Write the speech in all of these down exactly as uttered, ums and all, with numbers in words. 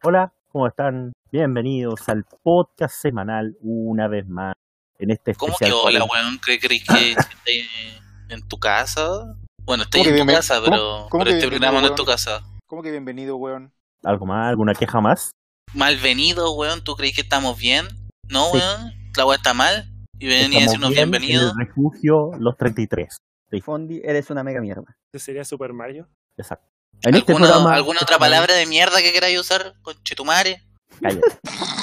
Hola, ¿cómo están? Bienvenidos al podcast semanal una vez más en este ¿Cómo especial. que hola, cuarenta. weón? ¿Qué crees que estés en tu casa? Bueno, estoy ¿Cómo en que tu bienven- casa, cómo- pero, cómo pero que este bienvenido, programa no es weón? tu casa. ¿Cómo que bienvenido, weón? ¿Algo más? ¿Alguna queja más? Malvenido, weón. ¿Tú crees que estamos bien? No, Sí. weón. La weá está mal. Y venía a Estamos decirnos bien en bienvenidos. el refugio Los treinta y tres. Sí, Fondi, eres una mega mierda. ¿Ese sería Super Mario? exacto. En este ¿Alguna, programa... ¿Alguna otra palabra de mierda que queráis usar? Conchetumare. Cállate.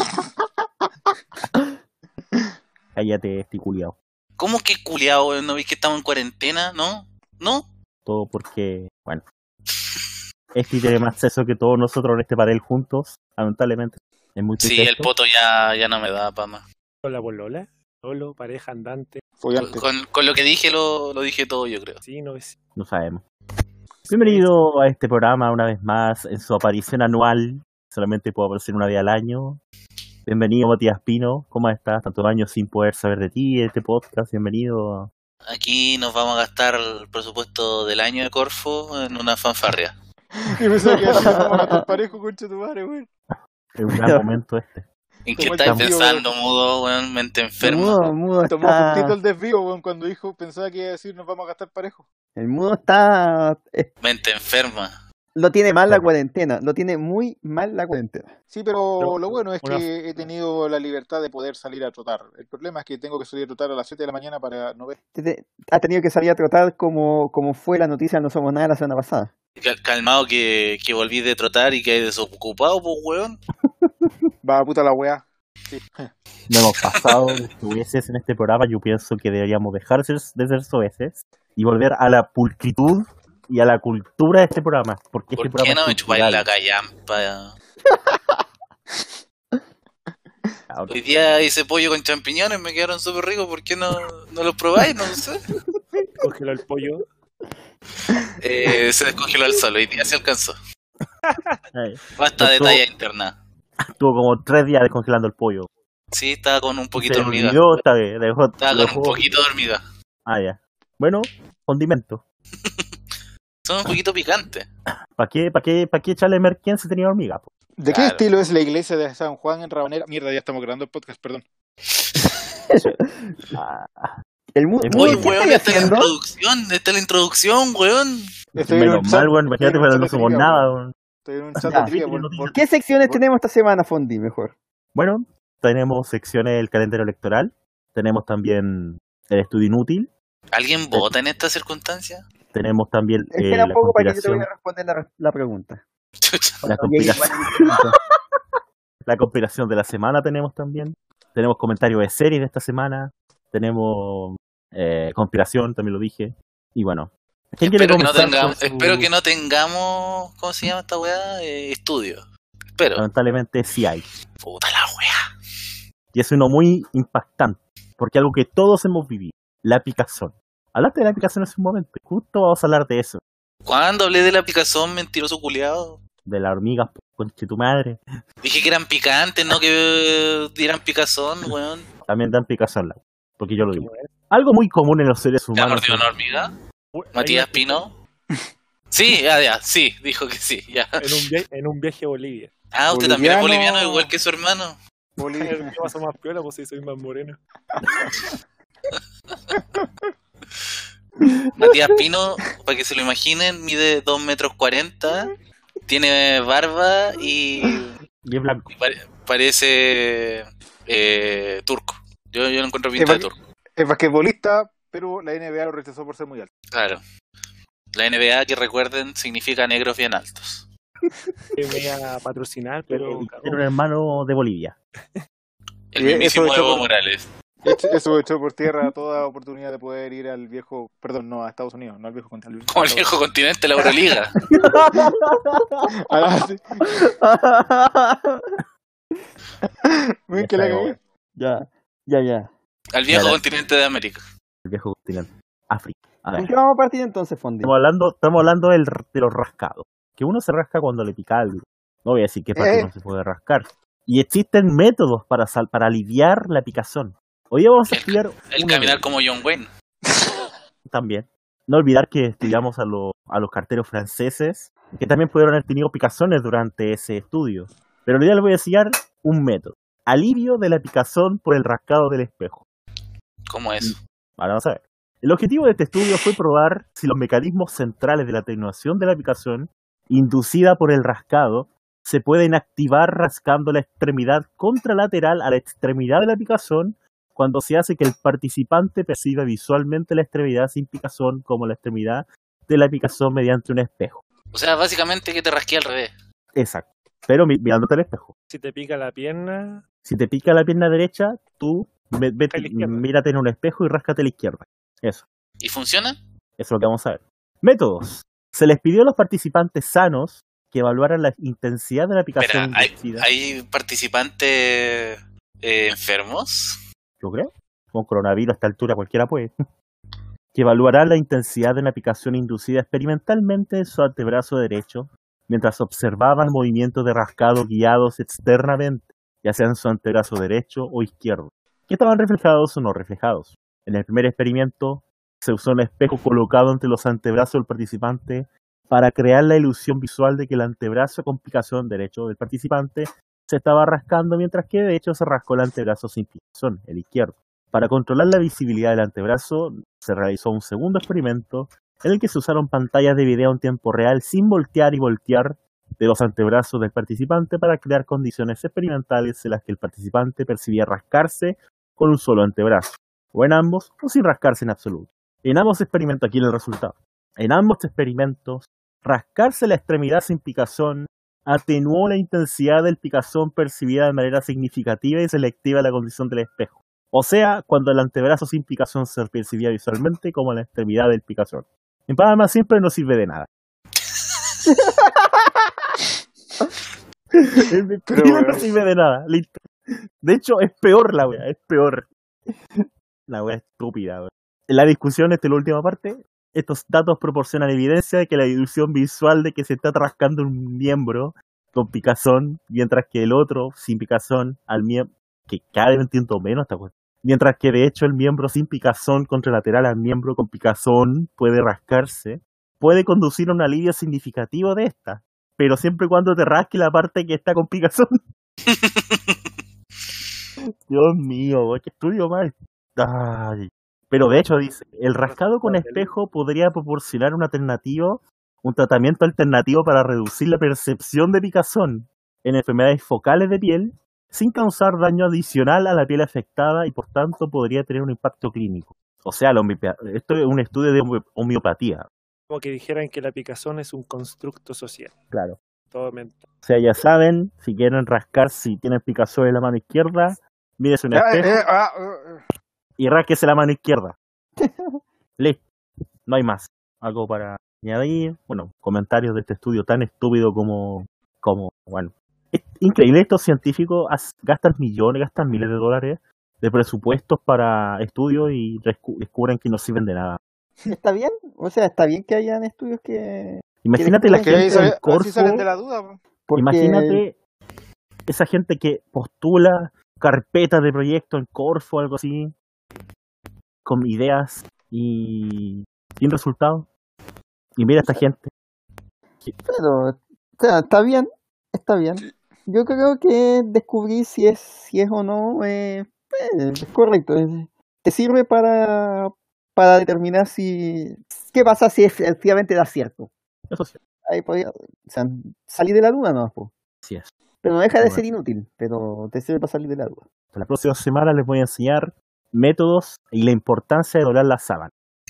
Cállate, este culiao. ¿Cómo que culiao, weón? ¿No veis que estamos en cuarentena? ¿No? ¿No? Todo porque, bueno... Este tiene más sexo que todos nosotros en este panel juntos, lamentablemente. Es muy Sí, triste el esto. poto ya, ya no me da pa' más. ¿Con la bolola? Solo, pareja, andante. Con, Follante. con- con lo que dije lo, lo dije todo, yo creo. Sí, no es. No sabemos. Bienvenido a este programa una vez más en su aparición anual. Solamente puedo aparecer una vez al año. Bienvenido, Matías Pino. ¿Cómo estás? Tantos años sin poder saber de ti en este podcast. Bienvenido. Aquí nos vamos a gastar el presupuesto del año de Corfo en una fanfarria. Yo pensaba que así nos vamos a matar parejo, concha tu madre, weón. Es un gran momento este. ¿En qué Toma el estáis desvío, pensando, mudo, weón? Mente enferma. mudo, mudo Tomó está... justito el desvío, weón, cuando dijo, pensaba que iba a decir nos vamos a gastar parejo. El mudo está... eh, Mente enferma. Lo tiene mal la Claro. cuarentena. Lo tiene muy mal la cuarentena. Sí, pero Pero lo bueno es una- que he tenido la libertad de poder salir a trotar. El problema es que tengo que salir a trotar a las siete de la mañana para no ver. Te- te- Ha tenido que salir a trotar como, como fue la noticia de No Somos Nada la semana pasada. Cal- Calmado que, que volví de trotar y que hay desocupado, pues, weón. Va a puta la weá. Sí. No hemos pasado de soeces en este programa. Yo pienso que deberíamos dejar de ser- de ser soeces y volver a la pulcritud y a la cultura de este programa. Porque este ¿Por qué programa no me es chupáis cultural. la callampa? Cabrón. Hoy día hice pollo con champiñones, me quedaron súper ricos. ¿Por qué no, no los probáis? No sé. Congeló el pollo. Eh, se descongeló el sol, hoy día se alcanzó. Ay, Basta de Esto- talla interna. Estuvo como tres días descongelando el pollo. Sí, estaba con un poquito Se de hormiga. olvidó esta vez, dejó- Estaba lo con un dejó- poquito de hormiga. Ah, ya. Bueno, condimento. Son un poquito picantes. ¿Para qué, para qué, para qué echarle merquén si tenía hormiga? po? ¿De qué Claro. estilo es la iglesia de San Juan en Rabanera? Mierda, ya estamos grabando el podcast, perdón. Ah, El mudo, Es mudo, Oye, muy- ¿qué weón, estáis está la haciendo? introducción, está la introducción, weón. Estoy en menos un mal, chat- weón. Imagínate estoy en un cuando no chat de somos trivia, nada, weón. weón. Estoy en un chat Ya. de trivia, por- por- ¿Qué secciones por- tenemos esta semana, Fondi, mejor? Bueno, tenemos secciones del calendario electoral. Tenemos también el estudio inútil. ¿Alguien vota en esta circunstancia? Tenemos también eh, Espera un la poco para que yo te conspiración. voy a responder la, la pregunta. La Oye, conspiración, igual- la conspiración de la semana tenemos también. Tenemos comentarios de series de esta semana. Tenemos eh, conspiración, también lo dije. Y bueno. ¿quién quiere Espero que, no comenzar tengamos, con su- espero que no tengamos, ¿cómo se llama esta weá? Eh, estudio. Espero. Lamentablemente sí hay. Puta la weá. Y es uno muy impactante. Porque algo que todos hemos vivido. La picazón. Hablaste de la picazón hace un momento. Justo vamos a hablar de eso. ¿Cuándo hablé de la picazón, mentiroso culiado? De las hormigas, conche tu madre. Dije que eran picantes, no que eh, dieran picazón, weón. También dan picazón. la- Porque yo lo digo. Algo muy común en los seres ¿Te ha humanos. mordido una hormiga? Uy, ¿Matías ahí- Pino? Sí, ya, ya, sí, dijo que sí, ya. En un, via- en un viaje a Bolivia. Ah, usted también es Boliviano. boliviano, igual que su hermano. Bolivia. ¿Qué pasa más piola? Pues si soy más moreno. Matías Pino, para que se lo imaginen, mide dos metros cuarenta, tiene barba y, Bien blanco. y pare- parece eh, turco. Yo, yo lo encuentro pinta de turco. Es basquetbolista, pero la N B A lo rechazó por ser muy alto. Claro. La N B A, que recuerden, significa negros bien altos. Que me iba a patrocinar, pero. Era un hermano de Bolivia. El Sí, mismísimo eso hecho Evo por- Morales. Echo- Eso echó por tierra toda oportunidad de poder ir al viejo, perdón, no, a Estados Unidos, no al viejo continente. Como el viejo continente, la Euroliga. Ah, sí. Ven que la cagué. Ya, ya, ya. Al viejo Claro. continente de América. El viejo continente. África. A ver. ¿Con qué vamos a partir entonces, Fondi? Estamos hablando, estamos hablando del, de los rascados. Que uno se rasca cuando le pica algo. No voy a decir qué parte Eh. no se puede rascar. Y existen métodos para, sal- para aliviar la picazón. Hoy vamos a El- estudiar El uno de caminar ellos como John Wayne. también. No olvidar que estudiamos a, los a los carteros franceses, que también pudieron haber tenido picazones durante ese estudio. Pero hoy día les voy a enseñar un método. Alivio de la picazón por el rascado del espejo. ¿Cómo es? Ahora vamos a ver. El objetivo de este estudio fue probar si los mecanismos centrales de la atenuación de la picazón, inducida por el rascado, se pueden activar rascando la extremidad contralateral a la extremidad de la picazón cuando se hace que el participante perciba visualmente la extremidad sin picazón como la extremidad de la picazón mediante un espejo. O sea, básicamente que te rasqué al revés. Exacto. Pero mi- mirándote al espejo. Si te pica la pierna, Si te pica la pierna derecha, tú ve- vete- A la izquierda. mírate en un espejo y ráscate a la izquierda. Eso. ¿Y funciona? Eso es lo que vamos a ver. Métodos. Se les pidió a los participantes sanos que evaluaran la intensidad de la Espera, picazón ¿hay, inducida. hay participantes eh, enfermos? Yo creo. Con coronavirus a esta altura cualquiera puede. Que evaluarán la intensidad de la picazón inducida experimentalmente en su antebrazo derecho mientras observaban movimientos de rascado guiados externamente, ya sea en su antebrazo derecho o izquierdo, que estaban reflejados o no reflejados. En el primer experimento se usó un espejo colocado entre los antebrazos del participante para crear la ilusión visual de que el antebrazo con picazón derecho del participante se estaba rascando, mientras que de hecho se rascó el antebrazo sin picazón, el izquierdo. Para controlar la visibilidad del antebrazo, se realizó un segundo experimento en el que se usaron pantallas de video en tiempo real sin voltear y voltear de los antebrazos del participante para crear condiciones experimentales en las que el participante percibía rascarse con un solo antebrazo, o en ambos, o sin rascarse en absoluto. En ambos experimentos, aquí el resultado. En ambos experimentos, rascarse la extremidad sin picazón atenuó la intensidad del picazón percibida de manera significativa y selectiva en la condición del espejo. O sea, cuando el antebrazo sin picazón se percibía visualmente como la extremidad del picazón. En palabras más simples, no sirve de nada. Pero, no weón. sirve de nada, listo. De hecho, es peor la wea, es peor. La wea estúpida, wea. En la discusión, esta es la última parte, estos datos proporcionan evidencia de que la ilusión visual de que se está rascando un miembro con picazón, mientras que el otro sin picazón al miembro, que cada vez entiendo menos esta wea. Mientras que de hecho el miembro sin picazón contralateral al miembro con picazón puede rascarse, puede conducir a un alivio significativo de esta, pero siempre y cuando te rasque la parte que está con picazón. Dios mío, qué estudio mal. Ay. Pero de hecho dice, el rascado con espejo podría proporcionar un alternativo, un tratamiento alternativo para reducir la percepción de picazón en enfermedades focales de piel, sin causar daño adicional a la piel afectada y por tanto podría tener un impacto clínico. O sea, la homeopatía, esto es un estudio de homeop- homeopatía. como que dijeran que la picazón es un constructo social. Claro. Todo mental. O sea, ya saben, si quieren rascar, si tienen picazón en la mano izquierda, mírese un Ah, espejo eh, ah, ah, y rásquese la mano izquierda. Listo. No hay más. Algo para añadir. Bueno, comentarios de este estudio tan estúpido como, como bueno. Es increíble, estos científicos as- gastan millones, gastan miles de dólares de presupuestos para estudios y rescu- descubren que no sirven de nada. ¿Está bien? O sea, está bien que hayan estudios que... Imagínate la que ahí gente sale- del Corfo, así salen de la duda, po. porque- imagínate esa gente que postula carpetas de proyecto en Corfo o algo así, con ideas y sin resultados. Y mira a esta gente. Pero, o sea, está bien, está bien. Yo creo que descubrir si es, si es o no eh, eh, es correcto. eh, Te sirve para, para determinar si qué pasa si efectivamente da cierto. Eso sí, Ahí podría, o sea, salir de la duda no, sí es. pero no deja de Bueno. ser inútil, pero te sirve para salir de la duda. La próxima semana les voy a enseñar métodos y la importancia de doblar la sábana.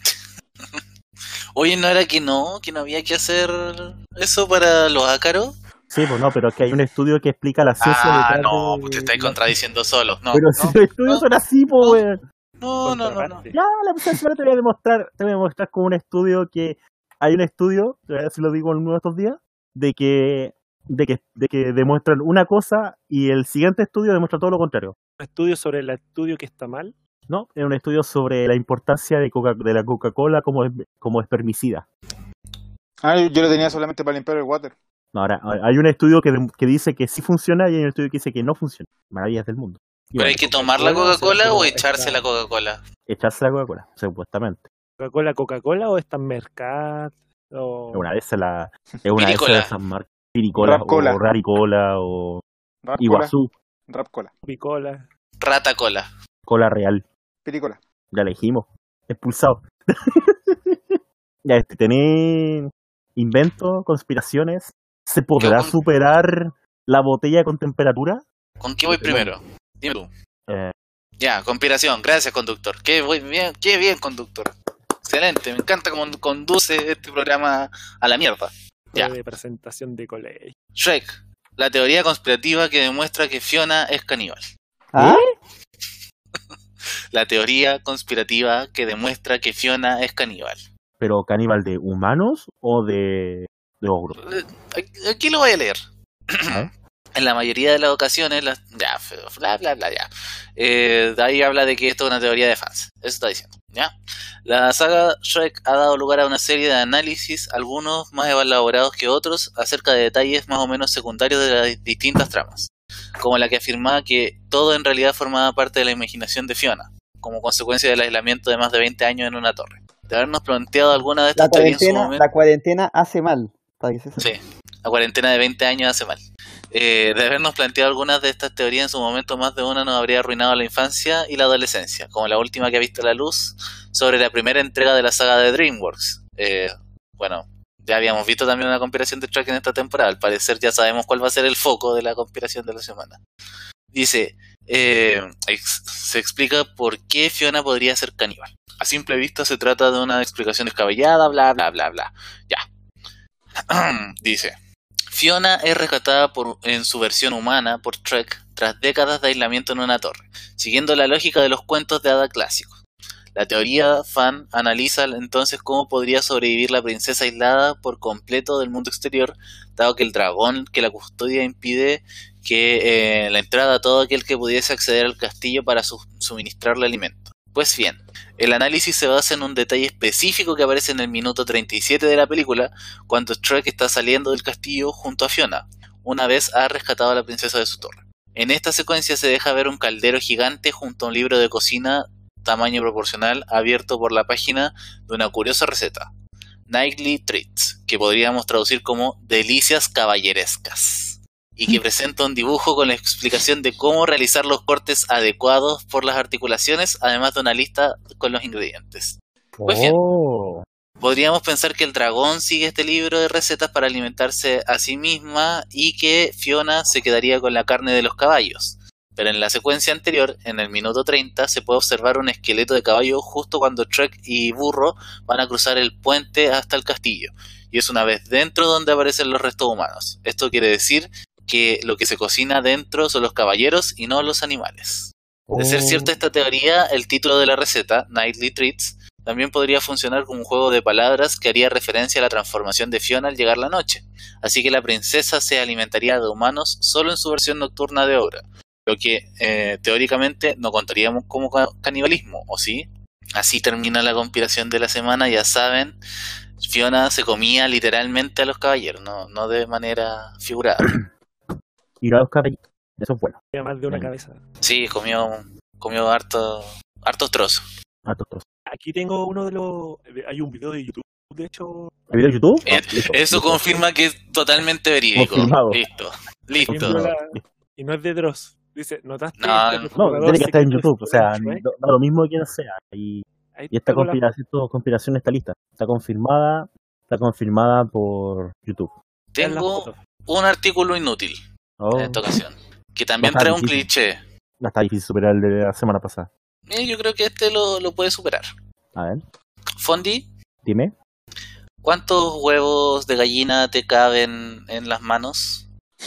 Oye, ¿no era que no? ¿Que no había que hacer eso para los ácaros? Sí, pues no, pero es que hay un estudio que explica la ciencia Ah, detrás no, de- pues te estáis la- contradiciendo solo. No, Pero no, si los estudios no, son así, pues, no. weón. no, no, no, no. Contraparte. Ya, la próxima semana te voy a demostrar, te voy a mostrar con un estudio que hay un estudio, a ver si lo digo en uno de estos días, de que, de que, de que demuestran una cosa y el siguiente estudio demuestra todo lo contrario. Un estudio sobre el estudio que está mal. ¿No? Es un estudio sobre la importancia de, Coca- de la Coca-Cola como, es- como espermicida. Ah, yo, yo lo tenía solamente para limpiar el water. No, ahora, ahora hay un estudio que, dem- que dice que sí funciona y hay un estudio que dice que no funciona. Maravillas del mundo. Y ¿Pero bueno, hay que tomar la Coca-Cola, Coca-Cola o o sea, echarse está- la Coca-Cola? echarse la Coca-Cola, supuestamente. ¿Coca-Cola, Coca-Cola o está en Mercat? O... Es una de esas la, es una de esas Piricola. de esas marcas. Piricola Rapcola. o Raricola o Rap cola. Iguazú, Rap cola. Picola. Rata cola. cola real. Piricola. Ya elegimos. Expulsado. Ya, este, ¿tenés inventos, conspiraciones? ¿Se podrá con- superar la botella con temperatura? ¿Con qué voy primero? Dime tú. Eh, Ya, conspiración. Gracias, conductor. Qué buen- bien, qué bien, conductor. Excelente. Me encanta cómo conduce este programa a la mierda. Ya. De presentación de colegio. Shrek. La teoría conspirativa que demuestra que Fiona es caníbal. ¿Ah? La teoría conspirativa que demuestra que Fiona es caníbal. ¿Pero caníbal de humanos o de, de ogros? Eh, Aquí- Aquí lo voy a leer. A ver. En la mayoría de las ocasiones, las, ya, bla, bla, bla, ya. Eh, de ahí habla de que esto es una teoría de fans. Eso está diciendo, ¿ya? La saga Shrek ha dado lugar a una serie de análisis, algunos más elaborados que otros, acerca de detalles más o menos secundarios de las distintas tramas. Como la que afirmaba que todo en realidad formaba parte de la imaginación de Fiona, como consecuencia del aislamiento de más de veinte años en una torre. De habernos planteado alguna de La estas teorías en su cuarentena, momento... la cuarentena hace mal. Para que se sepa. Sí, la cuarentena de veinte años hace mal. Eh, de habernos planteado algunas de estas teorías en su momento, más de una nos habría arruinado la infancia y la adolescencia, como la última que ha visto la luz sobre la primera entrega de la saga de DreamWorks. Eh, bueno, ya habíamos visto también una conspiración de Shrek en esta temporada, al parecer ya sabemos cuál va a ser el foco de la conspiración de la semana. Dice, eh, ex- se explica por qué Fiona podría ser caníbal. A simple vista se trata de una explicación descabellada, bla, bla, bla, bla. Ya. Dice, Fiona es rescatada por, en su versión humana por Shrek tras décadas de aislamiento en una torre, siguiendo la lógica de los cuentos de hada clásicos. La teoría fan analiza entonces cómo podría sobrevivir la princesa aislada por completo del mundo exterior, dado que el dragón que la custodia impide que eh, la entrada a todo aquel que pudiese acceder al castillo para su suministrarle alimento. Pues bien, el análisis se basa en un detalle específico que aparece en el minuto treinta y siete de la película, cuando Shrek está saliendo del castillo junto a Fiona, una vez ha rescatado a la princesa de su torre. En esta secuencia se deja ver un caldero gigante junto a un libro de cocina tamaño proporcional abierto por la página de una curiosa receta, Nightly Treats, que podríamos traducir como delicias caballerescas, y que presenta un dibujo con la explicación de cómo realizar los cortes adecuados por las articulaciones, además de una lista con los ingredientes. Pues bien, Oh, podríamos pensar que el dragón sigue este libro de recetas para alimentarse a sí misma y que Fiona se quedaría con la carne de los caballos. Pero en la secuencia anterior, en el minuto treinta, se puede observar un esqueleto de caballo justo cuando Shrek y Burro van a cruzar el puente hasta el castillo. Y es una vez dentro donde aparecen los restos humanos. Esto quiere decir que lo que se cocina dentro son los caballeros y no los animales. De ser cierta esta teoría, el título de la receta, Nightly Treats, también podría funcionar como un juego de palabras que haría referencia a la transformación de Fiona al llegar la noche. Así que la princesa se alimentaría de humanos solo en su versión nocturna de obra, lo que eh, teóricamente no contaríamos como ca- canibalismo, ¿o sí? Así termina la conspiración de la semana, ya saben, Fiona se comía literalmente a los caballeros, no, no de manera figurada. ir a los caballitos. Eso es bueno. Tenía más de una Bien. cabeza. Sí, comió, comió harto, hartos trozos. A todos. Aquí tengo uno de los... Hay un video de YouTube, de hecho... ¿El video de YouTube? Eh, Ah, listo, Eso listo. confirma que es totalmente verídico. Confirmado. Listo, bien listo. viola- y no es de Dross. Dice, ¿notaste? No, que el No, jugador tiene que estar en secreto YouTube. O sea, es Shrek? no, no lo mismo quien sea. Y, Ahí y esta tengo la- conspiración, esta conspiración está lista. Está confirmada. Está confirmada por YouTube. vean la Tengo foto. un artículo inútil Oh, en esta ocasión, que también Va a estar trae un difícil. cliché. no está difícil superar el de la semana pasada. Eh, yo creo que este lo, lo puede superar. A ver, Fondi, dime. ¿cuántos huevos de gallina te caben en las manos?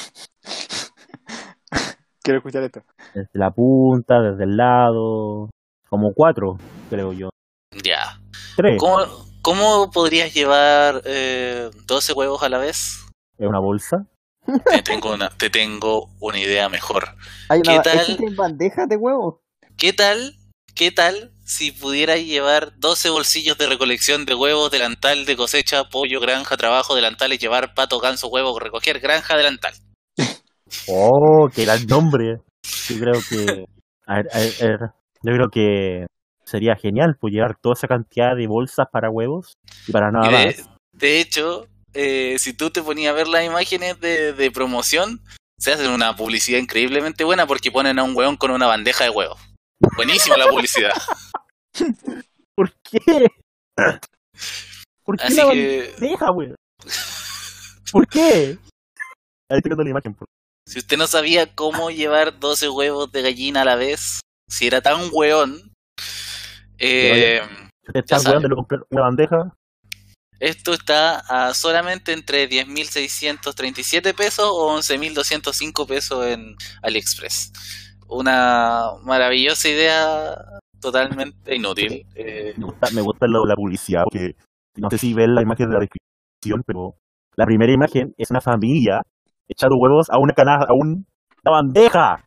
Quiero escuchar esto. Desde la punta, desde el lado. Como cuatro, creo yo. Ya. Tres. ¿Cómo, cómo podrías llevar eh, doce huevos a la vez? Es una bolsa. Te tengo una, te tengo una idea mejor. Hay ¿Qué una, tal? ¿existen bandejas de huevos? ¿Qué tal? ¿Qué tal si pudieras llevar doce bolsillos de recolección de huevos, delantal de cosecha, pollo, granja, trabajo, delantales, llevar pato, ganso, huevo, recoger, granja, delantal? Oh, que era el nombre. Yo creo que. A ver, a ver, a ver, yo creo que sería genial pues llevar toda esa cantidad de bolsas para huevos y para nada Y de, más. de hecho, eh, si tú te ponías a ver las imágenes de, de promoción, Se hacen una publicidad increíblemente buena porque ponen a un weón con una bandeja de huevos. Buenísima la publicidad. ¿Por qué? ¿Por qué Así la que- bandeja, weón? ¿Por qué? Ahí estoy viendo la imagen. por- Si usted no sabía cómo llevar doce huevos de gallina a la vez, si era tan weón, eh, Usted está sabe. weón de lo comprar una bandeja. esto está a solamente entre diez mil seiscientos treinta y siete pesos o once mil doscientos cinco pesos en AliExpress. Una maravillosa idea totalmente inútil. Eh, Me gusta, me gusta lo- la publicidad, porque no sé si ven la imagen de la descripción, pero la primera imagen es una familia echando huevos a una canasta, a un- una bandeja.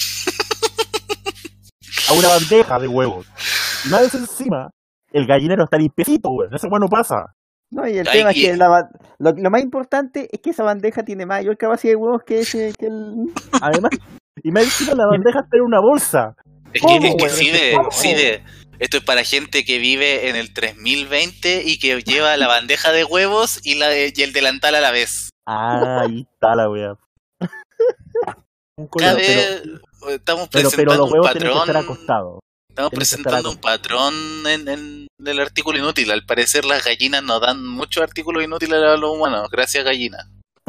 A una bandeja de huevos. Y más encima, el gallinero está limpiecito, weón. Eso bueno pasa. No, y el Ay, tema y- es que la ba- lo, lo más importante es que esa bandeja tiene mayor capacidad de huevos que ese, que el... Además, y más encima la bandeja está en una bolsa. es ¿Cómo, que, es que weón? sí de, ¿Cómo? sí de- esto es para gente que vive en el tres mil veinte y que lleva la bandeja de huevos y, la, y el delantal a la vez. Ah, ahí está la weá. Un Cada color. vez estamos Pero, pero presentando los un huevos tienen que estar patrón. acostados. Estamos Tienen que estar presentando un patrón en, en el artículo inútil. Al parecer las gallinas nos dan muchos artículos inútiles a los humanos. Gracias, gallina.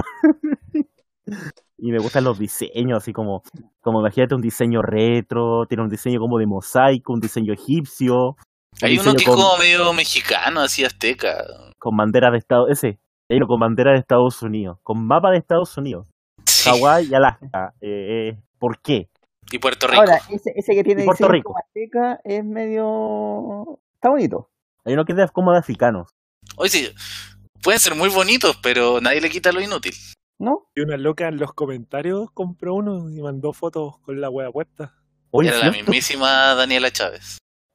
Y me gustan los diseños, así como, como imagínate un diseño retro, tiene un diseño como de mosaico, un diseño egipcio, un Hay uno diseño que es con, como medio mexicano, así azteca. con bandera de Estados ese, hay uno con bandera de Estados Unidos, con mapa de Estados Unidos, Sí. Hawái y Alaska. Eh, eh, ¿Por qué? Y Puerto Rico. Ahora, ese, ese que tiene Y Puerto diseño Rico. como azteca es medio... Está bonito. Hay uno que es de, como de africanos. Oye, sí, pueden ser muy bonitos, pero nadie le quita lo inútil. ¿No? Y una loca en los comentarios compró uno y mandó fotos con la wea puesta. Oye, Era la ¿cierto? mismísima Daniela Chávez.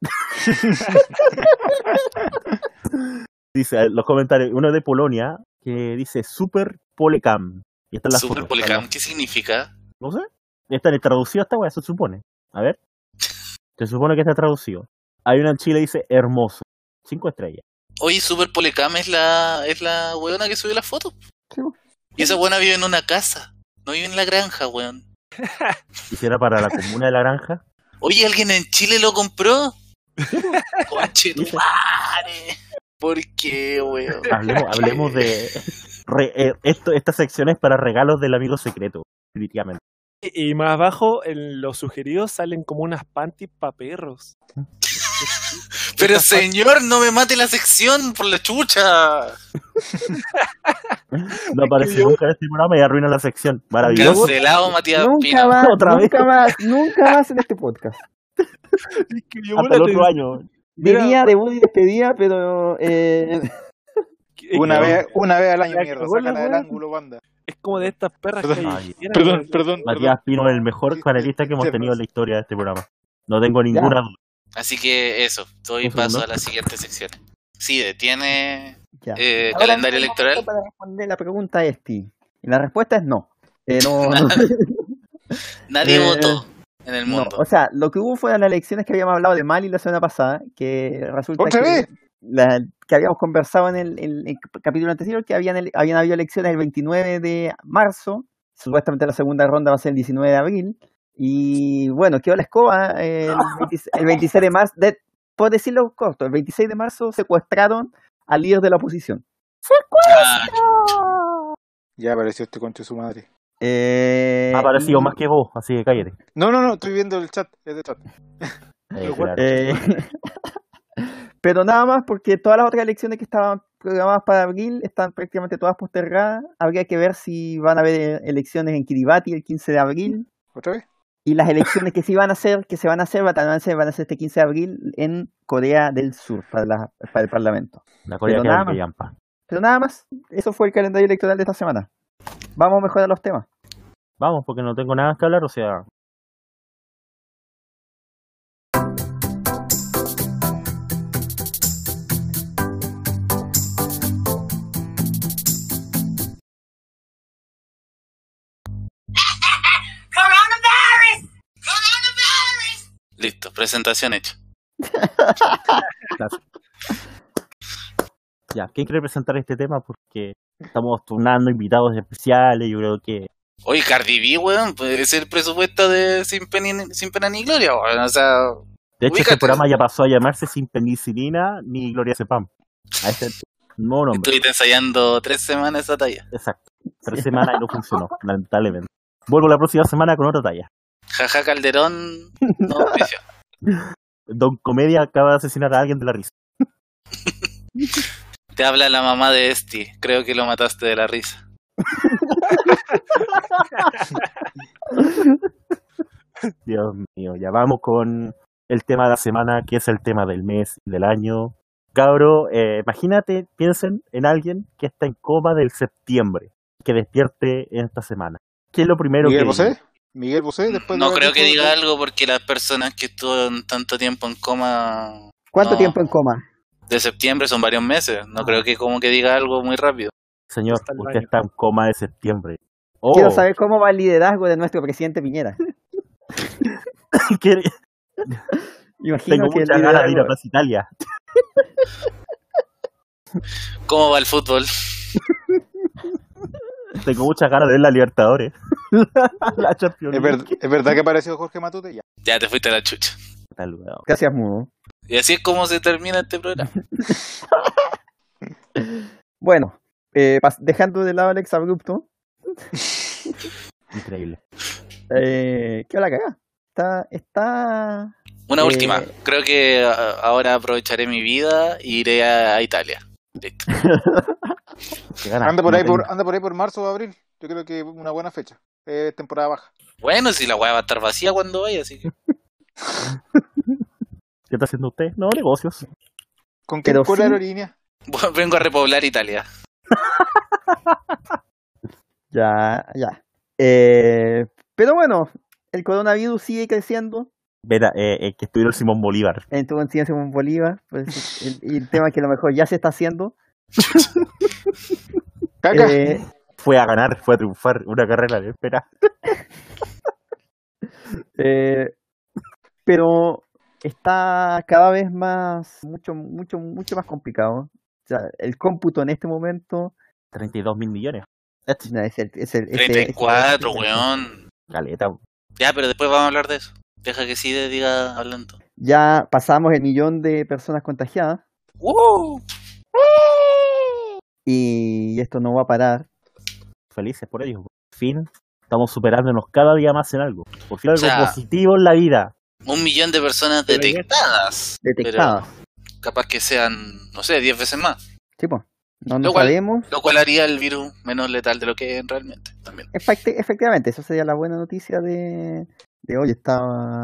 Dice en los comentarios, uno de Polonia que dice Super Polecam. Y está en la Super foto. Polecam, ¿qué significa? No sé. Está traducido esta weá, se supone. A ver. Se supone que está traducido. Hay una en Chile que dice hermoso. Cinco estrellas. Oye, Super Polecam es la es la weona que subió la foto. Sí. Y esa weona vive en una casa. No vive en la granja, weón. Hiciera para la comuna de la granja. Oye, ¿alguien en Chile lo compró? Conche tu Dice, madre. ¿Por qué, weón? hablemos, hablemos de. re- eh, esto, esta sección es para regalos del amigo secreto. Definitivamente. Y, y más abajo, en los sugeridos, salen como unas panties pa' perros. Pero señor, no me mate la sección por la chucha. No aparece nunca en este programa y arruina la sección. Maravilloso. Cancelado, Matías Nunca Pino. más, Otra vez. nunca más, nunca más en este podcast. Hasta el otro año. Mira, Diría debut y despedida, pero eh, Es Una que- vez, una vez al año, La mierda. cagó la Sácala del wea. ángulo, banda. Es como de estas perras Perdón. que Ay, hay. Perdón, perdón. Matías Pino es el mejor panelista que hemos tenido en la historia de este programa. No tengo ninguna duda. Así que eso, doy Un paso segundo. a la siguiente sección. Sí, tiene ya. eh, Ahora calendario tenemos electoral. para responder la pregunta es ti. Y la respuesta es no. Eh, no, no, Nadie Eh, votó en el no. mundo. O sea, lo que hubo fueron las elecciones que habíamos hablado de Mali la semana pasada, que resulta ¿Otra que, vez? la- que habíamos conversado en el, el- el capítulo anterior, que habían, ele- habían habido elecciones el veintinueve de marzo, supuestamente la segunda ronda va a ser el diecinueve de abril, y bueno, quedó la escoba eh, el, veintiséis, el veintiséis de marzo, de, por decirlo corto, el veintiséis de marzo secuestraron al líder de la oposición. Ah, Ya apareció este concho de su madre. Eh, Ha aparecido y- más que vos, así que cállate. No, no, no, estoy viendo el chat. Es de chat. Eh, claro. Eh, pero nada más porque todas las otras elecciones que estaban programadas para abril están prácticamente todas postergadas. Habría que ver si van a haber elecciones en Kiribati el quince de abril. ¿Otra vez? Y las elecciones que sí van a hacer, que se van a hacer, van a ser, van a ser este quince de abril en Corea del Sur para, la- para el Parlamento. La Corea pero que nada es más. Yampa. Pero nada más, eso fue el calendario electoral de esta semana. Vamos a mejorar los temas. Vamos, porque no tengo nada que hablar, o sea. listo, presentación hecha. Gracias. Ya, ¿quién quiere presentar este tema? Porque estamos turnando invitados especiales. Yo creo que Oye, Cardi B, weón, pues es el presupuesto de Sin Pena, ni- Sin Pena ni Gloria, weón. O sea, De hecho, este ubícate. programa ya pasó a llamarse Sin Penicilina ni Gloria Cepam. A ese nuevo nombre. Estuviste ensayando tres semanas esa talla. Exacto. Tres semanas y no funcionó, lamentablemente. Vuelvo la próxima semana con otra talla. Jaja Calderón, no oficio. Don Comedia acaba de asesinar a alguien de la risa. Te habla la mamá de Esti. Creo que lo mataste de la risa. Dios mío, ya vamos con el tema de la semana, que es el tema del mes y del año. Cabro, eh, imagínate, piensen en alguien que está en coma del septiembre, que despierte en esta semana. ¿Qué es lo primero Miguel que Bosé. diga? Miguel Bosé, después No de creo haber que dicho- diga algo porque las personas que estuvieron tanto tiempo en coma ¿Cuánto No. tiempo en coma? de septiembre son varios meses. No creo que como que diga algo muy rápido. Señor, Está el usted baño. está en coma de septiembre. Oh, Quiero saber cómo va el liderazgo de nuestro presidente Piñera. que- Imagino tengo que el muchas ganas de ir a liderazgo- Plaza Italia. ¿Cómo va el fútbol? Tengo muchas ganas de ver la Libertadores. La Champions ¿Es, League. ver- ¿Es verdad que apareció Jorge Matute? Ya. Ya te fuiste a la chucha. Hasta luego. Gracias, Mudo. Y así es como se termina este programa. Bueno, eh, pas- dejando de lado el exabrupto, Increíble. eh, ¿qué la cagá? Está, está... Una Eh, última. Creo que a- ahora aprovecharé mi vida e iré a, a Italia. Listo. Qué ganas. Anda por No ahí por, tengo. anda por ahí por marzo o abril. Yo creo que es una buena fecha. Es temporada baja. Bueno, si la weá va a estar vacía cuando vaya, así que. ¿Qué está haciendo usted? No, negocios. ¿Con qué Pero cuál sí. aerolínea? Bueno, vengo a repoblar Italia. Ya, ya. Eh, pero bueno, el coronavirus sigue creciendo. Verá, eh, eh, que estuvieron Simón Bolívar. En tu encima en Bolívar, pues, el, y el tema que a lo mejor ya se está haciendo. Caca. Eh, Fue a ganar, fue a triunfar. Una carrera de espera. eh, pero está cada vez más, mucho, mucho, mucho más complicado. O sea, el cómputo en este momento treinta y dos mil millones. no, es el, es el- es el- treinta y cuatro, es el- weón. Caleta. Ya, pero después vamos a hablar de eso. Deja que sí diga hablando. Ya pasamos el millón de personas contagiadas ¡Uh! y esto no va a parar. Felices por ello. Por fin, estamos superándonos cada día más en algo. Por fin algo O sea, positivo en la vida. Un millón de personas Pero ya- detectadas. Detectadas. Pero capaz que sean, no sé, diez veces más. Sí, pues. No, no Lo cual- sabemos. Lo cual haría el virus menos letal de lo que es realmente. También. Efecti- efectivamente, eso sería la buena noticia de, de hoy. Esta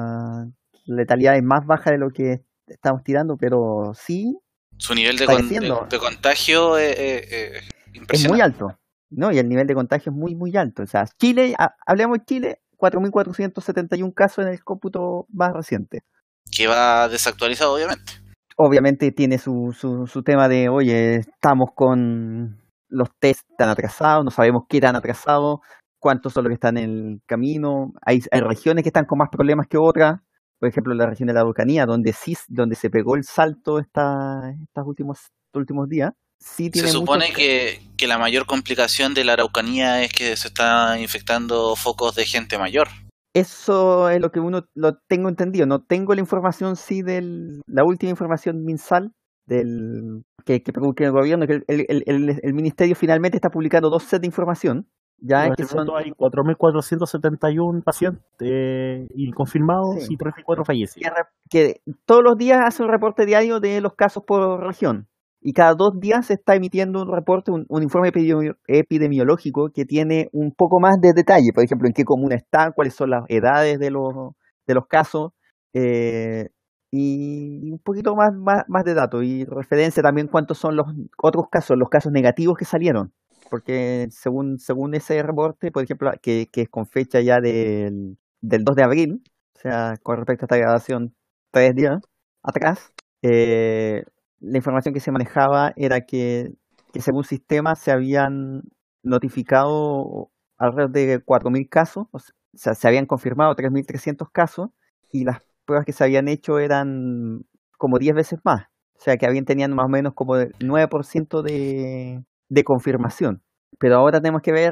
letalidad es más baja de lo que estamos tirando, pero sí Su nivel de, Está con- creciendo. de- de contagio es, es- es es muy impresionante. alto. ¿No? Y el nivel de contagio es muy, muy alto. O sea, Chile, ha- hablemos de Chile, cuatro mil cuatrocientos setenta y uno casos en el cómputo más reciente. Que va desactualizado, obviamente. Obviamente tiene su, su, su tema de, oye, estamos con los test tan atrasados, no sabemos qué tan atrasados, cuántos son los que están en el camino. Hay, hay regiones que están con más problemas que otras. Por ejemplo, la región de la Araucanía, donde sí, donde se pegó el salto esta, estos últimos, últimos días. Sí Se tiene supone muchos- que, que la mayor complicación de la Araucanía es que se están infectando focos de gente mayor. Eso es lo que uno lo tengo entendido. No tengo la información, sí, de la última información MinSal del que, que publica el gobierno, que el, el, el, el ministerio finalmente está publicando dos sets de información. Ya En que este son momento hay cuatro mil cuatrocientos setenta y uno pacientes eh, y confirmados Sí. y treinta y cuatro fallecidos. que, re- que todos los días hace un reporte diario de los casos por región. Y cada dos días se está emitiendo un reporte, un, un informe epidemi- epidemiológico que tiene un poco más de detalle. Por ejemplo, en qué comuna están, cuáles son las edades de los, de los casos, eh, y un poquito más, más, más de datos. Y referencia también cuántos son los otros casos, los casos negativos que salieron. Porque según, según ese reporte, por ejemplo, que, que es con fecha ya del, del dos de abril, o sea, con respecto a esta grabación, tres días atrás, eh, la información que se manejaba era que, que según sistema se habían notificado alrededor de cuatro mil casos, o sea, se habían confirmado tres mil trescientos casos y las pruebas que se habían hecho eran como diez veces más. O sea, que habían tenían más o menos como el nueve por ciento de, de confirmación. Pero ahora tenemos que ver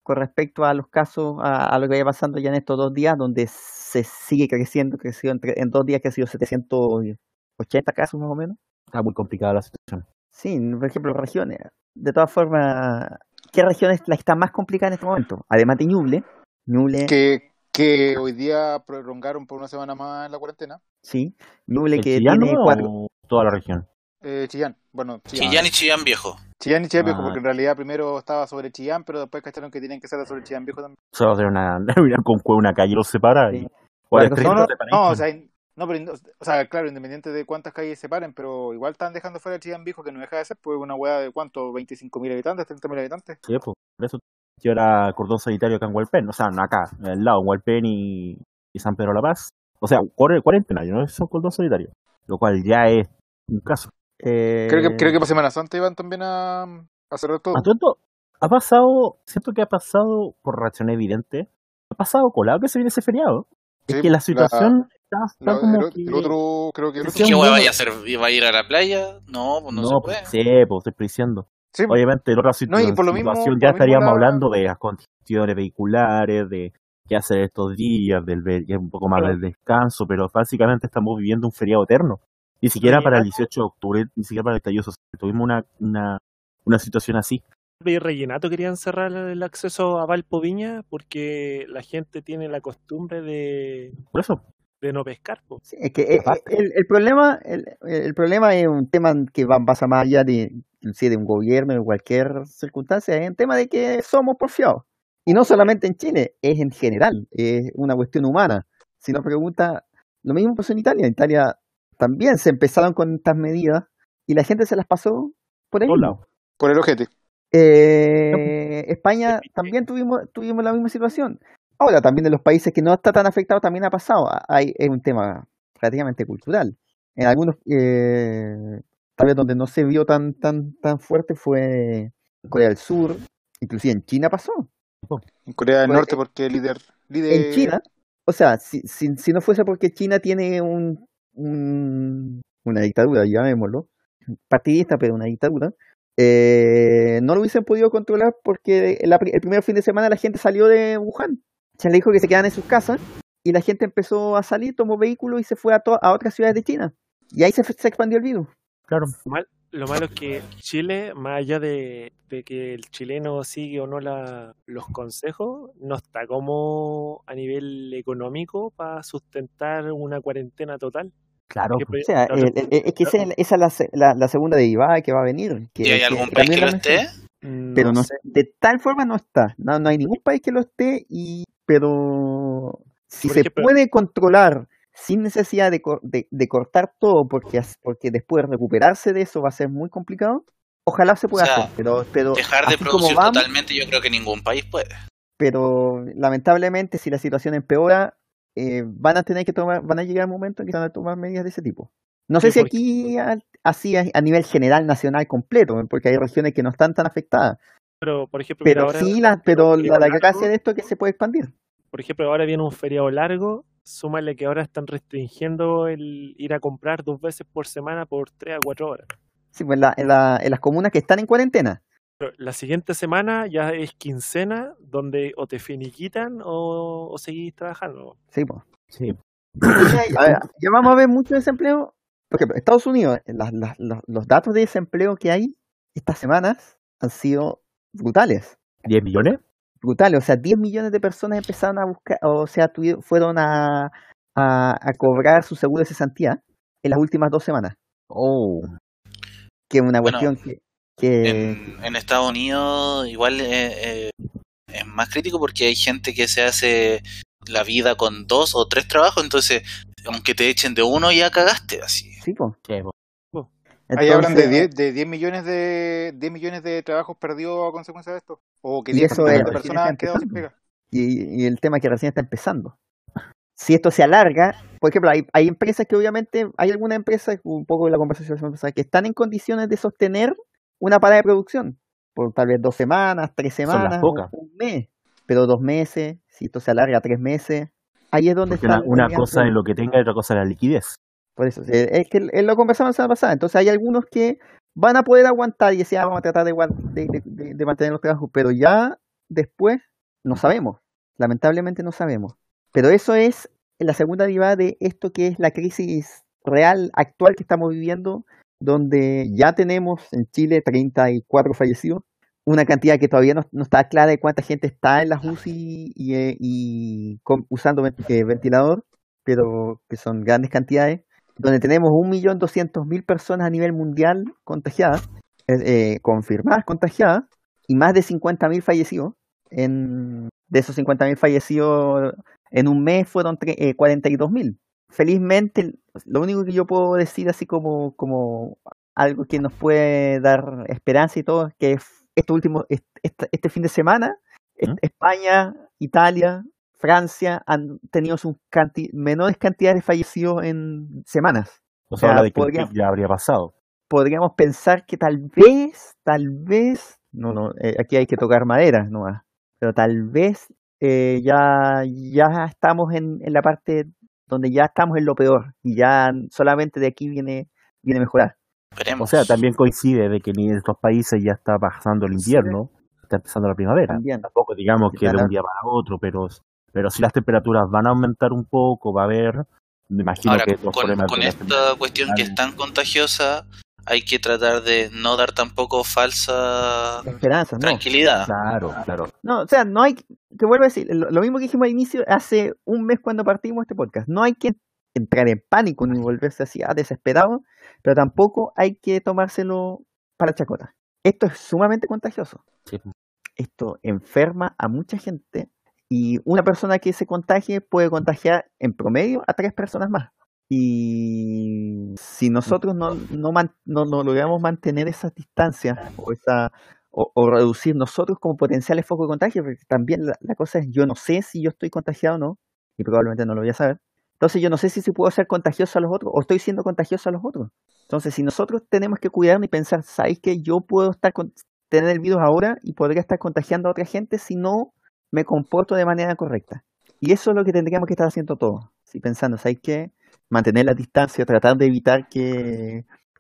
con respecto a los casos, a, a lo que vaya pasando ya en estos dos días, donde se sigue creciendo, creció entre, en dos días creció setecientos ochenta casos más o menos. Está muy complicada la situación. Sí, por ejemplo, regiones. De todas formas, ¿qué región es la que está más complicada en este momento? Además de Ñuble, Ñuble, Que, que hoy día prolongaron por una semana más la cuarentena. sí, Ñuble ¿El que Chillán tiene no cuatro. o toda la región? Eh, Chillán, bueno, Chillán. Chillán y Chillán viejo. Chillán y Chillán Viejo, Ah. porque en realidad primero estaba sobre Chillán, pero después cacharon que tienen que ser sobre Chillán Viejo también. Solo hacer una, una, con una calle los separa. Sí. Y, o el Cuatro- tren No, no, te separa. no, o sea, no, pero, o sea, claro, independiente de cuántas calles separen, pero igual están dejando fuera Chillán Viejo, que no deja de ser, pues una hueá de cuánto, veinticinco mil habitantes, treinta mil habitantes. Sí, pues, por eso yo era cordón sanitario acá en Hualpén, o sea, no acá, al lado, en Hualpén y, y San Pedro de la Paz. O sea, cuare- cuarentena, no es un cordón sanitario, lo cual ya es un caso. Eh, Creo que, creo que para Semana Santa iban también a, a cerrar todo. A todo esto, ha pasado, siento que ha pasado por reacción evidente, ha pasado colado que se viene ese feriado. Sí, Es que la situación está, está La- como el, que... el otro, creo que el Sí, otro. ¿Y qué un weá bueno- vaya a hacer? ¿Va a ir a la playa? No, pues no, No, se pues puede. sí, pues estoy diciendo. Sí, Obviamente, en otra situ- No, y por lo mismo- situación por ya lo mismo estaríamos la- hablando de las condiciones vehiculares, de qué hacer estos días, del ve- ya un poco más Pero- del descanso, pero básicamente estamos viviendo un feriado eterno. Ni siquiera Oye, para el Nacho. dieciocho de octubre, ni siquiera para el estallido social, tuvimos una, una, una situación así. y Reguinato querían cerrar el acceso a Valpo Viña porque la gente tiene la costumbre de, Por eso, de no pescar. Po. Sí, es que eh, Aparte. el, el problema el, el problema es un tema que va, pasa más allá de, sí, de un gobierno, de cualquier circunstancia, es un tema de que somos porfiados. Y no solamente en Chile, es en general, es una cuestión humana. Si nos pregunta, lo mismo pasó en Italia. En Italia también se empezaron con estas medidas y la gente se las pasó por ahí todos mismo. lados. por el ojete. Eh, España también tuvimos, tuvimos la misma situación. Ahora, también en los países que no está tan afectado también ha pasado. Hay, es un tema relativamente cultural. En algunos, eh, tal vez donde no se vio tan tan tan fuerte fue en Corea del Sur, inclusive en China pasó. En Corea del Pues, Norte, porque líder. líder En China, o sea, si, si, si no fuese porque China tiene un, un- una dictadura, llamémoslo, partidista, pero una dictadura, eh, no lo hubiesen podido controlar porque la pri- el primer fin de semana la gente salió de Wuhan. Se le dijo que se quedaran en sus casas y la gente empezó a salir, tomó vehículos y se fue a, to- a otras ciudades de China. Y ahí se, f- se expandió el virus. Claro. Mal- lo malo es que Chile, más allá de, de que el chileno sigue o no la, los consejos, no está como a nivel económico para sustentar una cuarentena total. Claro, Que pues. O sea, la otra- el- el- es que esa es la- esa es la, se- la, la segunda derivada que va a venir. Que, ¿Y hay que algún país también que lo la mencioné. esté? Pero no, sé. de tal forma no está. No, no hay ningún país que lo esté, y pero si Por se ejemplo- puede controlar sin necesidad de, cor- de, de cortar todo, porque, as- porque después recuperarse de eso va a ser muy complicado, ojalá se pueda O sea, hacer. Pero, pero Dejar de así como producir vamos, totalmente, yo creo que ningún país puede. pero lamentablemente si la situación empeora, eh, van a tener que tomar, van a llegar momentos en que van a tomar medidas de ese tipo. No sé Sí, si porque- aquí a- así a, a nivel general nacional completo, porque hay regiones que no están tan afectadas. Pero, por ejemplo, mira, Pero ahora, sí, la, pero un la, la feriado gracia largo, de esto es que se puede expandir. por ejemplo, ahora viene un feriado largo, súmale que ahora están restringiendo el ir a comprar dos veces por semana por tres a cuatro horas. Sí, pues la- en, la- en las comunas que están en cuarentena. Pero la siguiente semana ya es quincena, donde o te finiquitan o, o seguís trabajando. Sí, pues. Sí. A ver, ya vamos a ver mucho desempleo. Por ejemplo, Estados Unidos, las- las- los, los datos de desempleo que hay estas semanas han sido brutales. ¿diez millones? Brutales. O sea, diez millones de personas empezaron a buscar, o sea, tuvi- fueron a, a, a cobrar su seguro de cesantía en las últimas dos semanas. Oh, Que es una Bueno, cuestión que... que En, en Estados Unidos igual eh, eh, es más crítico porque hay gente que se hace la vida con dos o tres trabajos, entonces aunque te echen de uno ya cagaste así. sí, pues. qué bo- Ahí hablan de Entonces, 10, de diez millones de diez millones de trabajos perdidos a consecuencia de esto. O que Y diez eso millones es- de personas han quedado sin empezando. pega. y, y el tema que recién está empezando. Si esto se alarga, por ejemplo, hay, hay empresas que obviamente, hay algunas empresas, un poco de la conversación pasada, que están en condiciones de sostener una parada de producción por tal vez dos semanas, tres Son las semanas, pocas. o un mes, pero dos meses, si esto se alarga a tres meses, ahí es donde Porque está una, una el cosa es lo que tenga y otra cosa es la liquidez. Por eso, eh, es que él lo conversamos la semana pasada. Entonces hay algunos que van a poder aguantar y decir, ah, vamos a tratar de, guan- de, de- de- de mantener los trabajos, pero ya después no sabemos, lamentablemente no sabemos. Pero eso es la segunda derivada de esto que es la crisis real actual que estamos viviendo, donde ya tenemos en Chile treinta y cuatro fallecidos, una cantidad que todavía no, no está clara de cuánta gente está en las U C I y, eh, y con, usando eh, ventilador, pero que son grandes cantidades, donde tenemos un millón doscientos mil personas a nivel mundial contagiadas, eh, eh, confirmadas contagiadas, y más de cincuenta mil fallecidos. En, de esos cincuenta mil fallecidos en un mes fueron eh, cuarenta y dos mil. Felizmente, lo único que yo puedo decir así como, como algo que nos puede dar esperanza y todo, es que este último, este, este fin de semana, ¿Mm? España, Italia, Francia han tenido sus canti menores cantidades de fallecidos en semanas. O sea, o sea de que podríamos, ya habría pasado. Podríamos pensar que tal vez, tal vez, no, no, eh, aquí hay que tocar madera nomás, pero tal vez eh, ya, ya estamos en, en la parte donde ya estamos en lo peor y ya solamente de aquí viene, viene a mejorar. Veremos. O sea, también coincide de que ni en estos países ya está pasando el invierno, sí. Está empezando la primavera. También. Tampoco digamos sí, que claro. De un día para otro, pero, pero si las temperaturas van a aumentar un poco, va a haber, me imagino Ahora, que... Con, con esta cuestión que es tan contagiosa, hay que tratar de no dar tampoco falsa esperanza, tranquilidad. No. Claro, claro. No, o sea, no hay que vuelvo a decir, lo, lo mismo que dijimos al inicio, hace un mes cuando partimos este podcast. No hay que entrar en pánico ni volverse así ah, desesperado, pero tampoco hay que tomárselo para chacota. Esto es sumamente contagioso. Sí. Esto enferma a mucha gente y una persona que se contagie puede contagiar en promedio a tres personas más. Y si nosotros no, no, man, no, no logramos mantener esas distancias o, esa, o, o reducir nosotros como potenciales focos de contagio, porque también la, la cosa es, yo no sé si yo estoy contagiado o no, y probablemente no lo voy a saber. Entonces yo no sé si, si puedo ser contagioso a los otros o estoy siendo contagioso a los otros. Entonces si nosotros tenemos que cuidarnos y pensar, ¿sabéis que yo puedo estar con, tener el virus ahora y podría estar contagiando a otra gente si no me comporto de manera correcta? Y eso es lo que tendríamos que estar haciendo todos. ¿Sí? Pensando, ¿sabéis qué? Mantener la distancia, tratar de evitar que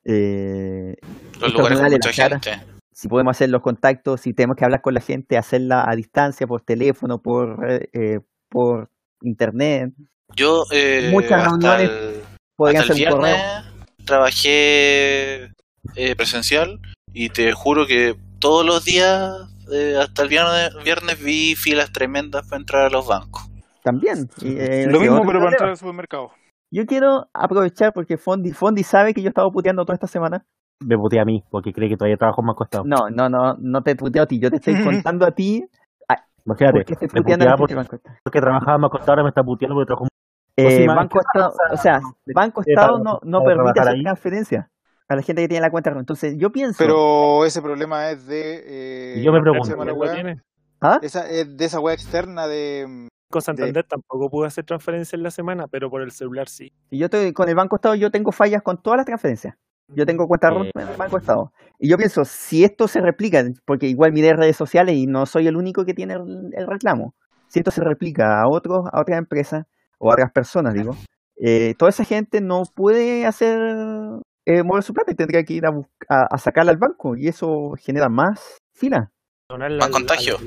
eh, los lugares con mucha gente. Si podemos hacer los contactos, si tenemos que hablar con la gente, hacerla a distancia, por teléfono, por eh, por internet. Yo eh, muchas hasta reuniones el, podrían hasta el ser viernes correo. Trabajé eh, presencial y te juro que todos los días eh, hasta el viernes, viernes vi filas tremendas para entrar a los bancos. También. Y, eh, Lo mismo, pero para entrar al supermercado. Yo quiero aprovechar porque Fondi, Fondi sabe que yo he estado puteando toda esta semana. Me putea a mí, porque cree que todavía trabajo más costado. No, no, no, no te puteo a ti, yo te estoy contando a ti. Imagínate, ¿por qué estoy puteando a porque, porque trabajaba más costado, ahora me está puteando porque trabajo eh, Banco Estado, o sea, Banco Estado no, no permite hacer transferencias a la gente que tiene la cuenta. Entonces yo pienso... Pero ese problema es de... Eh, y yo me pregunto, ¿ah? Esa, es de esa web externa de... Con Santander de... tampoco pude hacer transferencias en la semana, pero por el celular sí. Y yo estoy con el Banco Estado, yo tengo fallas con todas las transferencias. Yo tengo cuenta eh... en el Banco Estado. Y yo pienso, si esto se replica, porque igual miré redes sociales y no soy el único que tiene el, el reclamo, si esto se replica a otros, a otras empresas o a otras personas, digo, eh, toda esa gente no puede hacer eh, mover su plata y tendría que ir a, a, a sacarla al banco y eso genera más fila. Más contagio.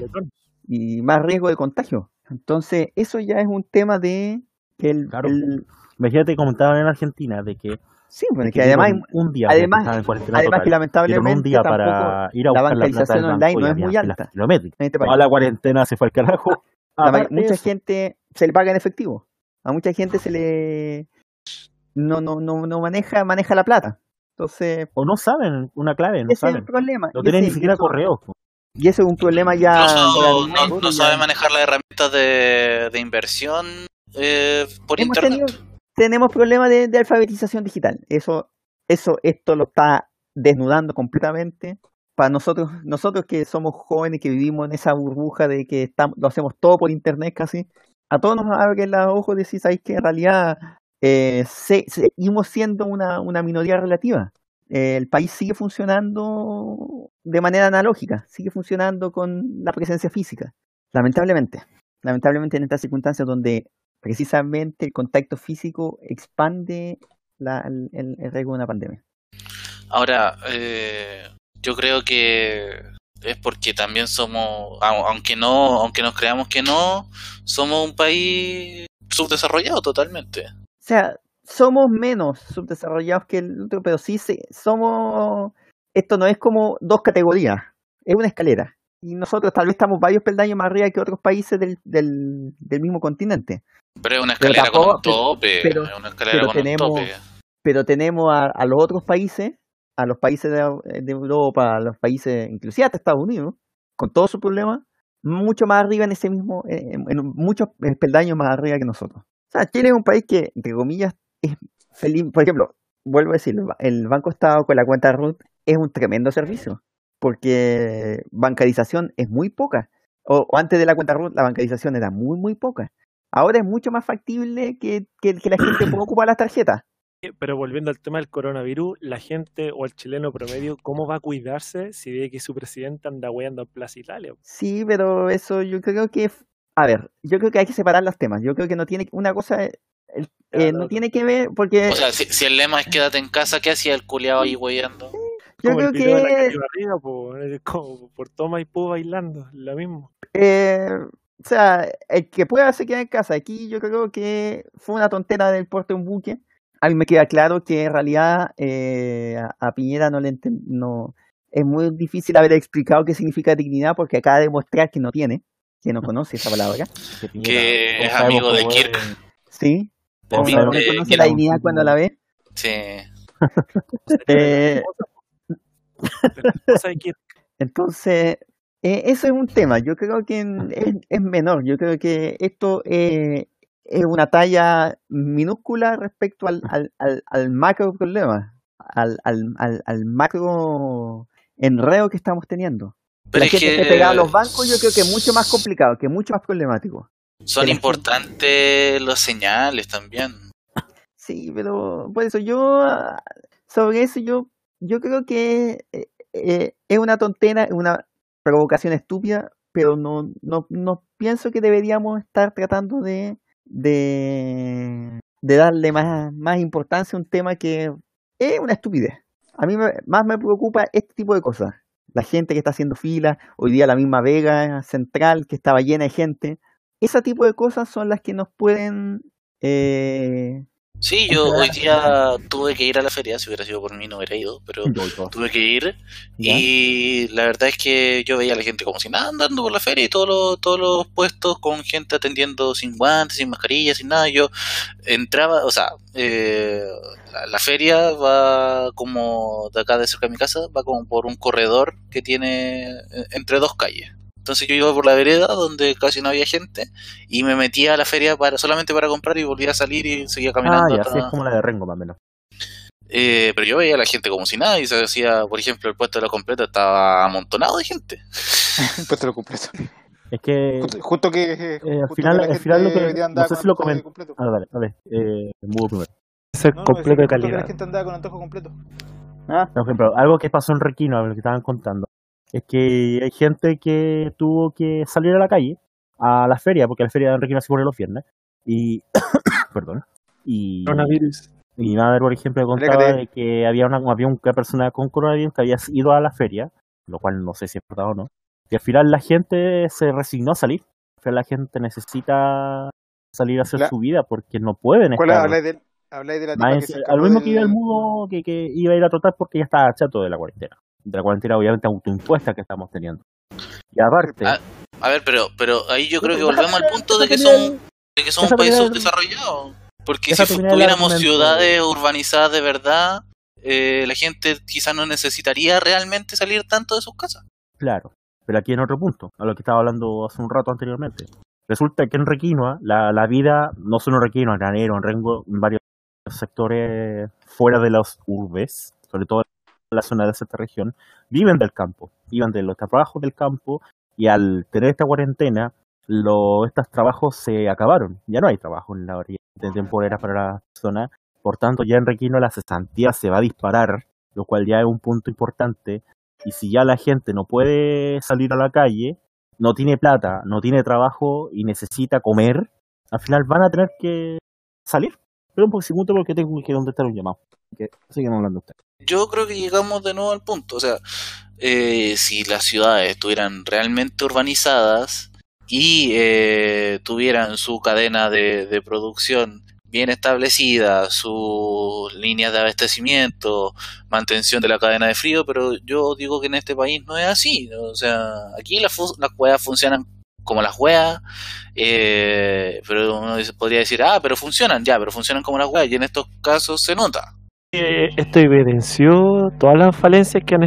Y más riesgo de contagio. Entonces, eso ya es un tema de que el... Claro. el... Imagínate, comentaban en Argentina de que... Sí, bueno, que, que además... Un día además, además total, que lamentablemente un día para ir a la buscar bancarización la online no es muy alta. Este Toda la cuarentena se fue al carajo. La, mucha eso. gente se le paga en efectivo. A mucha gente se le... No, no, no, no maneja, maneja la plata. Entonces... O no saben una clave, no ese saben. Es el problema. No tienen ni siquiera correo. Y ese es un problema ya... Incluso no, no, no sabe manejar las herramientas de, de inversión eh, por Hemos internet. Tenido, tenemos problemas de, de alfabetización digital. Eso, eso, esto lo está desnudando completamente. Para nosotros, nosotros que somos jóvenes, que vivimos en esa burbuja de que estamos, lo hacemos todo por internet casi, a todos nos abre los ojos de decir, ¿sabes qué? En realidad eh, se, seguimos siendo una, una minoría relativa. El país sigue funcionando de manera analógica, sigue funcionando con la presencia física, lamentablemente. Lamentablemente en estas circunstancias donde precisamente el contacto físico expande la, el, el riesgo de una pandemia. Ahora, eh, yo creo que es porque también somos, aunque no, aunque nos creamos que no, somos un país subdesarrollado totalmente. O sea, somos menos subdesarrollados que el otro, pero sí se, somos... Esto no es como dos categorías, es una escalera. Y nosotros tal vez estamos varios peldaños más arriba que otros países del, del, del mismo continente. Pero es una escalera tampoco, con un tope, pero, es una escalera pero con tenemos, un tope. Pero tenemos a, a los otros países, a los países de, de Europa, a los países, inclusive hasta Estados Unidos, con todos sus problemas, mucho más arriba en ese mismo, en, en muchos peldaños más arriba que nosotros. O sea, Chile es un país que, entre comillas, es feliz. Por ejemplo, vuelvo a decirlo, el Banco Estado con la cuenta R U T es un tremendo servicio, porque bancarización es muy poca. O, o antes de la cuenta R U T, la bancarización era muy, muy poca. Ahora es mucho más factible que, que, que la gente pueda ocupar las tarjetas. Pero volviendo al tema del coronavirus, la gente o el chileno promedio, ¿cómo va a cuidarse si ve que su presidente anda hueando en Plaza Italia? Sí, pero eso yo creo que... A ver, yo creo que hay que separar los temas. Yo creo que no tiene... Una cosa el, eh, no tiene que ver porque... O sea, si, si el lema es quédate en casa, ¿qué hacía el culiao ahí hueando? Yo como creo el video de la que... calle arriba, po, como por toma y pu bailando, lo mismo. Eh, o sea, el que pueda se queda en casa. Aquí yo creo que fue una tontera del porte de un buque. A mí me queda claro que en realidad eh, a, a Piñera no le enten- no es muy difícil haber explicado qué significa dignidad porque acaba de demostrar que no tiene, que no conoce esa palabra. Que, Piñera, Que todos es sabemos amigo de cómo Kirk. es. Sí, Todos De- no sabemos de- reconoce Kirk. la dignidad cuando la ve. Sí. Eh, Cosa de que entonces, eh, eso es un tema. Yo creo que en- es, es menor. Yo creo que esto eh, es una talla minúscula respecto al, al, al, al macro problema, al, al, al, al macro enredo que estamos teniendo. Que Pero la es gente que esté pegada a los bancos, yo creo que es mucho más complicado, que es mucho más problemático. son que la importantes los señales también. Sí, pero por eso yo, ah, sobre eso yo, yo creo que eh, eh, es una tontera, es una provocación estúpida, pero no, no, no pienso que deberíamos estar tratando de, de, de darle más, más importancia a un tema que es una estupidez. A mí me- más me preocupa este tipo de cosas. La gente que está haciendo fila, hoy día la misma Vega Central que estaba llena de gente. Ese tipo de cosas son las que nos pueden... eh, Sí, yo hoy día tuve que ir a la feria, si hubiera sido por mí no hubiera ido, pero Yo y todo. tuve que ir ¿Ya? y la verdad es que yo veía a la gente como si nada andando por la feria y todos los, todos los puestos con gente atendiendo sin guantes, sin mascarilla, sin nada. Yo entraba, o sea, eh, la, la feria va como de acá de cerca de mi casa, va como por un corredor que tiene eh, entre dos calles. Entonces yo iba por la vereda donde casi no había gente y me metía a la feria para solamente para comprar y volvía a salir y seguía Ah, caminando. ya, hasta- sí, es como la de Rengo, más o menos. Eh, pero yo veía a la gente como si nada y se decía, por ejemplo, el puesto de los completos estaba amontonado de gente. Pues te lo completo. Es que Justo, justo que, eh, Eh, al justo final- que la al gente final lo que- hoy día no andaba sé con si lo antojo de comen- completo. Ah, dale, dale. Eh, mudo primero. ser No, no, completo decía de que justo que calidad. la gente andaba con antojo completo. ah, Por ejemplo, algo que pasó en Requino, lo que estaban contando, es que hay gente que tuvo que salir a la calle, a la feria, porque la feria de Requino se pone los viernes, y... perdón. Y... Coronavirus. Mi madre, por ejemplo, contaba Aléjate. de que había una, había una persona con coronavirus que había ido a la feria, lo cual no sé si es verdad o no, y al final la gente se resignó a salir. Al final la gente necesita salir a hacer La- su vida porque no pueden ¿Cuál estar... habláis de, habláis de la Más tipa en- que se a escapó lo mismo del... que iba el mudo, que, que iba a ir a trotar porque ya estaba chato de la cuarentena. De la cuarentena obviamente autoimpuesta que estamos teniendo. Y aparte, Ah, A ver, pero pero ahí yo creo que Deja- volvemos al deja- punto de que deja somos, de que somos deja un país terminar- subdesarrollado. Porque deja si fu- terminar el tuviéramos argumento. ciudades urbanizadas de verdad, eh, la gente quizás no necesitaría realmente salir tanto de sus casas. claro, pero aquí en otro punto, a lo que estaba hablando hace un rato anteriormente. Resulta que en Requinoa, la, la vida, no solo en Requinoa, en Granero, en Rengo, en varios sectores fuera de las urbes, sobre todo en la zona de esta región, viven del campo, viven de los trabajos del campo, y al tener esta cuarentena, lo, estos trabajos se acabaron, ya no hay trabajo en la orilla de temporera para la zona, por tanto ya en Requinoa la cesantía se va a disparar, lo cual ya es un punto importante, y si ya la gente no puede salir a la calle, no tiene plata, no tiene trabajo y necesita comer, al final van a tener que salir. Pero un segundo porque tengo que contestar un llamado. Así que siguen hablando ustedes. Yo creo que llegamos de nuevo al punto. O sea, eh, si las ciudades estuvieran realmente urbanizadas y eh, tuvieran su cadena de, de producción bien establecida, sus líneas de abastecimiento, mantención de la cadena de frío, pero yo digo que en este país no es así, ¿no? O sea, aquí las, fu- las weas funcionan como las weas, eh, pero uno dice- podría decir, ah, pero funcionan, ya, pero funcionan como las weas, y en estos casos se nota. Eh, esto evidenció todas las falencias que han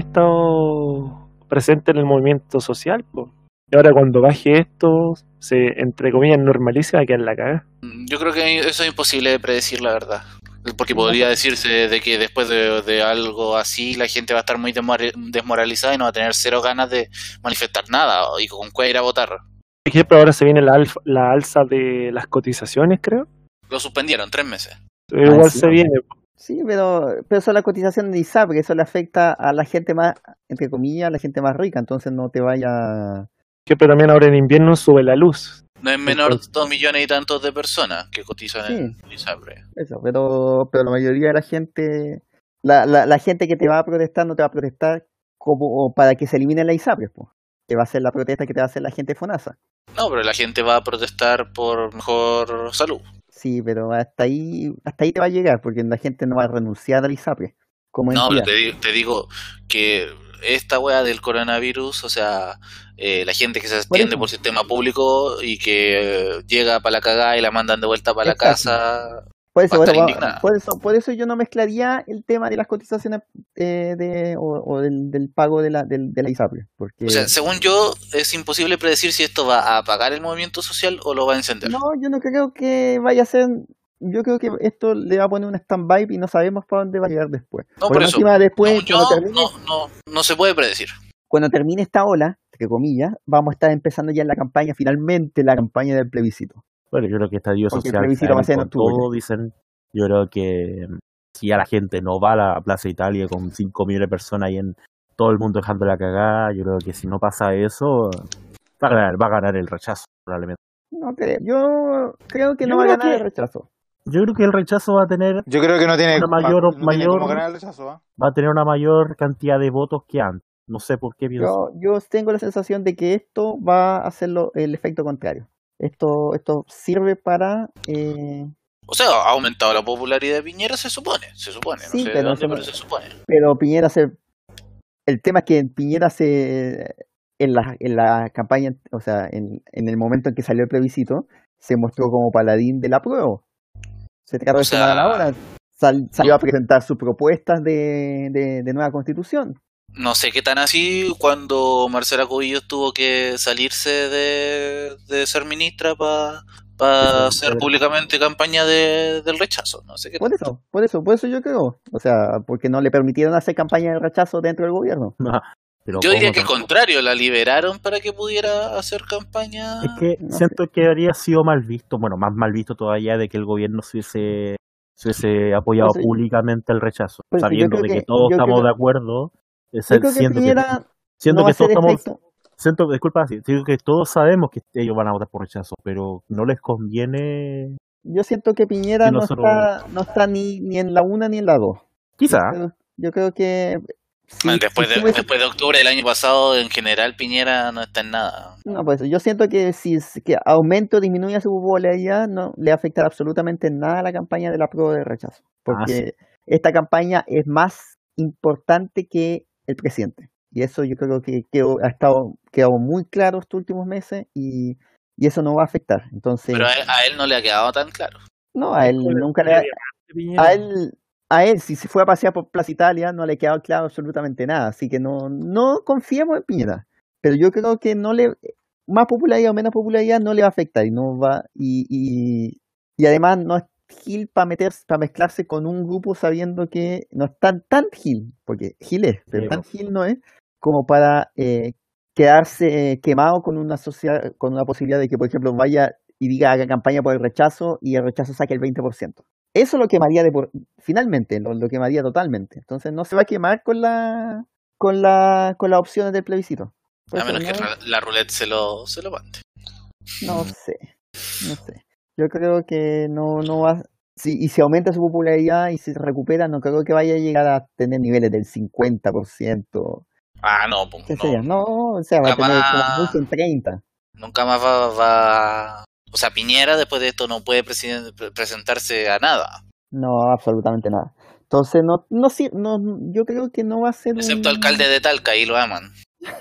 estado presentes en el movimiento social, po. Y ahora cuando baje esto, se, entre comillas, normalice, va a quedar la cagada. Mm, Yo creo que eso es imposible de predecir, la verdad. Porque No podría sé. decirse de que después de, de algo así la gente va a estar muy desmora- desmoralizada y no va a tener cero ganas de manifestar nada y con cuál ir a votar. Por ejemplo, ahora se viene la, alfa- la alza de las cotizaciones, creo. Lo suspendieron tres meses. Pero Ah, igual encima. se viene. Sí, pero, pero eso es la cotización de ISAPRE, eso le afecta a la gente más, entre comillas, a la gente más rica, entonces no te vaya... Que pero también ahora en invierno sube la luz. No es menor Entonces, de dos millones y tantos de personas que cotizan Sí, en ISAPRE. eso, pero, pero la mayoría de la gente, la, la, la gente que te va a protestar no te va a protestar como para que se elimine la ISAPRE, pues, que va a ser la protesta que te va a hacer la gente FONASA. No, pero la gente va a protestar por mejor salud. Sí, pero hasta ahí, hasta ahí te va a llegar, porque la gente no va a renunciar a la ISAPRE como No, pero entidad. te, di- te digo que esta wea del coronavirus, o sea, eh, la gente que se Por atiende eso, por sistema público y que eh, llega para la cagada y la mandan de vuelta para la exacto. casa, Por va eso, a estar bueno, va- indignada. por eso, por eso yo no mezclaría el tema de las cotizaciones eh, de, o, o del, del pago de la, del, de la ISAPRE, O sea, porque según yo, es imposible predecir si esto va a apagar el movimiento social o lo va a encender. no, yo no creo que vaya a ser, yo creo que esto le va a poner un stand-by y no sabemos para dónde va a llegar después. No, Porque por más eso, encima después, según yo, cuando termine, no, no, no se puede predecir. cuando termine esta ola, entre comillas, vamos a estar empezando ya en la campaña, finalmente la campaña del plebiscito. Bueno, yo creo que estallido Porque el social se va plebiscito a va a ir ser en con octubre. todo, dicen. Yo creo que mm, si ya la gente no va a la Plaza Italia con cinco millones de personas ahí en todo el mundo dejando la cagada, yo creo que si no pasa eso, va a ganar, va a ganar el rechazo, probablemente. No creo, yo creo que Yo no va a creo ganar el que, rechazo. yo creo que el rechazo va a tener Yo creo que no tiene, una ma- mayor, no tiene cómo mayor, ganar el rechazo, ¿ah? va a tener una mayor cantidad de votos que antes. No sé por qué pienso. Yo, yo tengo la sensación de que esto va a hacer lo- el efecto contrario. Esto, esto sirve para... eh, O sea, ha aumentado la popularidad de Piñera, se supone, se supone, no sí, sé de pero, dónde, eso no- pero se supone. pero Piñera se... El tema es que Piñera se... En la, en la campaña, o sea, en, en el momento en que salió el plebiscito, se mostró como paladín del apruebo. Se trató O de sumar a la sea, hora. Sal- salió a presentar sus propuestas de, de, de nueva constitución. no sé qué tan así cuando Marcela Cubillos tuvo que salirse de, de ser ministra para Eso, hacer pero- públicamente campaña de, del rechazo. No sé qué Por tanto. eso, por eso, por eso yo creo. O sea, porque no le permitieron hacer campaña de rechazo dentro del gobierno. Pero Yo diría ¿cómo que al tan- contrario, la liberaron para que pudiera hacer campaña. Es que No siento que habría sido mal visto, bueno, más mal visto todavía de que el gobierno se hubiese, se hubiese apoyado Por eso- públicamente el rechazo, por eso yo sabiendo creo de que, que- todos yo estamos creo- de acuerdo, eh, Yo creo que siendo que, Piñera siendo no va que a hacer todos estamos, efecto. siento, disculpa, sí, siento que todos sabemos que ellos van a votar por rechazo, pero no les conviene, Yo siento que Piñera Y no nosotros- está, no está ni, ni en la una ni en la dos. quizá, Yo creo, yo creo que si, Man, después, si de, sube- después de octubre del año pasado, en general, Piñera no está en nada. no, pues yo siento que si es- que aumente o disminuya su popularidad no le afectará absolutamente en nada a la campaña de la prueba de rechazo, porque esta campaña es más importante que el presidente. Y eso yo creo que quedó, ha estado quedado muy claro estos últimos meses y, y eso no va a afectar. Entonces, Pero a él, a él no le ha quedado tan claro. no, a él nunca le ha, Piñera. a él, a él, si se fue a pasear por Plaza Italia, no le quedó claro absolutamente nada. Así que no, no confiemos en Piñera. Pero yo creo que no le, más popularidad o menos popularidad no le va a afectar y no va, y, y, y además no es Gil para meterse, para mezclarse con un grupo sabiendo que no es tan, tan Gil, porque Gil es, pero Sí, tan po. Gil no es, como para eh, quedarse eh, quemado con una sociedad, con una posibilidad de que, por ejemplo, vaya y diga haga campaña por el rechazo y el rechazo saque el veinte por ciento. Eso lo quemaría de por, finalmente, lo, lo quemaría totalmente. Entonces no se va a quemar con la con la con las opciones del plebiscito. Por A eso menos que no, la, la roulette se lo, se lo mande. no sé, no sé. Yo creo que no, no va, si, y si aumenta su popularidad y se recupera, no creo que vaya a llegar a tener niveles del cincuenta por ciento. Ah, no, pues, ¿Qué no. sería? No, o sea, va a Nunca tener como más. mucho en treinta. Nunca más va, va... O sea, Piñera después de esto no puede presiden- pre- presentarse a nada. No, absolutamente nada. Entonces, no, no, sí, no, yo creo que no va a ser Excepto un... alcalde de Talca, ahí lo aman.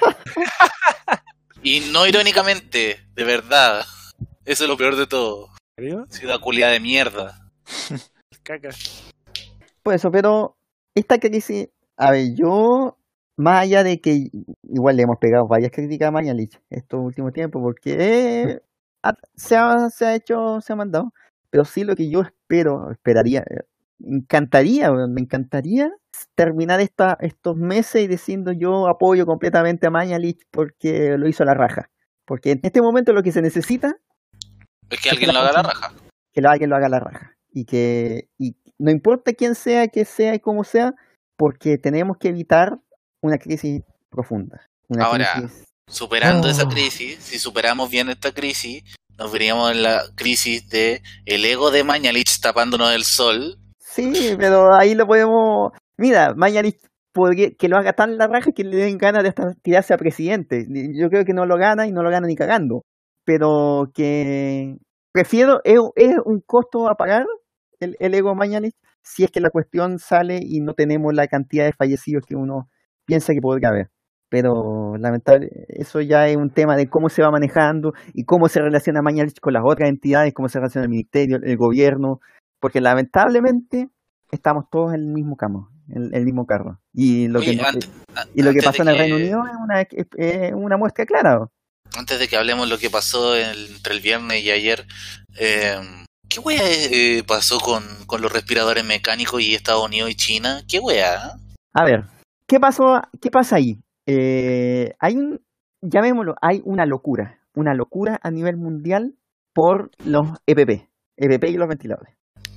Y no irónicamente, de verdad. Eso es lo peor de todo. ¿En serio? Ciudad culiada de mierda. Caca. Pues eso, pero esta crisis, a ver, yo, más allá de que igual le hemos pegado varias críticas a Mañalich estos últimos tiempos, porque eh, ha- se, ha, se ha hecho, se ha mandado, pero sí lo que yo espero, esperaría, eh, me encantaría, weón, me encantaría terminar esta, estos meses y diciendo yo apoyo completamente a Mañalich porque lo hizo a la raja. Porque en este momento lo que se necesita Es que es que alguien la lo haga a la cosa- raja. que lo, alguien lo haga a la raja. Y que y no importa quién sea, qué sea y cómo sea, porque tenemos que evitar una crisis profunda. Una Ahora, crisis. Superando esa Oh. crisis, si superamos bien esta crisis, nos veríamos en la crisis de el ego de Mañalich tapándonos el sol. Sí, pero ahí lo podemos. Mira, Mañalich podría que lo haga tan la raja que le den ganas de hasta tirarse a presidente. Yo creo que no lo gana y no lo gana ni cagando. Pero que prefiero, es, es un costo a pagar el, el ego Mañalich si es que la cuestión sale y no tenemos la cantidad de fallecidos que uno piensa que podría haber. Pero lamentablemente eso ya es un tema de cómo se va manejando y cómo se relaciona Mañalich con las otras entidades, cómo se relaciona el ministerio, el gobierno, porque lamentablemente estamos todos en el mismo carro, en el mismo carro. Y lo Oye, que no- antes, y lo que antes pasó en de el Reino que- Unido es una, es una muestra clara. antes de que hablemos lo que pasó el- entre el viernes y ayer, eh, ¿qué wea eh, pasó con, con los respiradores mecánicos y Estados Unidos y China? ¿Qué wea? A ver, ¿qué pasó? ¿Qué pasa ahí? Eh, hay un, llamémoslo, hay una locura, una locura a nivel mundial por los E P P, E P P y los ventiladores.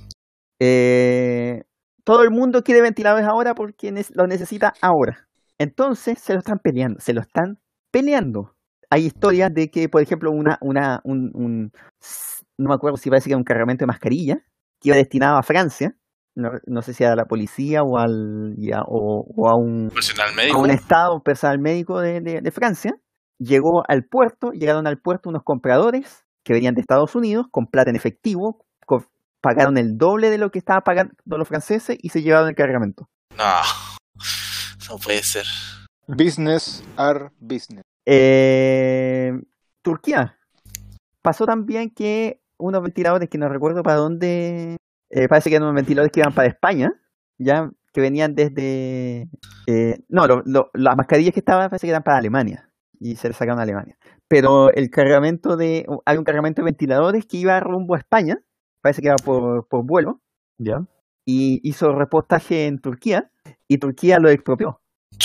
Eh, todo el mundo quiere ventiladores ahora porque ne- los necesita ahora. Entonces se lo están peleando, se lo están peleando. Hay historias de que, por ejemplo, una, una, un, un- no me acuerdo si parece que era un cargamento de mascarilla que iba destinado a Francia, no, no sé si a la policía o al ya, o, o a un ¿Personal a médico? un estado personal médico de, de, de Francia, llegó al puerto, llegaron al puerto unos compradores que venían de Estados Unidos con plata en efectivo, co- pagaron el doble de lo que estaban pagando los franceses y se llevaron el cargamento. No, no puede ser. Business are business. Eh, Turquía. Pasó también que unos ventiladores que no recuerdo para dónde, eh, parece que eran unos ventiladores que iban para España, ya que venían desde... eh, no, lo- lo- las mascarillas que estaban parece que eran para Alemania y se les sacaron a Alemania. Pero el cargamento de... Hay un cargamento de ventiladores que iba rumbo a España, parece que iba por, por vuelo, ¿Ya? y hizo repostaje en Turquía y Turquía lo expropió.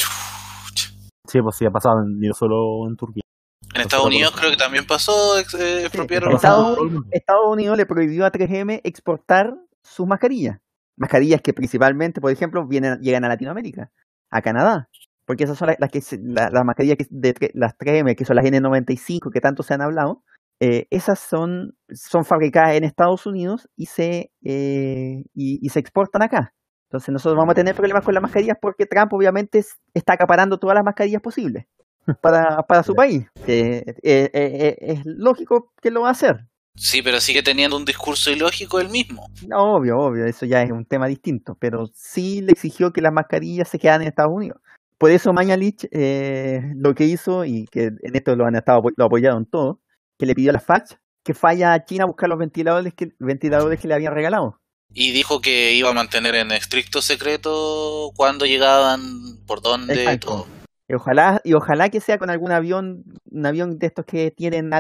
Chucha. Sí, pues sí, ha pasado en- no solo en Turquía. En Estados Unidos creo que también pasó, ex- eh, Sí, expropiaron. Estados, Todo el Unidos, mundo. Estados Unidos le prohibió a tres eme exportar sus mascarillas. Mascarillas que principalmente, por ejemplo, vienen, llegan a Latinoamérica, a Canadá. Porque esas son las, las que se- la- las mascarillas que, de tre- las tres eme, que son las ene noventa y cinco, que tanto se han hablado. eh, esas son, son fabricadas en Estados Unidos y se, eh, y, y se exportan acá. Entonces nosotros vamos a tener problemas con las mascarillas porque Trump obviamente es- está acaparando todas las mascarillas posibles para, para su país. Eh, eh, eh, eh, es lógico que lo va a hacer. Sí, pero sigue teniendo un discurso ilógico él mismo. No, obvio, obvio, eso ya es un tema distinto, pero sí le exigió que las mascarillas se quedaran en Estados Unidos. Por eso Mañalich eh, lo que hizo, y que en esto lo han estado lo apoyaron todos, que le pidió a la F A C que vaya a China a buscar los ventiladores que, ventiladores que le habían regalado. Y dijo que iba a mantener en estricto secreto cuándo llegaban, por dónde, Exacto. todo. Y ojalá, y ojalá que sea con algún avión, un avión de estos que tienen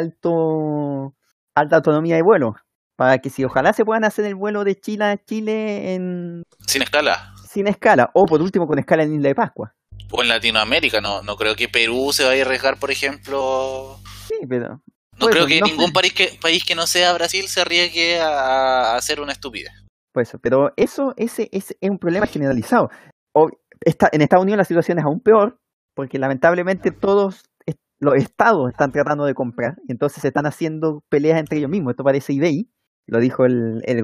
alto, alta autonomía de vuelo, para que si ojalá se puedan hacer el vuelo de Chile a Chile en, Sin escala. sin escala, o por último con escala en Isla de Pascua. O en Latinoamérica, no, no creo que Perú se vaya a arriesgar, por ejemplo. Sí, pero No Pues, creo que no ningún sé. país que, país que no sea Brasil se arriesgue a, a hacer una estupidez. pues, pero eso ese, ese es un problema generalizado. O, está, en Estados Unidos la situación es aún peor, porque lamentablemente todos est- los estados están tratando de comprar, y entonces se están haciendo peleas entre ellos mismos. Esto parece eBay, lo dijo el, el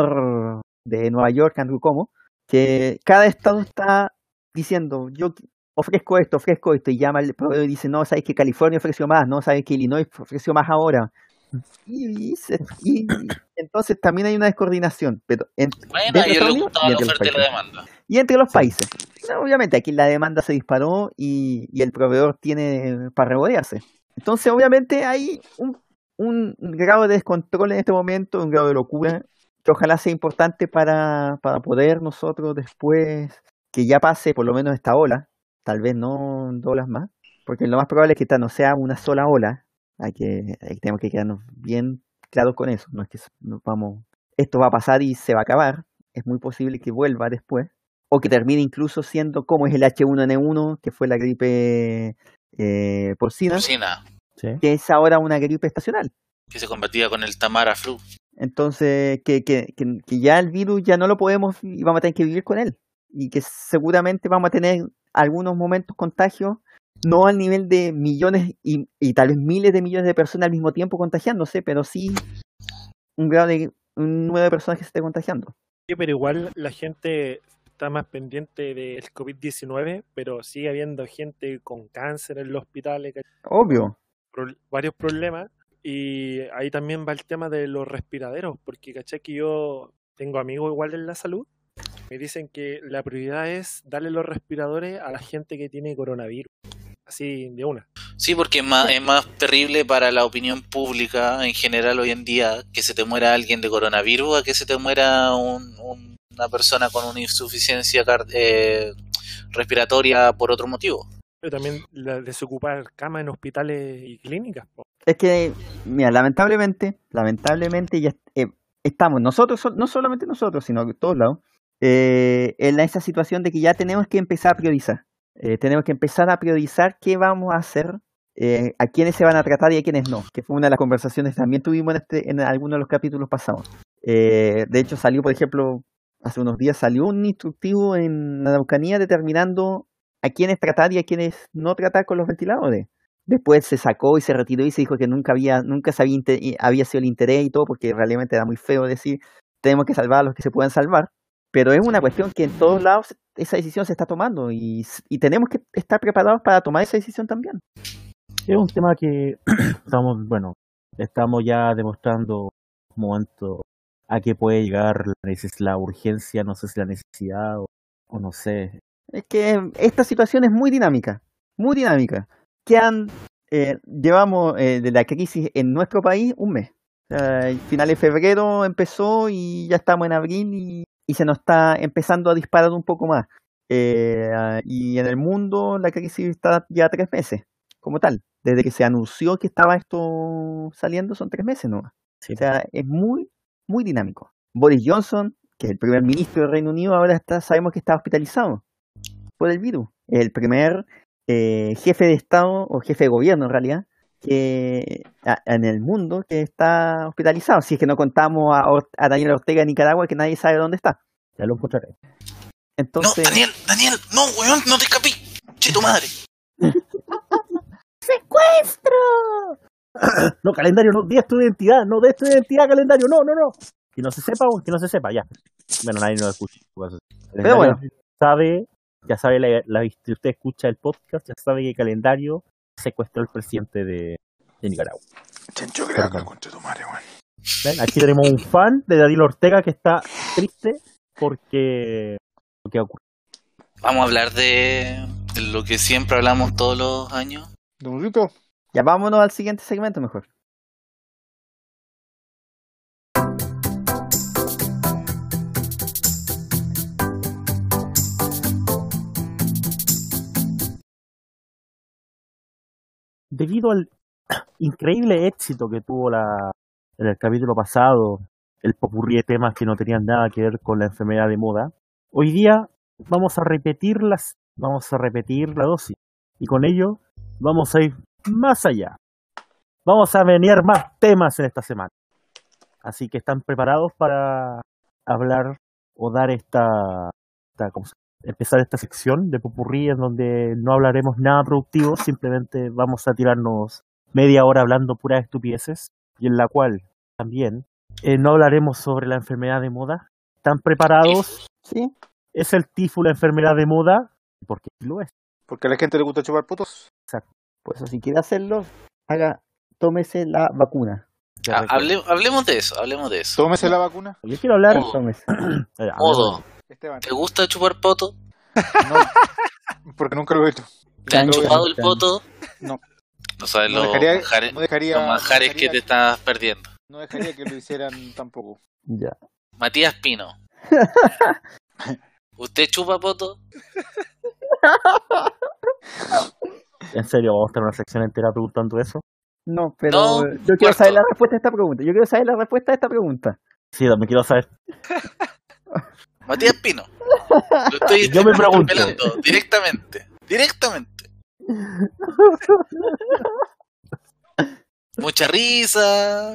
gobernador de Nueva York, Andrew Cuomo, que cada estado está diciendo, yo ofrezco esto, ofrezco esto, y llama el proveedor y dice, no, sabes que California ofreció más, no, sabes que Illinois ofreció más ahora. Y, y, se- y entonces también hay una descoordinación, pero en- Bueno, a dentro de ellos Estados les Unidos gustaba y la entre los oferta y la países. demanda. Y entre los Sí. países. No, obviamente aquí la demanda se disparó y, y el proveedor tiene para regodearse. Entonces obviamente hay un, un grado de descontrol en este momento, un grado de locura, que ojalá sea importante para, para poder nosotros después, que ya pase por lo menos esta ola, tal vez no dos olas más, porque lo más probable es que esta no sea una sola ola. Hay que, hay- tenemos que quedarnos bien claros con eso. No es que nos vamos, esto va a pasar y se va a acabar. Es muy posible que vuelva después. O que termine incluso siendo como es el H uno N uno, que fue la gripe eh, porcina, Porcina, Sí. que es ahora una gripe estacional. que se combatía con el Tamara-Flu. Entonces, que, que, que, que ya el virus ya no lo podemos y vamos a tener que vivir con él. Y que seguramente vamos a tener algunos momentos contagios, no al nivel de millones y, y tal vez miles de millones de personas al mismo tiempo contagiándose, pero sí un grado de un número de personas que se esté contagiando. Sí, pero igual la gente está más pendiente del COVID diecinueve, pero sigue habiendo gente con cáncer en los hospitales, ¿cachai? Obvio. Pro- varios problemas. Y ahí también va el tema de los respiraderos, porque caché que yo tengo amigos igual en la salud. Me dicen que la prioridad es darle los respiradores a la gente que tiene coronavirus. Así de una. Sí, porque es más, es más terrible para la opinión pública en general hoy en día que se te muera alguien de coronavirus a que se te muera un- un- una persona con una insuficiencia car- eh, respiratoria por otro motivo. Pero también la desocupar camas en hospitales y clínicas, po. Es que, mira, lamentablemente, lamentablemente ya eh, estamos, nosotros, so- no solamente nosotros, sino que todos lados, eh, en esa situación de que ya tenemos que empezar a priorizar. Eh, tenemos que empezar a priorizar qué vamos a hacer, eh, a quiénes se van a tratar y a quiénes no, que fue una de las conversaciones que también tuvimos en, este, en algunos de los capítulos pasados. Eh, de hecho, salió, por ejemplo, hace unos días salió un instructivo en la Araucanía determinando a quiénes tratar y a quiénes no tratar con los ventiladores. Después se sacó y se retiró y se dijo que nunca había, nunca se había, inter- había sido el interés y todo, porque realmente era muy feo decir tenemos que salvar a los que se puedan salvar. Pero es una cuestión que en todos lados esa decisión se está tomando y, s- y tenemos que estar preparados para tomar esa decisión también. Es un tema que estamos, bueno, estamos ya demostrando un momento a qué puede llegar la, neces- la urgencia, no sé si la necesidad o, o no sé. Es que esta situación es muy dinámica, muy dinámica. Quedan, eh, llevamos eh, de la crisis en nuestro país un mes. O sea, el final de febrero empezó y ya estamos en abril y, y se nos está empezando a disparar un poco más. Eh, ah, y en el mundo la crisis está ya tres meses, como tal. Desde que se anunció que estaba esto saliendo son tres meses nomás. Sí. O sea, es muy, muy dinámico. Boris Johnson, que es el primer ministro del Reino Unido, ahora está, sabemos que está hospitalizado por el virus. Es el primer eh, jefe de Estado o jefe de gobierno en realidad que a- en el mundo que está hospitalizado. Si es que no contamos a, Or- a Daniel Ortega de Nicaragua, que nadie sabe dónde está. Ya lo encontraré. No, Entonces, Daniel, Daniel, no, weón, no te escapí. Che, tu madre. No, calendario, no des tu identidad, no des tu identidad, calendario, no, no, no. Que no se sepa, que no se sepa, ya. Bueno, nadie nos escucha. Pero bueno. Sabe, ya sabe, la, la- si usted escucha el podcast, ya sabe que el calendario secuestró al presidente de, de Nicaragua. Chancho Perdón. craca, concha tu madre, weón. ¿Ven? Aquí tenemos un fan de Daniel Ortega que está triste porque lo que ocurre. Vamos a hablar de, de lo que siempre hablamos todos los años. Don Rito, ya vámonos al siguiente segmento mejor. Debido al increíble éxito que tuvo la en el capítulo pasado, el popurrí de temas que no tenían nada que ver con la enfermedad de moda, hoy día vamos a repetir las, vamos a repetir la dosis y con ello vamos a ir más allá. Vamos a venir más temas en esta semana. Así que están preparados para hablar o dar esta, esta ¿cómo se llama? Empezar esta sección de popurrí en donde no hablaremos nada productivo, simplemente vamos a tirarnos media hora hablando puras estupideces y en la cual también eh, no hablaremos sobre la enfermedad de moda. ¿Están preparados? ¿Sí? ¿Es el tifo la enfermedad de moda? Porque lo es. Porque a la gente le gusta chupar putos. Por eso, si quiere hacerlo, haga, tómese la vacuna. Ah, hable, hablemos de eso, hablemos de eso. Tómese la vacuna. Yo quiero hablar. Modo. Tómese. Modo, Esteban. ¿te gusta chupar poto? No, porque nunca lo he hecho. ¿Te han No lo voy a chupado hacer. el poto? No. No sabes No los dejaría, manjares, no dejaría, los manjares no que te dejaría, estás perdiendo. no dejaría que lo hicieran tampoco. Ya. Matías Pino. ¿Usted chupa poto? ¿En serio vamos a tener una sección entera preguntando eso? No, pero No, yo quiero cuarto. saber la respuesta a esta pregunta. Yo quiero saber la respuesta a esta pregunta. Sí, también quiero saber. Matías Pino. Lo estoy Yo me pregunto. interpelando directamente. Directamente. Mucha risa.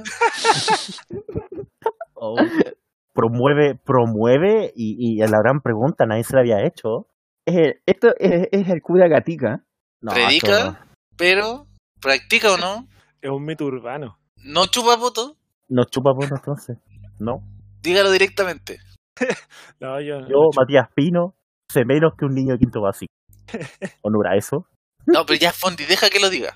Oh. Promueve, promueve y, y la gran pregunta, nadie se la había hecho. Es el- esto es, es el cura Gatica. No, Predica, esto pero ¿practica o no? Es un mito urbano. ¿No chupa poto? no chupa por entonces. No. Dígalo directamente. No, yo, Yo, no chupo. Matías Pino, sé menos que un niño de quinto básico. ¿O no era eso? No, pero ya Fondi, deja que lo diga.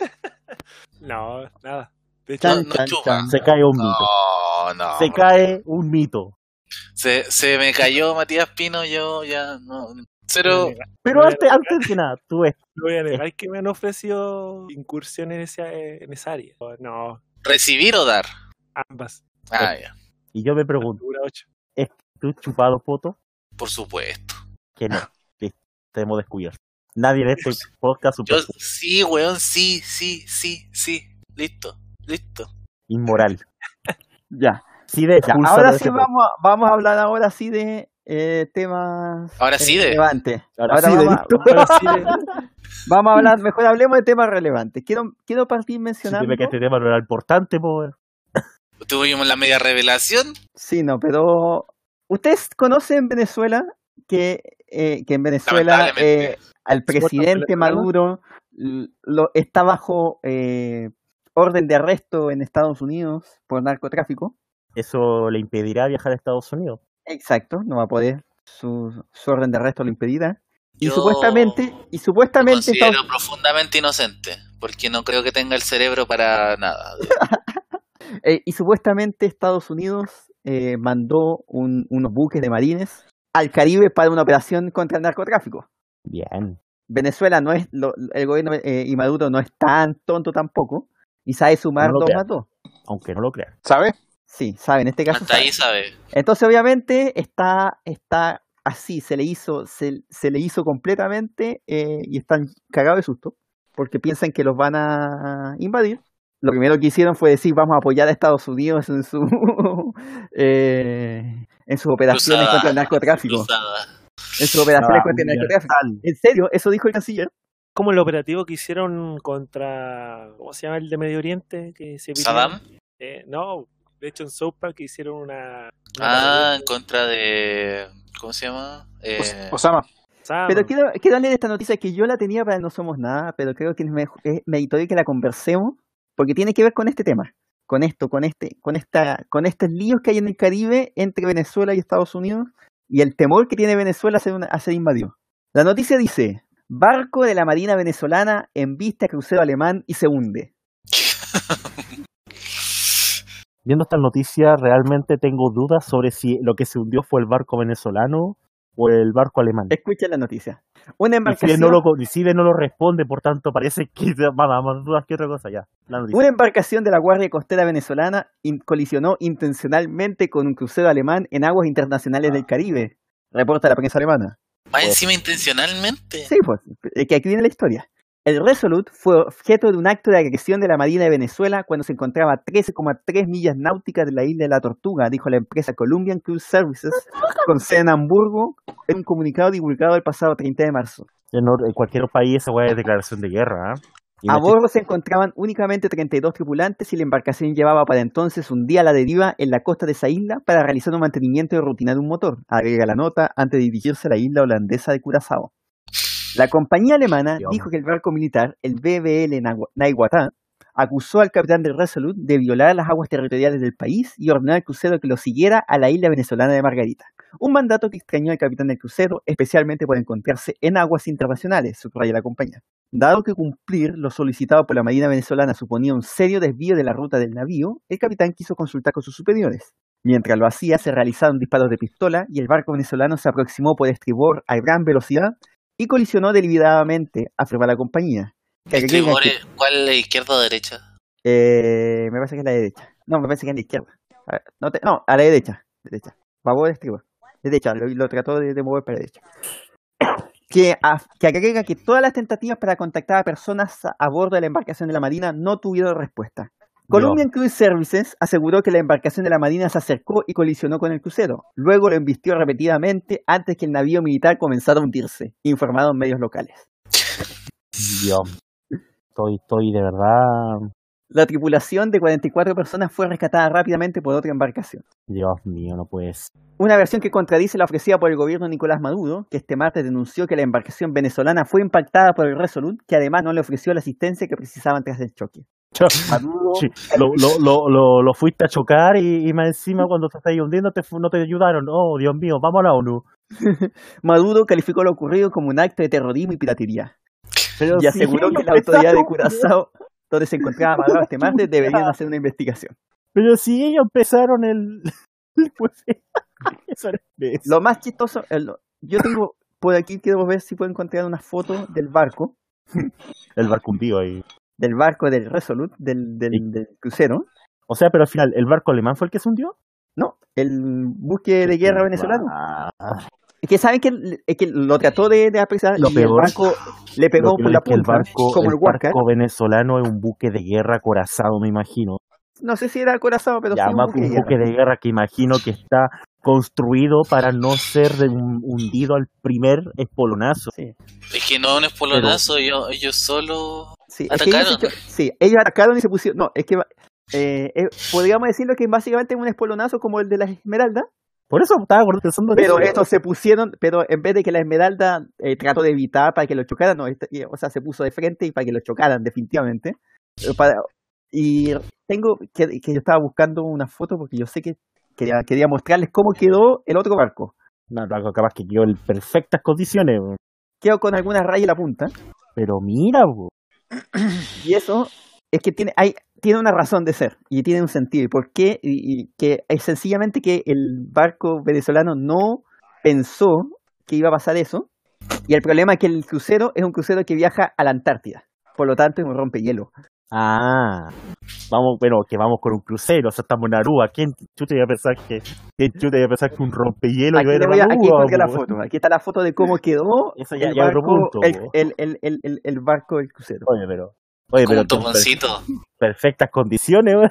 No, nada. De hecho, No, Chan, no chan, chupa. chan. Se cae un mito. No, no. Se cae un mito. Se, se me cayó Matías Pino, yo ya no. no Cero. voy a negar- Pero no voy a antes, negar- antes que nada, tú ves. no voy a negar que me han ofrecido incursión en, esa, en esa área. No, ¿Recibir o dar? ambas. Ah, ya. Y yo me pregunto, Dura ocho. ¿tú has chupado poto? Por supuesto. Que no. Listo, te hemos descubierto. Nadie en este podcast Yo super sí, weón, sí, sí, sí, sí. Listo, listo. inmoral. Ya. Sí, de Ya, ahora sí vamos a, vamos a hablar ahora sí de eh, temas Ahora sí de- relevantes. Ahora Ahora sí de vamos, a, listo. Ahora sí, de- vamos a hablar, mejor hablemos de temas relevantes. Quiero, quiero partir Sí, mencionando. dime que este tema no era importante, pues. Tuvimos la media revelación. Sí, no, pero ustedes conocen Venezuela, que, eh, que en Venezuela Lamentablemente. eh, al presidente venezolano? Maduro l- lo, está bajo eh, orden de arresto en Estados Unidos por narcotráfico. Eso le impedirá viajar a Estados Unidos. Exacto, no va a poder, su, su orden de arresto lo impedirá. Y Yo supuestamente, y Me supuestamente considero Estados- profundamente inocente, porque no creo que tenga el cerebro para nada. eh, y supuestamente Estados Unidos eh, mandó un- unos buques de marines al Caribe para una operación contra el narcotráfico. Bien. Venezuela no es, lo- el gobierno eh, y Maduro no es tan tonto tampoco, y sabe sumar No lo dos creas. más dos. Aunque no lo crean. ¿Sabes? Sí, sabe, en este caso Hasta ahí sabe. sabe. Entonces obviamente está, está así, se le hizo, se, se le hizo completamente eh, y están cagados de susto, porque piensan que los van a invadir. Lo primero que hicieron fue decir vamos a apoyar a Estados Unidos en su eh, en sus operaciones Cruzada. contra el narcotráfico. Cruzada. En sus operaciones Ah, contra el narcotráfico. universal. ¿En serio? Eso dijo el canciller. como el operativo que hicieron contra, ¿cómo se llama el de Medio Oriente? Que se ¿Saddam? pidieron? Eh, no, de hecho en South Park hicieron una... una Ah, parodia en contra de. ¿Cómo se llama? Eh, Os- Osama. de Saddam. Pero quiero, quiero leer esta noticia que yo la tenía para No Somos Nada, pero creo que es, mej- es meritorio que la conversemos, porque tiene que ver con este tema, con esto, con este, con esta, con estos líos que hay en el Caribe entre Venezuela y Estados Unidos, y el temor que tiene Venezuela a ser, una- a ser invadido. La noticia dice, barco de la Marina venezolana embiste a crucero alemán y se hunde. Viendo esta noticia, realmente tengo dudas sobre si lo que se hundió fue el barco venezolano o el barco alemán. Escuchen la noticia. Una Y embarcación, Cide no, lo, y Cide no lo responde, por tanto, parece que va a dar más dudas que otra cosa ya. La noticia. una embarcación de la Guardia Costera venezolana in- colisionó intencionalmente con un crucero alemán en aguas internacionales del Caribe, reporta la prensa alemana. Más Pues- encima intencionalmente. Sí, pues, eh, que aquí viene la historia. El Resolute fue objeto de un acto de agresión de la Marina de Venezuela cuando se encontraba a trece coma tres millas náuticas de la isla de la Tortuga, dijo la empresa Colombian Cruise Services, con sede en Hamburgo, en un comunicado divulgado el pasado treinta de marzo. En, or- en cualquier país esa weá es declaración de guerra. ¿ah? Y A no bordo se encontraban únicamente treinta y dos tripulantes y la embarcación llevaba para entonces un día a la deriva en la costa de esa isla para realizar un mantenimiento de rutina de un motor, agrega la nota antes de dirigirse a la isla holandesa de Curazao. La compañía alemana Dios. dijo que el barco militar, el B B L Nagua- Naiguatá, acusó al capitán del Resolute de violar las aguas territoriales del país y ordenó al crucero que lo siguiera a la isla venezolana de Margarita. un mandato que extrañó al capitán del crucero, especialmente por encontrarse en aguas internacionales, subraya la compañía. Dado que cumplir lo solicitado por la Marina venezolana suponía un serio desvío de la ruta del navío, el capitán quiso consultar con sus superiores. Mientras lo hacía, se realizaron disparos de pistola y el barco venezolano se aproximó por estribor a gran velocidad y colisionó deliberadamente, afirma la compañía. Que agrega Estribor, que- eh, ¿cuál es la izquierda o derecha? eh, me parece que es la derecha. No, me parece que es la izquierda. A ver, no, te- no, a la derecha. Derecha. Favor de estribor. Derecha, lo, lo trató de, de mover para la derecha. Que, a- que agrega que todas las tentativas para contactar a personas a, a bordo de la embarcación de la Marina no tuvieron respuesta. Colombian Cruise Services aseguró que la embarcación de la Marina se acercó y colisionó con el crucero. Luego lo embistió repetidamente antes que el navío militar comenzara a hundirse, informaron medios locales. Dios, estoy, estoy de verdad. La tripulación de cuarenta y cuatro personas fue rescatada rápidamente por otra embarcación. Dios mío, no puedes. Una versión que contradice la ofrecida por el gobierno de Nicolás Maduro, que este martes denunció que la embarcación venezolana fue impactada por el Resolute, que además no le ofreció la asistencia que precisaban tras el choque. Maduro, Sí, lo, lo, lo, lo, lo fuiste a chocar y, y más encima cuando te estás hundiendo te, fu- no te ayudaron. Oh, Dios mío, vamos a la ONU. Maduro calificó lo ocurrido como un acto de terrorismo y piratería. Pero Y sí, aseguró que la ellos autoridad de empezaron- Curazao, donde se encontraba Maduro este martes, deberían hacer una investigación. Pero si ellos empezaron el. Pues, eso era imbécil. Lo más chistoso, el- yo tengo por aquí, quiero ver si puedo encontrar una foto del barco, El barco hundido ahí. del barco del Resolute, del, del, del crucero. O sea, pero al final, ¿el barco alemán fue el que se hundió? No, el buque de guerra venezolano. Ah, Es que saben que, es que lo trató de, de apresar Lo y peor- el barco le pegó lo que por la es que el punta, barco, como el el Huáscar. barco venezolano es un buque de guerra acorazado, me imagino. No sé si era acorazado, pero Ya, sí un más buque un de guerra. buque de guerra que imagino que está construido para no ser de un- hundido al primer espolonazo. Sí, Es que no es un espolonazo, ellos, ellos solo sí, es que ellos, atacaron. se echo- sí, ellos atacaron y se pusieron. No, es que eh, eh, podríamos decirlo que básicamente es un espolonazo como el de la Esmeralda, Por eso estaba pensando en pero eso. estos se pusieron, pero en vez de que la Esmeralda eh, trató de evitar para que lo chocaran, no, esta- y- o sea, se puso de frente y para que lo chocaran, definitivamente. Eh, para- y tengo que, que yo estaba buscando una foto porque yo sé que quería, quería mostrarles cómo quedó el otro barco. No, no, capaz que quedó en perfectas condiciones. Bro. Quedó con algunas rayas en la punta. Pero mira, bro. Y eso es que tiene, hay, tiene una razón de ser y tiene un sentido. ¿Y por qué? Y, y que es sencillamente que el barco venezolano no pensó que iba a pasar eso. Y el problema es que el crucero es un crucero que viaja a la Antártida. Por lo tanto, es un rompehielo. Ah, vamos, pero que vamos con un crucero, o sea, estamos en Aruba. ¿Quién chuta iba a pensar que, quién chuta iba a pensar que un rompehielo Aquí, iba a ir le a voy a, aquí Aruba, encontré la bro? foto. Aquí está la foto de cómo quedó Eso ya- el, ya otro barco, punto, el, bro. el, el, el, el, el- el barco del crucero. Oye, pero, oye, Como pero un con per- toponcito. perfectas condiciones, bro.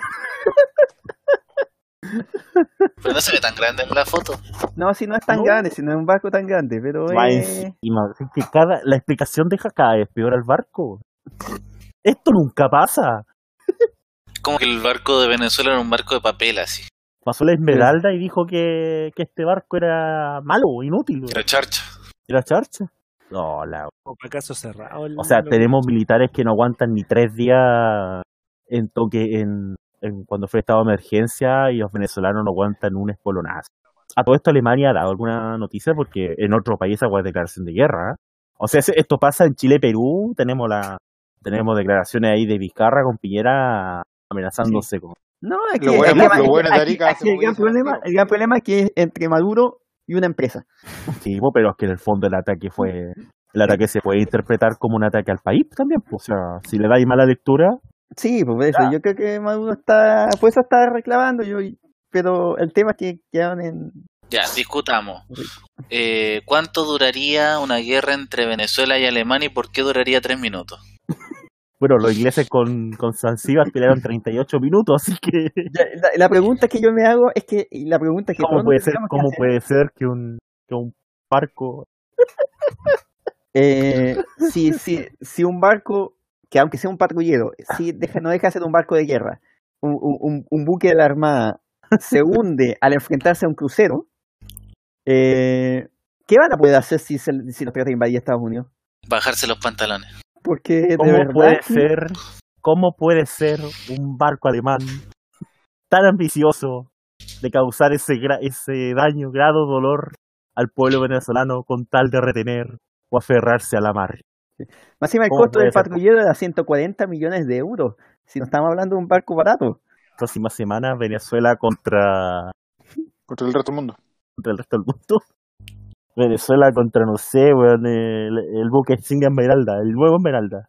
Pero no se ve tan grande en la foto. No, si no es tan No. grande, si no es un barco tan grande, pero Más es... encima, es que cada, la explicación deja cada vez peor al barco. Esto nunca pasa. Como que el barco de Venezuela era un barco de papel así. Pasó la Esmeralda y dijo que, que este barco era malo, inútil. bro. Era charcha. ¿Era charcha? No, la O para caso cerrado. el- O sea, lo- tenemos militares que no aguantan ni tres días en toque en, en cuando fue estado de emergencia y los venezolanos no aguantan un espolonazo. A todo esto Alemania ha dado alguna noticia porque en otro país hay declaración de guerra. ¿eh? O sea, ese- esto pasa en Chile, Perú, tenemos la tenemos declaraciones ahí de Vizcarra con Piñera amenazándose con... No, es que Lo bueno- el, lo bueno de aquí- Arica aquí hace el poco gran hizo un problema, tiro. el gran problema es que es entre Maduro y una empresa. Sí, po, pero es que en el fondo el ataque fue... El ataque se puede interpretar como un ataque al país también. po. O sea, si le dais mala lectura, Sí, pues por eso, yo creo que Maduro está, por eso está reclamando, yo, pero el tema es que quedaron en... Ya, discutamos. Eh, ¿Cuánto duraría una guerra entre Venezuela y Alemania y por qué duraría tres minutos? bueno, los ingleses con, con Zanzíbar pelearon treinta y ocho minutos, así que... Ya, La, la pregunta que yo me hago es que, y la pregunta que ¿Cómo todos puede nos ser, tenemos que cómo hacer, puede ser que un, que un barco... eh, si, si, si un barco, que aunque sea un patrullero, si deja, no deja de ser un barco de guerra, un, un, un buque de la Armada se hunde al enfrentarse a un crucero, eh, ¿qué van a poder hacer si, se, si los trata de invadir Estados Unidos? Bajarse los pantalones. Porque de ¿Cómo verdad puede que- ser, cómo puede ser un barco alemán tan ambicioso de causar ese, gra ese daño, grado, dolor al pueblo venezolano con tal de retener o aferrarse a la mar. Más encima el costo del patrullero era ciento cuarenta millones de euros. Si no estamos hablando de un barco barato. Próxima semana Venezuela contra... Contra el resto del mundo. Contra el resto del mundo. Venezuela contra, no sé, weón, el, el buque insignia Esmeralda, el nuevo Esmeralda.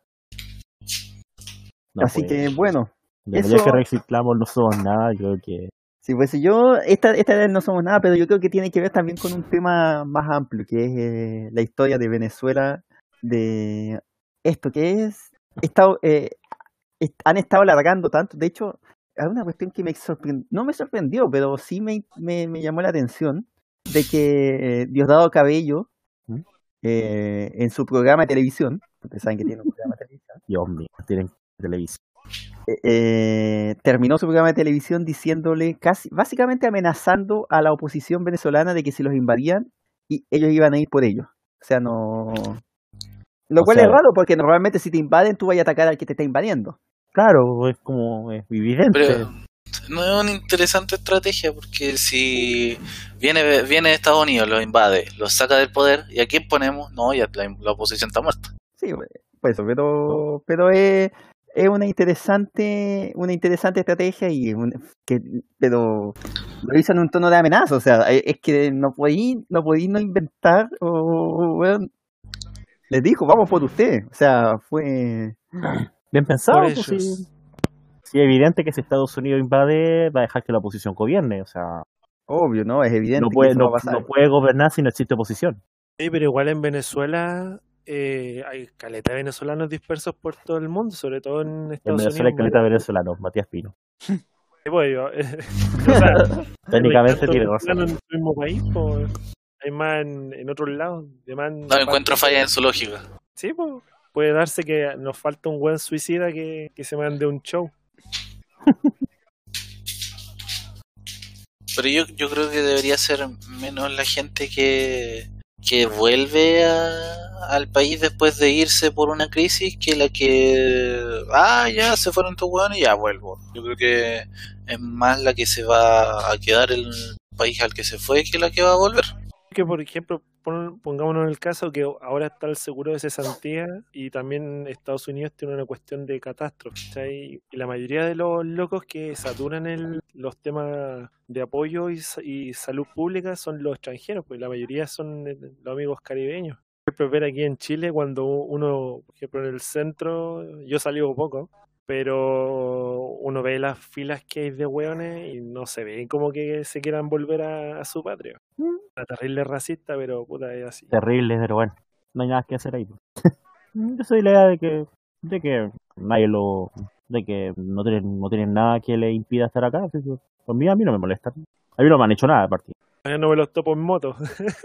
No, Así pues, que, bueno. Ya, eso... ya que reciclamos no somos nada, creo que... Sí, pues yo, esta, esta vez no somos nada, pero yo creo que tiene que ver también con un tema más amplio, que es eh, la historia de Venezuela, de esto que es... Estado, eh, est han estado alargando tanto, de hecho, hay una cuestión que me sorprendió, no me sorprendió, pero sí me, me, me llamó la atención, de que eh, Diosdado Cabello, eh, en su programa de televisión, ustedes saben que tiene un programa de televisión, Dios mío, tienen televisión. Eh, eh, terminó su programa de televisión diciéndole, casi, básicamente amenazando a la oposición venezolana de que si los invadían, y ellos iban a ir por ellos. O sea, no... Lo o cual sea, es raro, porque normalmente si te invaden, tú vas a atacar al que te está invadiendo. Claro, es como es evidente. Pero no es una interesante estrategia, porque si viene, viene Estados Unidos, los invade, los saca del poder, ¿y a quién ponemos? No, ya la, la oposición está muerta. Sí, pues eso, pero, pero es... Es una interesante, una interesante estrategia y un, que, pero lo hizo en un tono de amenaza, o sea, es que no podí, no podí no inventar o bueno, les dijo, vamos por usted, o sea, fue bien pensado, pues, sí. Sí, es evidente que si Estados Unidos invade va a dejar que la oposición gobierne, o sea, obvio, no, es evidente no puede, que eso no, va a pasar. No puede gobernar si no existe oposición. Sí, pero igual en Venezuela Eh, hay caleta de venezolanos dispersos por todo el mundo, sobre todo en Estados Unidos. En Venezuela hay caleta de venezolanos, Matías Pino. Sí, pues, yo, eh, o sea, técnicamente tiene razón. En el mismo país, pues, hay más en, en otros lados. De más no encuentro falla en su lógica. Sí, pues, puede darse que nos falta un buen suicida que, que se mande un show. Pero yo, yo creo que debería ser menos la gente que... que vuelve a, al país después de irse por una crisis que la que ah ya se fueron tus hueones y ya vuelvo. Yo creo que es más la que se va a quedar el país al que se fue que la que va a volver. Que por ejemplo pon, pongámonos en el caso que ahora está el seguro de cesantía y también Estados Unidos tiene una cuestión de catástrofe, ¿sí? Y la mayoría de los locos que saturan el, los temas de apoyo y, y salud pública son los extranjeros, pues la mayoría son los amigos caribeños. Por ejemplo, ver aquí en Chile cuando uno, por ejemplo en el centro, yo salí poco, pero uno ve las filas que hay de hueones y no se ve como que se quieran volver a, a su patria. Una terrible racista, pero puta, es así. Terrible, pero bueno, no hay nada que hacer ahí. Yo soy la idea de que, de que nadie lo, de que no tienen, no tienen nada que le impida estar acá. Así que, por mí, a mí no me molesta. A mí no me han hecho nada aparte. Yo no me los topo en moto.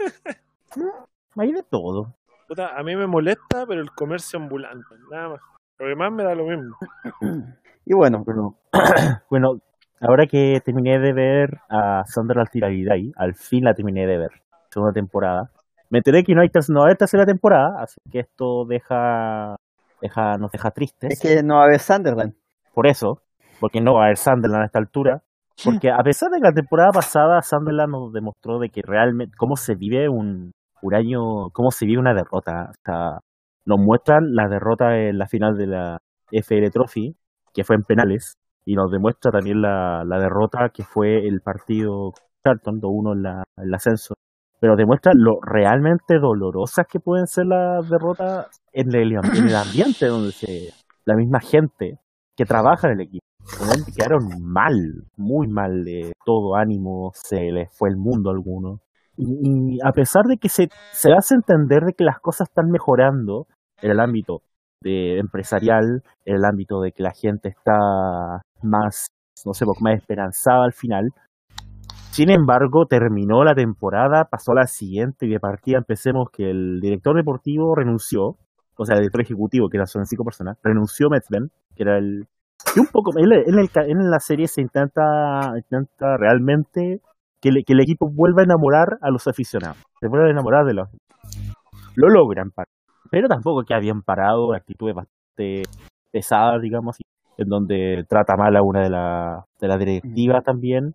Hay de todo. Puta, a mí me molesta, pero el comercio ambulante, nada más. Lo demás me da lo mismo. Y bueno, bueno, bueno, ahora que terminé de ver a Sandra Altiraviday, al fin la terminé de ver, segunda temporada. Me enteré que no hay, no hay tercera temporada, así que esto deja, deja, nos deja tristes. Es que no va a haber Sunderland. Por eso, porque no va a haber Sunderland a esta altura. Porque a pesar de que la temporada pasada Sunderland nos demostró de que realmente cómo se vive un, un año, cómo se vive una derrota. O sea, nos muestran la derrota en la final de la F L Trophy, que fue en penales, y nos demuestra también la, la derrota que fue el partido Charlton dos uno en, la, en el ascenso. Pero demuestra lo realmente dolorosas que pueden ser las derrotas en el, en el ambiente donde se, la misma gente que trabaja en el equipo. Realmente quedaron mal, muy mal de todo ánimo, se les fue el mundo a algunos. Y, y a pesar de que se, se hace entender de que las cosas están mejorando en el ámbito de empresarial, en el ámbito de que la gente está más, no sé, más esperanzada al final. Sin embargo, terminó la temporada, pasó a la siguiente y de partida empecemos que el director deportivo renunció, o sea, el director ejecutivo, que era son cinco personas, renunció Metzben, que era el... Y un poco, en, el, en la serie se intenta, intenta realmente que, le, que el equipo vuelva a enamorar a los aficionados, se vuelva a enamorar de los... Lo logran, pero tampoco que habían parado actitudes bastante pesadas, digamos así, en donde trata mal a una de las de la directiva también.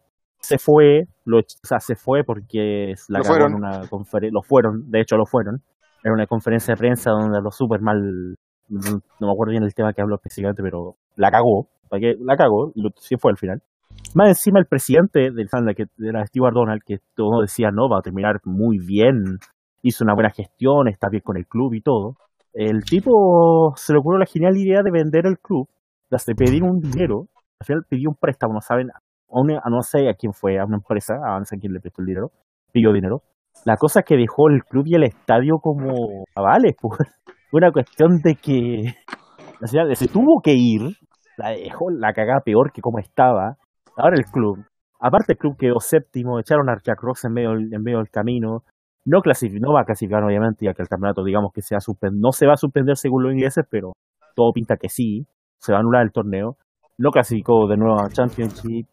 se fue, lo, o sea, se fue porque la Lo cagó fueron. en una conferencia, lo fueron, de hecho lo fueron, en una conferencia de prensa donde habló súper mal, no, no me acuerdo bien el tema que habló específicamente, pero la cagó, ¿para qué? La cagó, y lo, sí fue al final. Más encima el presidente del Thunder, que era Steve Donald, que todo decía, no, va a terminar muy bien, hizo una buena gestión, está bien con el club y todo. El tipo se le ocurrió la genial idea de vender el club, de pedir un dinero, al final pidió un préstamo, no saben, a, una, a no sé a quién fue, a una empresa, a no sé a quién le prestó el dinero, pidió dinero. La cosa es que dejó el club y el estadio como avales, pues. Una cuestión de que la ciudad se tuvo que ir, la dejó la cagada peor que como estaba. Ahora el club, aparte el club quedó séptimo, echaron a Jack Ross en medio, en medio del camino. No, clasific no va a clasificar, obviamente, ya que el campeonato, digamos que se va a suspender. No se va a suspender según los ingleses, pero todo pinta que sí. Se va a anular el torneo. No clasificó de nuevo a Championship.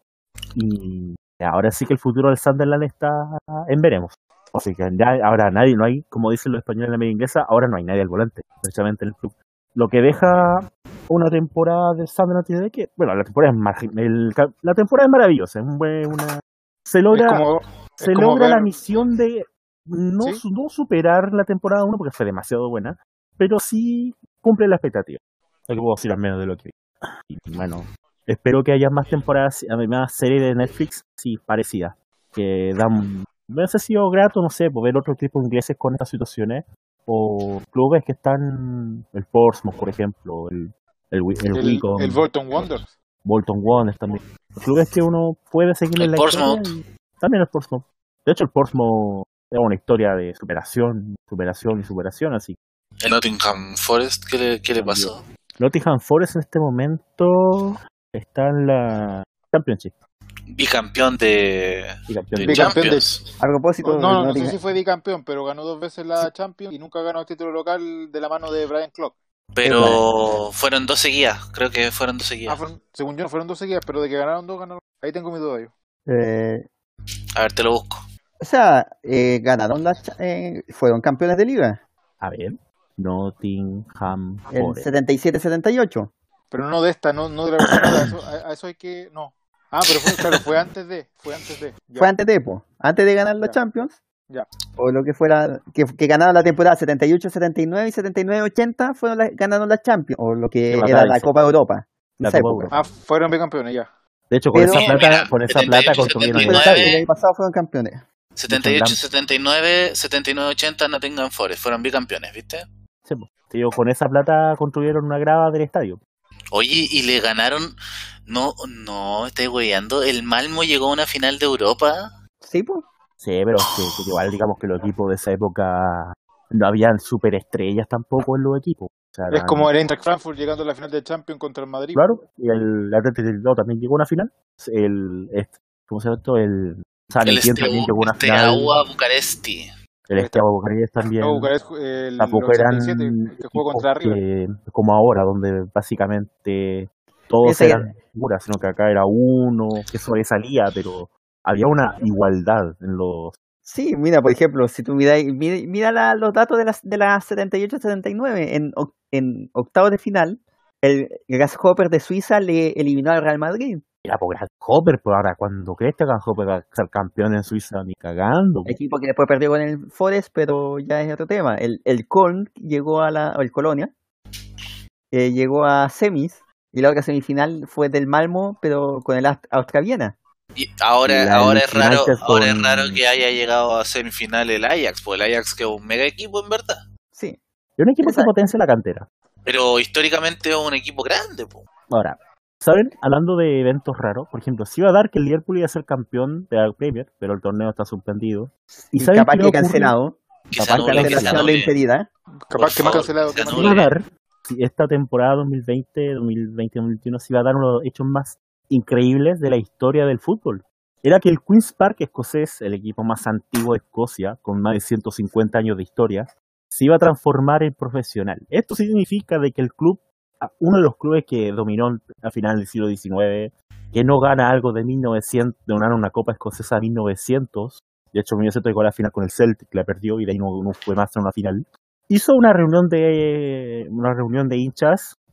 Y ahora sí que el futuro del Sunderland está en veremos. Así que ya ahora nadie, no hay, como dicen los españoles en la media inglesa, ahora no hay nadie al volante, precisamente en el club. Lo que deja una temporada del Sunderland tiene que, bueno, la temporada es mar- el, la temporada es maravillosa, es un buen- una se logra Es como, se es como logra ver- la misión de no, ¿Sí? su- no superar la temporada uno porque fue demasiado buena, pero sí cumple la expectativa. Lo que puedo decir al menos de lo que vi. Y bueno, espero que haya más temporadas, más series de Netflix, sí, parecidas, que dan, me ha sido grato, no sé, por ver otros equipos ingleses con estas situaciones, o clubes que están, el Portsmouth, por ejemplo, el el, Wi- el, el, Wycombe, el Bolton Wanderers. Bolton Wanderers también. Clubes que uno puede seguir en El la Portsmouth. historia. Y también el Portsmouth. De hecho, el Portsmouth es una historia de superación, superación y superación, así. El Nottingham Forest, ¿qué le, qué le pasó? Nottingham Forest en este momento está en la Championship. Bicampeón de, Y campeón de de Bicampeón de- Champions. A propósito, No, no, no Nottingham- sé si fue bicampeón, pero ganó dos veces la Champions y nunca ganó el título local de la mano de Brian Clough. Pero fueron dos seguidas, creo que fueron dos Ah, seguidas. fueron- según yo, fueron dos seguidas, pero de que ganaron dos, ganaron. Ahí tengo mi duda yo. eh, A ver, te lo busco. o sea, eh, ganaron la, cha- eh, fueron campeones de liga, A ver, Nottingham el Forest. setenta y siete setenta y ocho. Pero no de esta, no, no de la versión nueva, a eso, a, a eso hay que. No. Ah, pero fue, claro, fue antes de. Fue antes de. Ya. Fue antes de, po, antes de ganar la Ya. Champions, Ya. o lo que fuera, que, que ganaron la temporada setenta y ocho setenta y nueve y setenta y nueve ochenta fueron las- ganaron la Champions, o lo que Sí, era verdad, la dice. Copa Europa. en La esa Copa época. Europa. Ah, fueron bicampeones, ya. De hecho, con Pero- esa Sí, plata, mira, con esa setenta y ocho, plata construyeron el Pero setenta y nueve. estadio. el año pasado fueron campeones. setenta y ocho, setenta y nueve, setenta y nueve, ochenta Nottingham Forest, fueron bicampeones, ¿viste? Sí, pues. Digo, con esa plata construyeron una grava del estadio. Oye, y le ganaron, no, no, estoy weyando, el Malmo llegó a una final de Europa. Sí, pues. Sí, pero es que, que igual digamos que los equipos de esa época no habían superestrellas tampoco en los equipos. O sea, Es eran- como el Eintracht Frankfurt llegando a la final del Champions contra el Madrid. Claro, y el Atlético de Bilbao también llegó a una final. El, este, ¿cómo se llama esto? El San El Etienne también llegó a una final. Steaua Bucaresti. El Steaua Bucarest también. No, Bucarest, el Tampoco ochenta eran y siete, que jugó equipos contra River. que- como ahora, donde básicamente todos Ese- eran figuras, sino que acá era uno que sobresalía, pero había una igualdad en los... Sí, mira, por ejemplo, si tú miras, mira, mira la- los datos de las de las setenta y ocho setenta y nueve, en, oc- en octavos de final, el Grasshopper de Suiza le eliminó al Real Madrid. Era por Grasshopper, pero ahora cuando crees que Grasshopper va a ser campeón en Suiza, ni cagando. Equipo que después perdió con el Forest, pero ya es otro tema. El, el Köln llegó a la, o el Colonia, eh, llegó a semis, y la otra semifinal fue del Malmo, pero con el Aust- Austria Viena. Y ahora, La ahora es raro, United ahora es con- raro que haya llegado a semifinal el Ajax, porque el Ajax que es un mega equipo en verdad. Sí, Es un equipo que Exacto. potencia la cantera. Pero históricamente es un equipo grande, po. Ahora, ¿saben? Hablando de eventos raros, por ejemplo, se iba a dar que el Liverpool iba a ser campeón de la Premier, pero el torneo está suspendido. ¿Y y saben capaz qué que le ocurre? cancelado, Que se Capaz que anule, que se cancelación le anule. impedida. Capaz Por que más favor, cancelado se que más Se anule. iba a dar, si esta temporada dos mil veinte, dos mil veinte, dos mil veintiuno se iba a dar uno de los hechos más increíbles de la historia del fútbol. Era que el Queen's Park escocés, el equipo más antiguo de Escocia, con más de ciento cincuenta años de historia, se iba a transformar en profesional. Esto significa de que el club, uno de los clubes que dominó a final del siglo diecinueve, que no gana algo de mil novecientos, de ganar una Copa Escocesa de mil novecientos, de hecho en mil novecientos llegó a la final con el Celtic, la perdió y de ahí no, no fue más en una final, hizo una reunión de una reunión de hinchas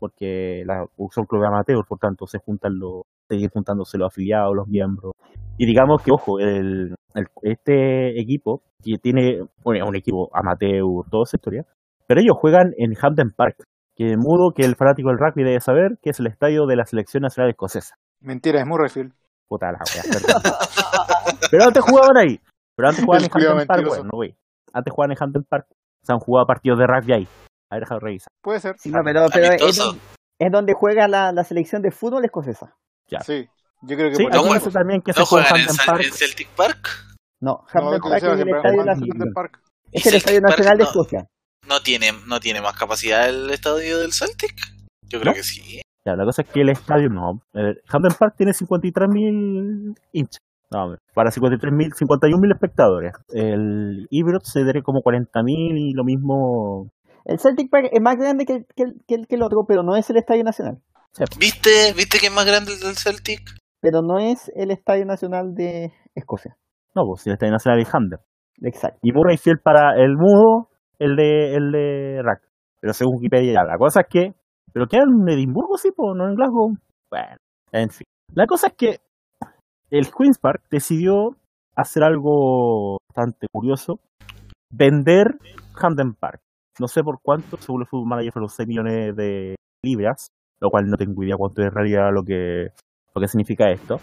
porque la, son clubes amateurs, por tanto se juntan los, siguen juntándose los afiliados, los miembros. Y digamos que, ojo, el, el, este equipo, que tiene, bueno, un equipo amateur, toda esa historia, pero ellos juegan en Hampden Park, que mudo que el fanático del rugby debe saber que es el estadio de la selección nacional escocesa. Mentira, es Murrayfield. Puta la wea, perdón. Pero antes jugaban ahí. Pero antes jugaban en Hampden Park, bueno, no, güey. Antes jugaban en Hampden Park. Se han jugado partidos de rugby ahí. A ver, déjame revisar. Puede ser. Sí, no, pero, pero es, donde, es donde juega la, la selección de fútbol escocesa. Ya. Sí, yo creo que sí, por aquí no, no sé también que ¿No se juega juegan en en, Hampden Park. en Celtic Park? No, No, Hampden que Park se es hace el estadio de la Hampden selección. Park. Es el estadio Celtic Park nacional de no- Escocia. ¿No tiene, no tiene más capacidad el estadio del Celtic? Yo creo ¿No? que sí. Ya, la cosa es que el estadio no. Eh, Hampden Park tiene cincuenta y tres mil hinchas. No, hombre, para cincuenta y tres mil, cincuenta y un mil espectadores. El Ibrox se tiene como cuarenta mil y lo mismo. El Celtic Park es más grande que, que, que, que el otro, pero no es el estadio nacional. ¿Viste, ¿Viste que es más grande el del Celtic? Pero no es el estadio nacional de Escocia. No, pues el estadio nacional es Hampden. Exacto. Y Murrayfield para el mudo, el de el de Rack. Pero según Wikipedia, ya, la cosa es que. ¿Pero queda en Edimburgo, sí, po, no en Glasgow? Bueno, en fin. La cosa es que el Queen's Park decidió hacer algo bastante curioso: vender Hampden Park. No sé por cuánto, según el Football Manager, fueron seis millones de libras, lo cual no tengo idea cuánto es en realidad lo que, lo que significa esto.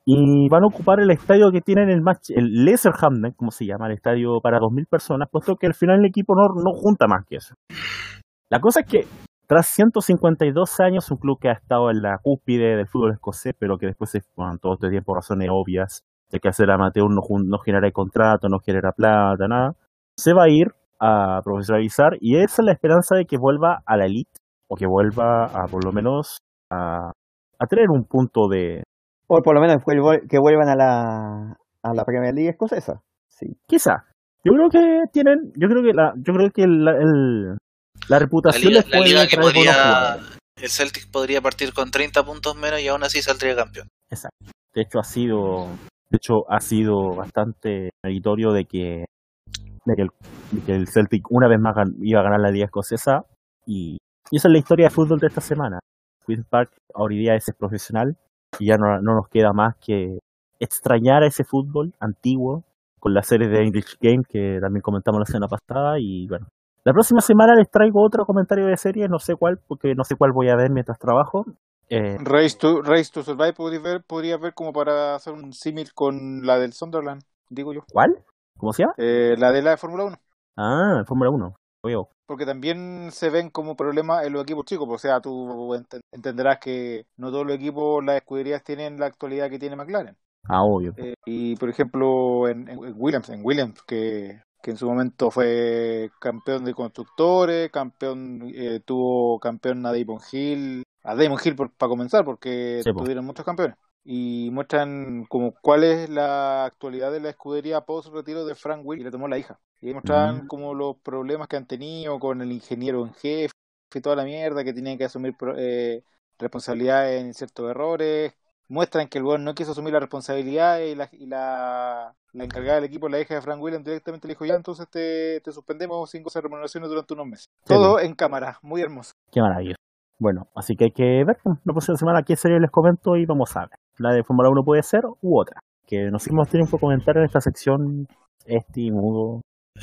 Y van a ocupar el estadio que tienen el match, el Lesser Hampden, como se llama, el estadio para dos mil personas, puesto que al final el equipo no, no junta más que eso. La cosa es que tras ciento cincuenta y dos años, un club que ha estado en la cúspide del fútbol escocés, pero que después, bueno, todo este tiempo, por razones obvias, de que hacer amateur no, no genera contrato, no genera plata, nada, se va a ir a profesionalizar, y esa es la esperanza de que vuelva a la elite, o que vuelva a, por lo menos, a, a tener un punto de... O por lo menos que vuelvan a la, a la Premier League escocesa. Sí. Quizá. Yo creo que tienen, yo creo que la, yo creo que el, el la reputación La liga, les la puede liga que traer buenos podría, jugadores. el Celtic podría partir con treinta puntos menos y aún así saldría campeón. Exacto. De hecho ha sido, de hecho ha sido bastante meritorio de que, de que, el, de que el Celtic una vez más gan, iba a ganar la liga escocesa, y, y esa es la historia de fútbol de esta semana. Queen's Park hoy día es profesional y ya no, no nos queda más que extrañar a ese fútbol antiguo con la serie de English Game que también comentamos la semana pasada. Y bueno, la próxima semana les traigo otro comentario de serie, no sé cuál, porque no sé cuál voy a ver mientras trabajo. Eh, Race to, Race to Survive podría ver, podría ver como para hacer un símil con la del Sunderland, digo yo. ¿Cuál? ¿Cómo se llama? Eh, la de la de Fórmula uno. Ah, Fórmula uno. Obvio. Porque también se ven como problemas en los equipos chicos. O sea, tú ent entenderás que no todos los equipos, las escuderías tienen la actualidad que tiene McLaren. Ah, obvio. Eh, y por ejemplo, en, en Williams, en Williams, que, que en su momento fue campeón de constructores, campeón, eh, tuvo campeón a Damon Hill, a Damon Hill por, para comenzar, porque Sí, po. tuvieron muchos campeones. Y muestran como cuál es la actualidad de la escudería post retiro de Frank Williams, y le tomó la hija. Y ahí mostraban Mm. como los problemas que han tenido con el ingeniero en jefe y toda la mierda, que tenían que asumir eh, responsabilidades en ciertos errores. Muestran que el weón no quiso asumir la responsabilidad, y la, y la, la encargada del equipo, la hija de Frank Williams, directamente le dijo: ya, entonces te, te suspendemos sin gozar de remuneraciones durante unos meses. Sí, Todo po. en cámara, muy hermoso. Qué maravilloso. Bueno, así que hay que ver pues, la próxima semana qué serie les comento y vamos a ver. La de Fórmula uno puede ser u otra. Que nos hicimos tiempo por comentar en esta sección este y mudo.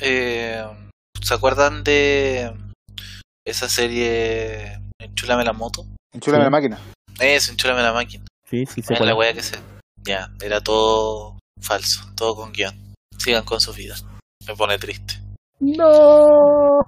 Eh, ¿Se acuerdan de esa serie Enchúlame la moto? Enchúlame Sí. la máquina. Eso, Enchúlame la máquina. Sí, sí, se Es la wea que sé. Ya, era todo falso, todo con guión. Sigan con sus vidas. Me pone triste. ¡No!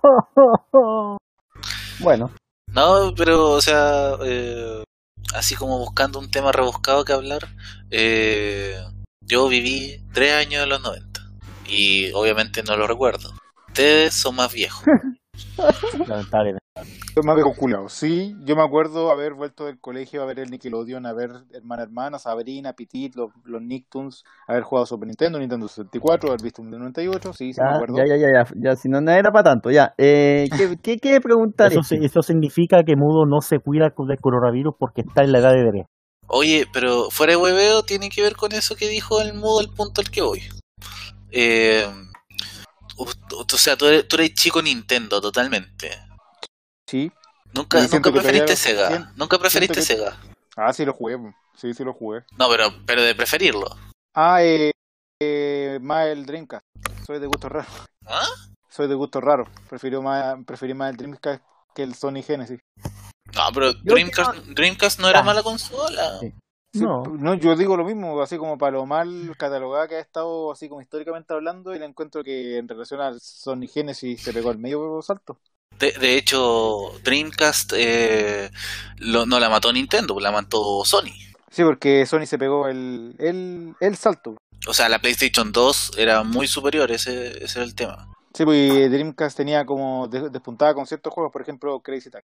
Bueno, No, pero, o sea, eh, así como buscando un tema rebuscado que hablar, eh, yo viví tres años en los noventa y obviamente no lo recuerdo. Ustedes son más viejos. Lamentable. Soy más viejo culiao. Sí, yo me acuerdo haber vuelto del colegio a ver el Nickelodeon, a ver Hermana Hermana, Sabrina, Petit, los, los Nicktoons, haber jugado Super Nintendo, Nintendo sesenta y cuatro, haber visto un de noventa y ocho, sí, sí me ya, acuerdo. ya, ya, ya, ya, ya, si no, no era para tanto, ya. Eh, ¿qué, qué quiere preguntar? Eso, este? se- eso significa que Mudo no se cuida del coronavirus porque está en la edad de bebé. Oye, pero fuera de hueveo tiene que ver con eso que dijo el mudo, el punto al que voy. Eh, o, o sea, tú eres, tú eres chico Nintendo, totalmente. Sí, Nunca, Y nunca siento que todavía preferiste lo- Sega. sien- Nunca preferiste siento que- Sega. Ah, sí lo jugué, po. Sí, sí lo jugué. No, pero, pero de preferirlo. Ah, eh, eh, más el Dreamcast. Soy de gusto raro. ¿Ah? Soy de gusto raro. Prefiero más, preferí más el Dreamcast que el Sony Genesis. No, pero Yo Dreamcast, Dreamcast no era Ya. mala consola. Sí. Sí, No. no, yo digo lo mismo, así como para lo mal catalogada que ha estado, así como históricamente hablando, y le encuentro que en relación al Sony Genesis se pegó al medio salto. De, de hecho, Dreamcast eh, lo- no la mató Nintendo, la mató Sony. Sí, porque Sony se pegó el, el, el salto. O sea, la PlayStation dos era muy superior, ese, ese era el tema. Sí, pues y Dreamcast tenía como des- despuntada con ciertos juegos, por ejemplo Crazy Taxi.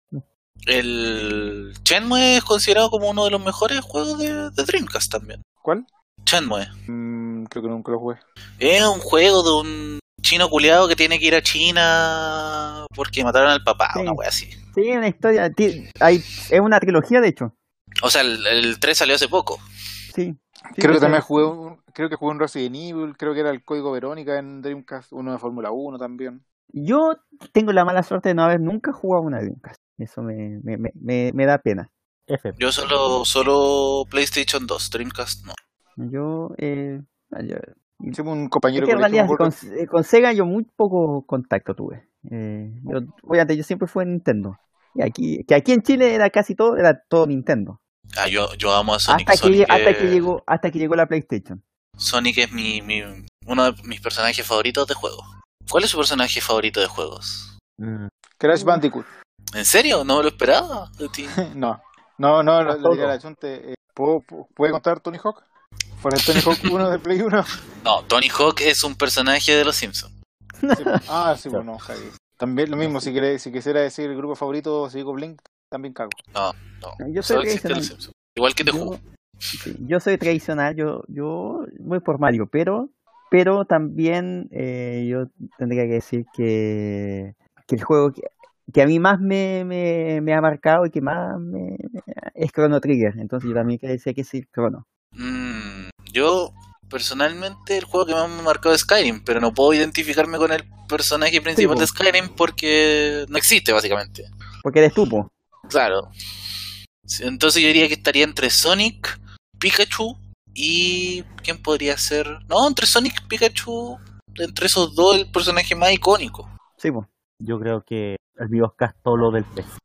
El Shenmue es considerado como uno de los mejores juegos de, de Dreamcast también. ¿Cuál? Shenmue. Mm, creo que nunca lo jugué. Es un juego de un chino culiado que tiene que ir a China porque mataron al papá, Sí. una wea así. Sí, una historia. ti- Hay, es una trilogía, de hecho. O sea, el, el tres salió hace poco. Sí. sí, Creo que sí, también sí. jugué un, creo que jugué un Resident Evil, creo que era el Código Verónica en Dreamcast, uno de Fórmula uno también. Yo tengo la mala suerte de no haber nunca jugado una Dreamcast. Eso me, me, me, me, me da pena. F. Yo solo, solo PlayStation dos, Dreamcast no. Yo, eh, yo- Sí, un es compañero que en de colegio, realidad me acuerdo. con, eh, con Sega yo muy poco contacto tuve. Eh, yo, obviamente yo siempre fui en Nintendo. Y aquí, que aquí en Chile era casi todo, era todo Nintendo. Ah, yo, yo amo a Sonic. Hasta que, Sonic, lle- hasta es- que llegó, hasta que llegó la PlayStation. Sonic es mi, mi, uno de mis personajes favoritos de juego. ¿Cuál es su personaje favorito de juegos? Mm, Crash Bandicoot. ¿En serio? No me lo esperaba de ti. No, no, no, A le todo. diría a la chunte. eh, ¿puedo- pu- ¿Puede contar Tony Hawk? Por el Tony Hawk uno de Play uno. No, Tony Hawk es un personaje de los Simpsons. Sí, pues. Ah, sí, bueno, cagué. También lo mismo, si, querés, si quisiera decir el grupo favorito, si digo Blink, también cago. No, no. Yo soy Solo existe los tradicional. Simpsons. Igual que The Yo, Who. sí, yo soy tradicional, yo, yo voy por Mario, pero, pero también eh, yo tendría que decir que, que el juego que, que a mí más me, me, me ha marcado y que más me, me- es Chrono Trigger. Entonces yo también decía que sí, Chrono. Mm, yo, personalmente, el juego que más me ha marcado es Skyrim, pero no puedo identificarme con el personaje principal po. de Skyrim porque no existe, básicamente. Porque eres tú, po. Claro. Sí, entonces yo diría que estaría entre Sonic, Pikachu y... ¿quién podría ser? No, entre Sonic y Pikachu, entre esos dos, el personaje más icónico. Sí, po. yo creo que el mío es todo lo del pez.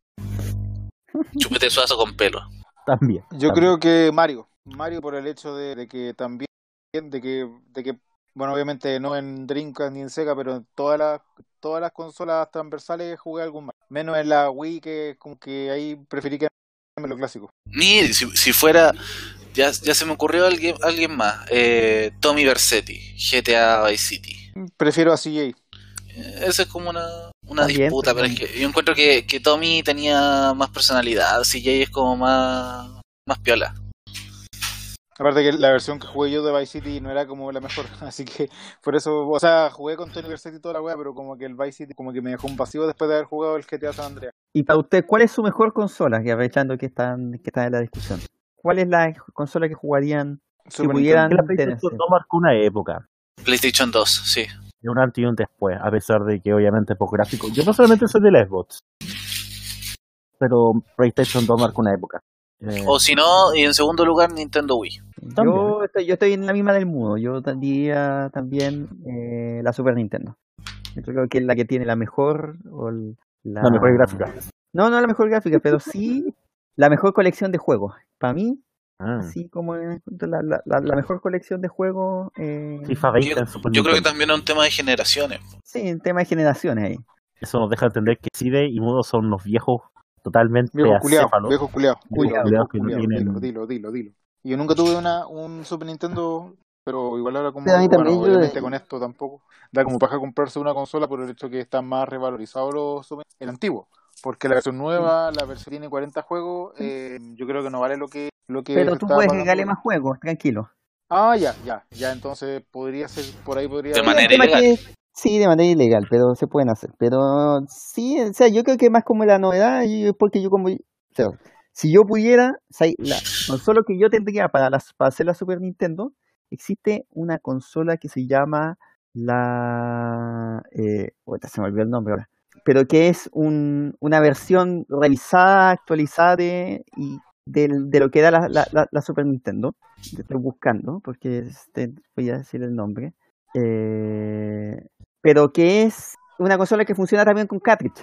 Chupete suazo con pelo. También. Yo también. creo que Mario. Mario por el hecho de, de que también, de que, de que, bueno, obviamente no en Dreamcast ni en Sega, pero en todas las todas las consolas transversales jugué algún más. Menos en la Wii, que como que ahí preferí quedarme lo clásico. Ni si, si fuera... Ya, ya se me ocurrió alguien, alguien más. Eh, Tommy Vercetti, G T A Vice City. Prefiero a C J. Eh, Esa es como una, una También, disputa, pero es también. que yo encuentro que, que Tommy tenía más personalidad, C J es como más, más piola. Aparte que la versión que jugué yo de Vice City no era como la mejor, así que por eso, o sea, jugué con Tony Versetti y toda la wea, pero como que el Vice City como que me dejó un vacío después de haber jugado el G T A San Andreas. Y para usted, ¿cuál es su mejor consola? Y aprovechando que están, que están en la discusión. ¿Cuál es la consola que jugarían si Super pudieran Que la tenerse? PlayStation no marcó una época, PlayStation dos, sí. de un antes y un después, a pesar de que obviamente por gráfico. Yo no solamente soy del Xbox, pero PlayStation dos marcó una época. Eh, O si no, y en segundo lugar, Nintendo Wii. También. Yo estoy, yo estoy en la misma del mudo. Yo ta- diría también eh, la Super Nintendo. Yo creo que es la que tiene la mejor o el- la... La mejor gráfica. No, no la mejor gráfica, pero sí la mejor colección de juegos. Para mí, Ah, así como en- la, la, la, la mejor colección de juegos. Eh, FIFA veinte Yo, en Super yo creo que Nintendo. también es un tema de generaciones. sí, en tema de generaciones ahí. Eso nos deja entender que Cide y Mudo son unos viejos totalmente Viejo culiao, acéfalos. viejo culiao, Viejos dilo, culiaos viejo que no culiao, tienen- dilo, dilo, dilo, dilo. Y yo nunca tuve una un Super Nintendo, pero igual ahora como, Sí, a mí bueno, también, yo obviamente de- con esto tampoco, da como paja comprarse una consola por el hecho que están más revalorizados los Super- el antiguo. Porque la versión nueva, la versión tiene cuarenta juegos, eh, yo creo que no vale lo que lo que Pero se tú estaba puedes pagando. agregarle más juegos, tranquilo. Ah, ya, ya, ya, entonces podría ser, por ahí podría De haber- manera El tema es ilegal. que- sí, de manera ilegal, pero se pueden hacer. Pero sí, o sea, yo creo que más como la novedad, y- porque yo como... O sea, si yo pudiera, o sea, la consola que yo tendría para, las, para hacer la Super Nintendo, existe una consola que se llama la... Eh, ahorita se me olvidó el nombre ahora. pero que es un, una versión revisada, actualizada de, y del- de lo que era la, la, la- la Super Nintendo. Estoy buscando, porque este, voy a decir el nombre. Eh, pero que es una consola que funciona también con cartridge.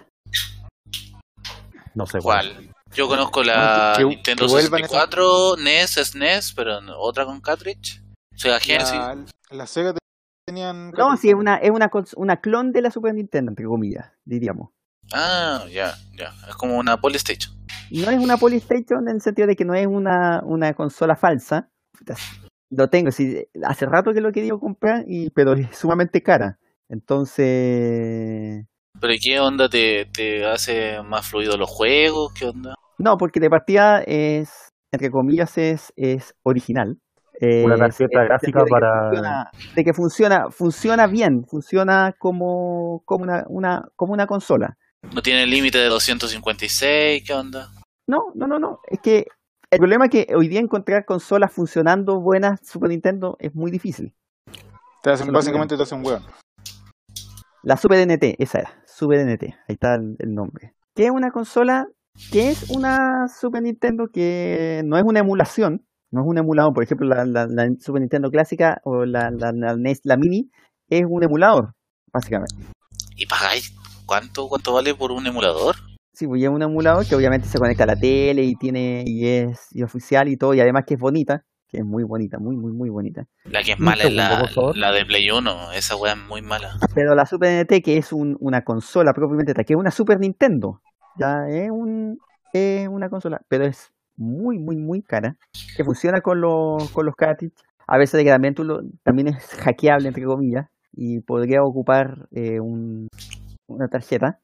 No sé cuál. ¿Cuál? Yo conozco Bueno, la que- que- Nintendo que vuelvan sesenta y cuatro, N E S, S N E S, pero no- otra con cartridge. Sega Genesis. La, la Sega tenían... No, sí, es una, es una, cons- una clon de la Super Nintendo, entre comillas, diríamos. Ah, ya, ya. Es como una Polystation. No es una Polystation en el sentido de que no es una, una consola falsa. Puta, lo tengo, sí, hace rato que lo he querido comprar, y, pero es sumamente cara. Entonces, ¿Pero y qué onda? ¿Te, te hace más fluido los juegos? ¿Qué onda? no, porque de partida es, entre comillas, es, es original. Una Es- tarjeta en el gráfica sentido de que para... funciona, de que funciona, funciona bien, funciona como, como una, una, como una consola. ¿No tiene límite de doscientos cincuenta y seis? ¿Qué onda? No, no, no, no. Es que el problema es que hoy día encontrar consolas funcionando buenas Super Nintendo es muy difícil. Te hacen, Eso lo básicamente te hacen hueón. La Super N T, esa era, Super N T, ahí está el, el nombre. Que es una consola, que es una Super Nintendo que no es una emulación, no es un emulador. Por ejemplo, la, la- la Super Nintendo clásica o la, la, la N E S, la Mini, es un emulador, básicamente. ¿Y pagáis cuánto, cuánto vale por un emulador? Sí, pues es un emulador que obviamente se conecta a la tele y tiene y es y oficial y todo, y además que es bonita, que es muy bonita, muy, muy, muy bonita. La que es Un mala es segundo, la, por favor. la de Play uno. Esa weá es muy mala. Pero la Super N T, que es un- una consola propiamente tal, que es una Super Nintendo, ya es, un, es una consola, pero es muy, muy, muy cara, que funciona con los, con los cartridge, a veces de que también, tú lo, también es hackeable, entre comillas, y podría ocupar eh, un, una tarjeta.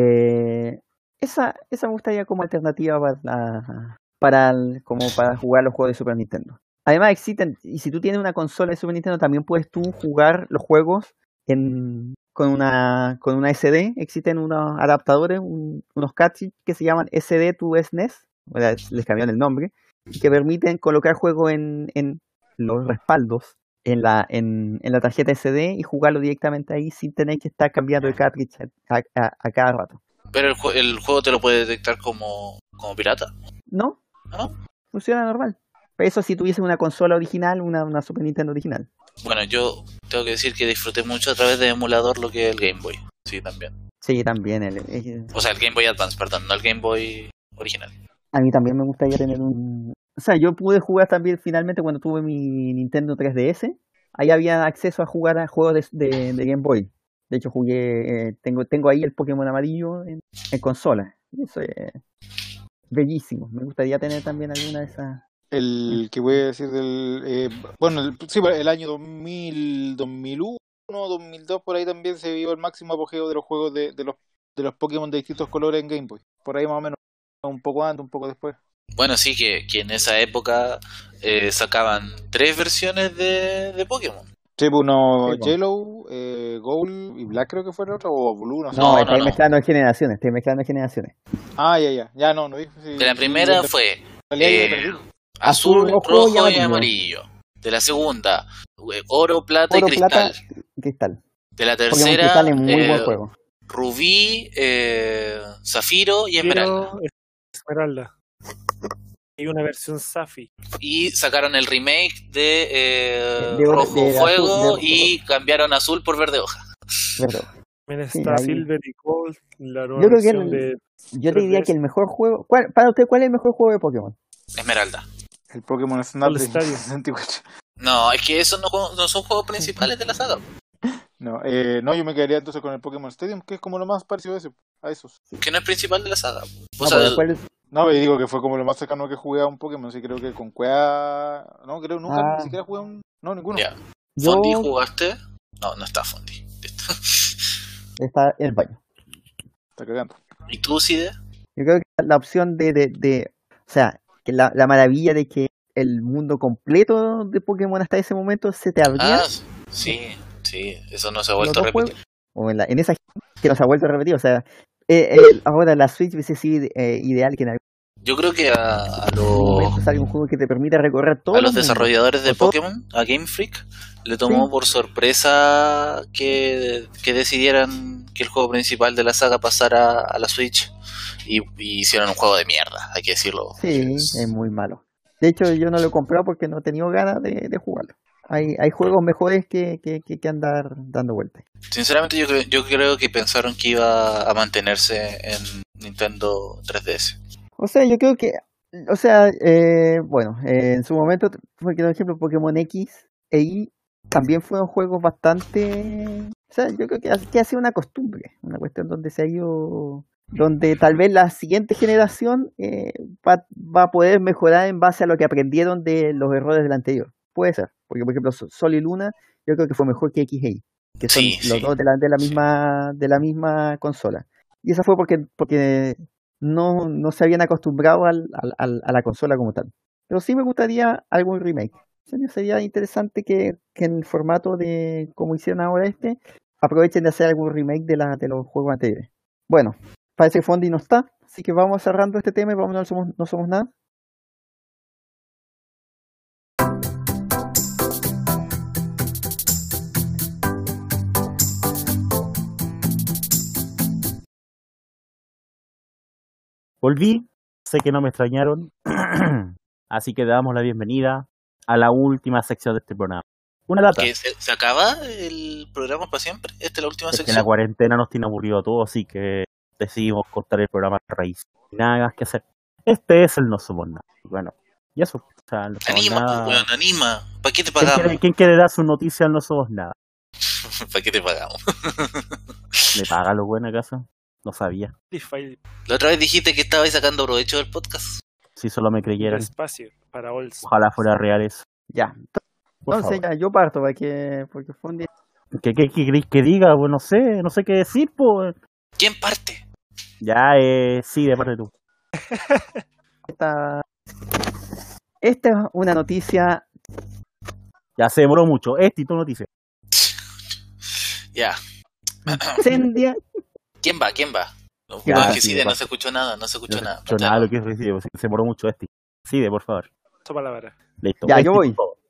Eh, esa, esa me gustaría como alternativa para, para, el- como para jugar los juegos de Super Nintendo. Además existen, y si tú tienes una consola de Super Nintendo, también puedes tú jugar los juegos en, con una con una S D. Existen unos adaptadores, un- unos cartridge que se llaman S D to S N E S, o sea, les cambiaron el nombre, y que permiten colocar juegos en, en los respaldos en la en, en la tarjeta S D y jugarlo directamente ahí sin tener que estar cambiando de cartridge a, a- a cada rato. Pero el, jue- el juego te lo puede detectar como, como pirata. ¿No? ¿No? Funciona normal. Eso si tuviese una consola original, una, una Super Nintendo original. Bueno, yo tengo que decir que disfruté mucho a través de emulador lo que es el Game Boy. Sí, también. Sí, también. El, el- O sea, el Game Boy Advance, perdón, no el Game Boy original. a mí también me gustaría tener un... O sea, yo pude jugar también finalmente cuando tuve mi Nintendo tres D S. Ahí había acceso a jugar a juegos de, de- de Game Boy. De hecho, jugué... eh, tengo tengo ahí el Pokémon amarillo en, en consola. Y eso es bellísimo. Me gustaría tener también alguna de esas... El que voy a decir del... eh, bueno, el, sí, el año dos mil, dos mil uno, dos mil dos, por ahí también se vio el máximo apogeo de los juegos de, de los de los Pokémon de distintos colores en Game Boy. Por ahí más o menos, un poco antes, un poco después. Bueno, sí, que, que en esa época eh, sacaban tres versiones de, de Pokémon. Sí, pues uno Sí, po. Yellow, eh, Gold y Black creo que fue el otro, o Blue, no sé. No, No, estoy no, no. mezclando generaciones. Estoy mezclando generaciones. Ah, ya, ya, ya no, no dije. Sí, De la sí, primera sí, fue en realidad yo me eh, perdí. azul, Azul, rojo rojo, y y amarillo. amarillo. De la segunda, eh, oro, plata Oro, y cristal. plata, cristal. De la Pokémon tercera, Cristal es muy eh, buen juego. rubí, eh, zafiro y esmeralda. Pero Esmeralda. Y una versión Safi. Y sacaron el remake de, eh, De oro- rojo de azul- fuego de- y cambiaron azul por verde hoja. Verdad. También Sí, está ahí- Silver y Gold, la nueva Yo creo que versión el- de Yo te diría tres D S. que el mejor juego... ¿cuál- para usted, ¿cuál es el mejor juego de Pokémon? Esmeralda. El Pokémon Snap de Stadium. sesenta y cuatro. No, es que esos no, no son juegos principales de la saga. No, eh, no, yo me quedaría entonces con el Pokémon Stadium, que es como lo más parecido a, ese, a esos. Que no es principal de la saga. O No, sea, pero ¿cuál es? No, yo digo que fue como lo más cercano que jugué a un Pokémon, sí creo que con Cuea... No, creo nunca, Ah. ni siquiera jugué a un... No, ninguno. ya. Yo... ¿Fondi jugaste? No, no está Fondi. Listo. Está en el baño. Está cagando. ¿Y tú, Cide? Yo creo que la opción de... de, de o sea, que la, la maravilla de que el mundo completo de Pokémon hasta ese momento se te abría. Ah, sí, sí. Eso no se ha los vuelto a dos repetir. juegos, o en, la, en esa que nos ha vuelto a repetir. O sea, eh, eh, ahora la Switch hubiese sido eh, ideal que en algún Yo creo que a, a En un momento los, sale un juego que te permite recorrer todos a los los mundos. desarrolladores de O todo- Pokémon, a Game Freak, le tomó Sí. por sorpresa que, que decidieran que el juego principal de la saga pasara a la Switch y, y hicieron un juego de mierda, hay que decirlo. Sí, es muy malo. De hecho, yo no lo he comprado porque no he tenido ganas de, de jugarlo. Hay, hay juegos mejores que, que, que, que andar dando vueltas. Sinceramente yo creo, yo creo que pensaron que iba a mantenerse en Nintendo tres D S. O sea, yo creo que, o sea, eh, bueno, eh, en su momento, por ejemplo, Pokémon X e Y también fueron juegos bastante, o sea, yo creo que, ha- que ha sido una costumbre, una cuestión donde se ha ido, donde tal vez la siguiente generación eh, va, va a poder mejorar en base a lo que aprendieron de los errores del anterior. Puede ser, porque por ejemplo So- Sol y Luna, yo creo que fue mejor que X e Y, que son Sí, los sí. dos de la, de la misma, de la misma consola. Y eso fue porque, porque no, no se habían acostumbrado al, al- al- a la consola como tal. Pero sí me gustaría algún remake. Sería, sería interesante que, que en el formato de como hicieron ahora este, aprovechen de hacer algún remake de, la, de los juegos anteriores. Bueno, parece que Fondi no está, así que vamos cerrando este tema y vamos, no somos, no somos nada. Volví, sé que no me extrañaron, así que damos la bienvenida a la última sección de este programa. Una lata. ¿Que se, se acaba el programa para siempre? ¿Esta es la última Es que sección? la cuarentena nos tiene aburrido a todos, así que decidimos cortar el programa de raíz. Nada más que hacer. Este es el No Somos Nada. Bueno, y eso. O sea, no somos Anima, nada. pues, weón, anima. ¿Para qué te ¿Quién pagamos? quiere, quién quiere dar su noticia al No Somos Nada? ¿Para qué te pagamos? ¿Le paga lo bueno acaso? No sabía. Spotify, La otra vez dijiste que estabais sacando provecho del podcast. Si solo me creyeran. espacio para Olds. Ojalá fuera real eso. Ya, Por entonces favor. ya, yo parto para que, porque Fondi ¿Qué, qué, qué queréis que diga? Pues no sé, no sé qué decir, pues. ¿Quién parte? Ya, eh, sí, de parte tú. está... Esta es una noticia. Ya se demoró mucho. Este y tu noticia. Ya. Incendia. ¿Quién va? ¿Quién va? No, Ya, no, es que sí, sí, de no paso. se escuchó nada, no se escuchó No nada. escucho nada lo que recibe, se demoró mucho este. Sí, de por favor. Su palabra. Listo. Ya, Este, yo voy. por favor.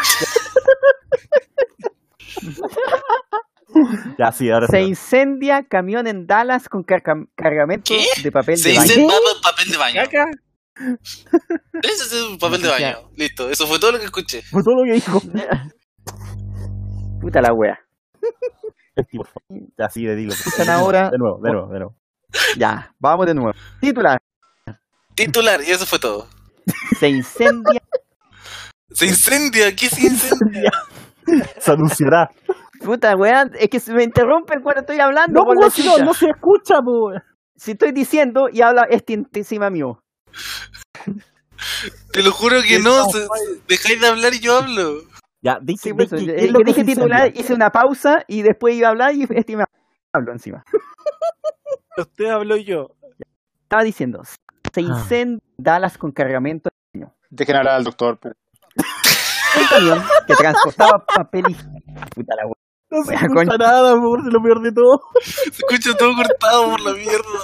Ya, sí, ahora Se sí. incendia camión en Dallas con carga- cargamento ¿Qué? de papel Se de dice baño. pa- papel de baño. ¿Caca? Ese es un papel de Ya. baño. Listo, eso fue todo lo que escuché. Fue todo lo que dijo. Puta la wea. Este, por favor. Ya, sí, le digo. Están ahora- De nuevo, de nuevo, de nuevo. Ya, vamos de nuevo. Titular. Titular, y eso fue todo. Se incendia. Se incendia, ¿qué se incendia? Se anunciará. Puta wea, es que se me interrumpen cuando estoy hablando. No, por la pues, si no, chucha. no se escucha, pues. Si estoy diciendo y habla este encima mío. Te lo juro que no, se- dejáis de hablar y yo hablo. Ya, dice, Sí, pues, di- yo- ¿qué es el lo que que dije se titular, incendia? hice una pausa y después iba a hablar y este me habló encima. Usted habló yo. Estaba diciendo, se Ah. incendia Dallas con cargamento de baño. Dejen hablar al doctor. pu. Un camión que transportaba papel y... Puta la wea. No se Wea, escucha concha. nada, por lo peor de todo. Se escucha todo cortado por la mierda.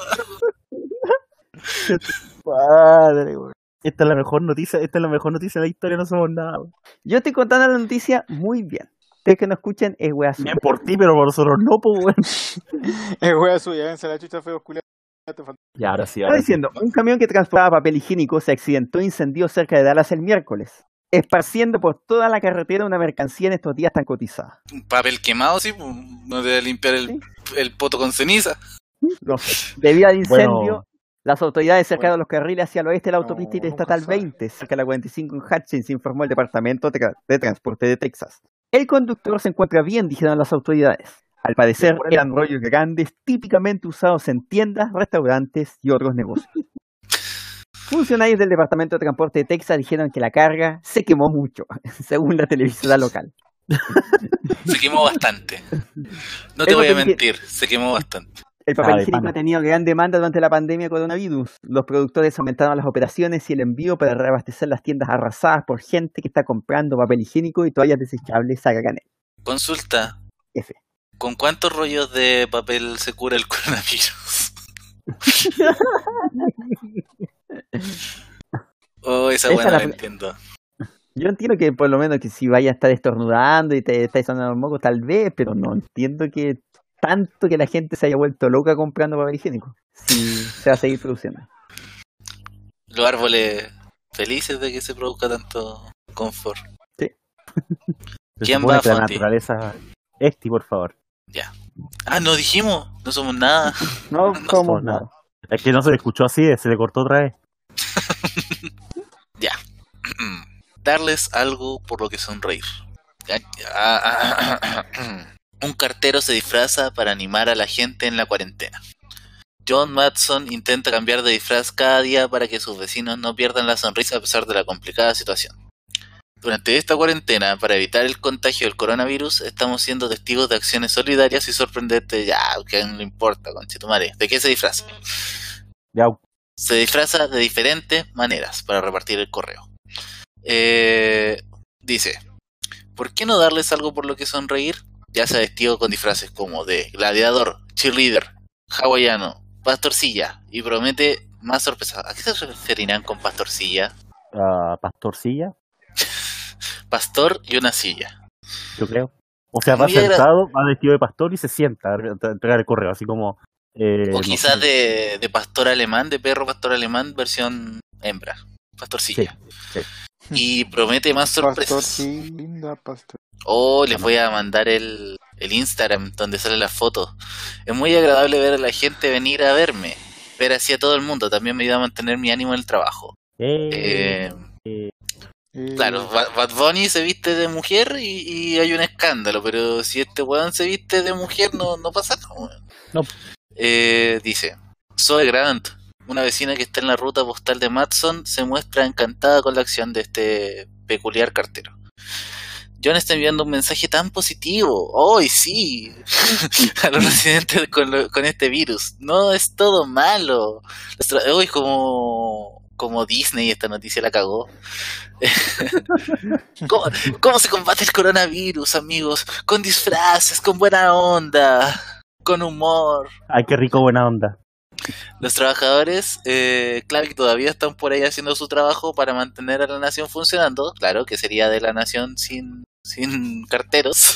Padre, güey. Esta es la mejor noticia, esta es la mejor noticia de la historia, no somos nada, güey. Yo estoy contando la noticia muy bien. Ustedes que no escuchen es wea suya. Bien por ti, pero por nosotros no, pues, güey. Es wea suya, véanse la chucha feo, culiado. Y ahora sí, Estaba ahora sí. diciendo, un camión que transportaba papel higiénico se accidentó e incendió cerca de Dallas el miércoles, esparciendo por toda la carretera una mercancía en estos días tan cotizada. Un papel quemado, sí, pues, no debe limpiar el, el poto con ceniza. No sé. Debido al incendio, Bueno. las autoridades cerca de los carriles hacia el oeste de la autopista No, interestatal nunca sabe. veinte, cerca de la cuarenta y cinco en Hutchins, informó el Departamento de, Tra- de Transporte de Texas. El conductor se encuentra bien, dijeron las autoridades. Al parecer, eran rollos grandes típicamente usados en tiendas, restaurantes y otros negocios. Funcionarios del Departamento de Transporte de Texas dijeron que la carga se quemó mucho, según la televisora local. Se quemó bastante. No te Es lo voy a que dije. mentir, se quemó bastante. El papel Ah, de higiénico pana. ha tenido gran demanda durante la pandemia de coronavirus. Los productores aumentaron las operaciones y el envío para reabastecer las tiendas arrasadas por gente que está comprando papel higiénico y toallas desechables a granel. Consulta. F. ¿Con cuántos rollos de papel se cura el coronavirus? Oh, esa Esa buena la la pri- entiendo. Yo entiendo que por lo menos que si vaya a estar estornudando y te estáis sonando los mocos, tal vez, pero no entiendo que tanto que la gente se haya vuelto loca comprando papel higiénico. Si se va a seguir produciendo. Los árboles felices de que se produzca tanto confort. Se ¿Quién supone va, que la Fonti? naturaleza... Esti, por favor. Ya. Ah, no dijimos, no somos nada. No No somos somos nada. nada. Es que no se le escuchó así, se le cortó otra vez. Ya. Darles algo por lo que sonreír. Ya- ah, ah, ah, ah. Un cartero se disfraza para animar a la gente en la cuarentena. John Matson intenta cambiar de disfraz cada día para que sus vecinos no pierdan la sonrisa a pesar de la complicada situación. Durante esta cuarentena, para evitar el contagio del coronavirus, estamos siendo testigos de acciones solidarias y sorprendentes. Ya, que no le importa, conchetumare. ¿De qué se disfraza? Ya, Se disfraza de diferentes maneras para repartir el correo. Eh, dice, ¿por qué no darles algo por lo que sonreír? Ya sea vestido con disfraces como de gladiador, cheerleader, hawaiano, pastorcilla, y promete más sorpresas. ¿A qué se referirán con pastorcilla? ah, pastorcilla, Pastor y una silla. yo creo. O sea, va Muy agra- sentado, va vestido de pastor y se sienta a a entregar el correo, así como... eh, O no quizás sé. de, de pastor alemán, de perro pastor alemán, versión hembra. Pastorcilla. Sí, Y promete más Pastor, sorpresas. sí, linda pastor. Oh, les voy a mandar el, el Instagram donde sale la foto. Es muy agradable ver a la gente venir a verme. Ver así a todo el mundo. También me ayuda a mantener mi ánimo en el trabajo. Eh, Eh, eh, Eh, claro, Ba- Bad Bunny se viste de mujer y, y hay un escándalo. Pero si este weón se viste de mujer, no, no pasa nada, weón. No. Eh, dice, Zoe Grant, una vecina que está en la ruta postal de Matson, se muestra encantada con la acción de este peculiar cartero. John está enviando un mensaje tan positivo. ¡Hoy sí! A los residentes con, lo- con este virus. No es todo malo. Hoy como, como Disney esta noticia la cagó. ¿Cómo, ¿Cómo se combate el coronavirus, amigos? Con disfraces, con buena onda, con humor. ay, qué rico, buena onda. Los trabajadores, eh, claro que todavía están por ahí haciendo su trabajo para mantener a la nación funcionando. Claro que sería de la nación sin, sin carteros.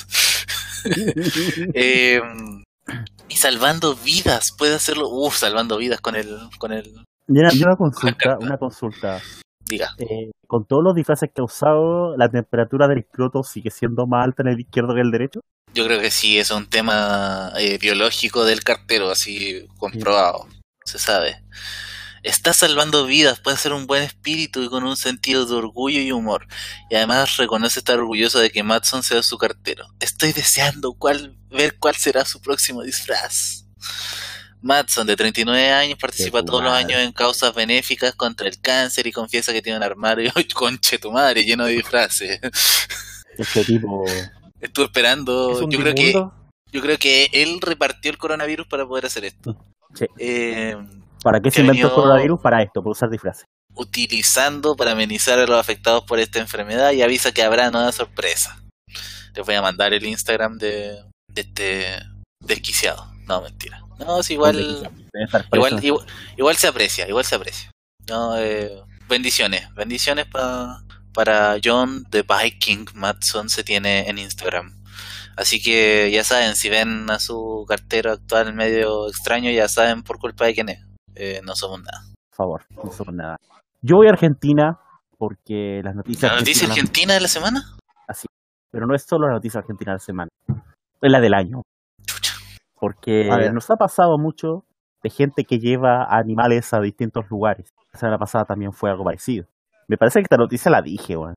eh, y salvando vidas, puede hacerlo. Uf, salvando vidas con el, con el, Mira, una consulta, una consulta. diga. Eh, con todos los disfraces que ha usado, ¿la temperatura del escroto sigue siendo más alta en el izquierdo que el derecho? Yo creo que sí, es un tema eh, biológico del cartero, así comprobado, se sabe. Está salvando vidas, puede ser un buen espíritu y con un sentido de orgullo y humor. Y además reconoce estar orgulloso de que Matson sea su cartero. Estoy deseando cuál, ver cuál será su próximo disfraz. Matson, de treinta y nueve años, participa Qué todos los guay. años en causas benéficas contra el cáncer y confiesa que tiene un armario, conche tu madre, lleno de disfraces. Este tipo... Estuve esperando, ¿Es un yo creo que Dimundo? yo creo que él repartió el coronavirus para poder hacer esto. Sí. Eh, ¿Para qué se que ha inventó el venido coronavirus? Para esto, para usar disfraces. utilizando para amenizar a los afectados por esta enfermedad y avisa que habrá nueva sorpresa. Les voy a mandar el Instagram de, de este desquiciado. No, mentira. No, es igual, Debe estar preso. igual, igual, igual se aprecia, igual se aprecia. No, eh, bendiciones, bendiciones pa, para John the Viking Matson se tiene en Instagram. Así que ya saben, si ven a su cartero actual medio extraño, ya saben por culpa de quién es. Eh, no somos nada. Por favor, no somos nada. Yo voy a Argentina porque las noticias... ¿La noticia argentinas- argentina de la semana? Así. Pero no es solo la noticia argentina de la semana. Es la del año. Chucha. Porque A ver. nos ha pasado mucho de gente que lleva animales a distintos lugares. La semana pasada también fue algo parecido. Me parece que esta noticia la dije, weón.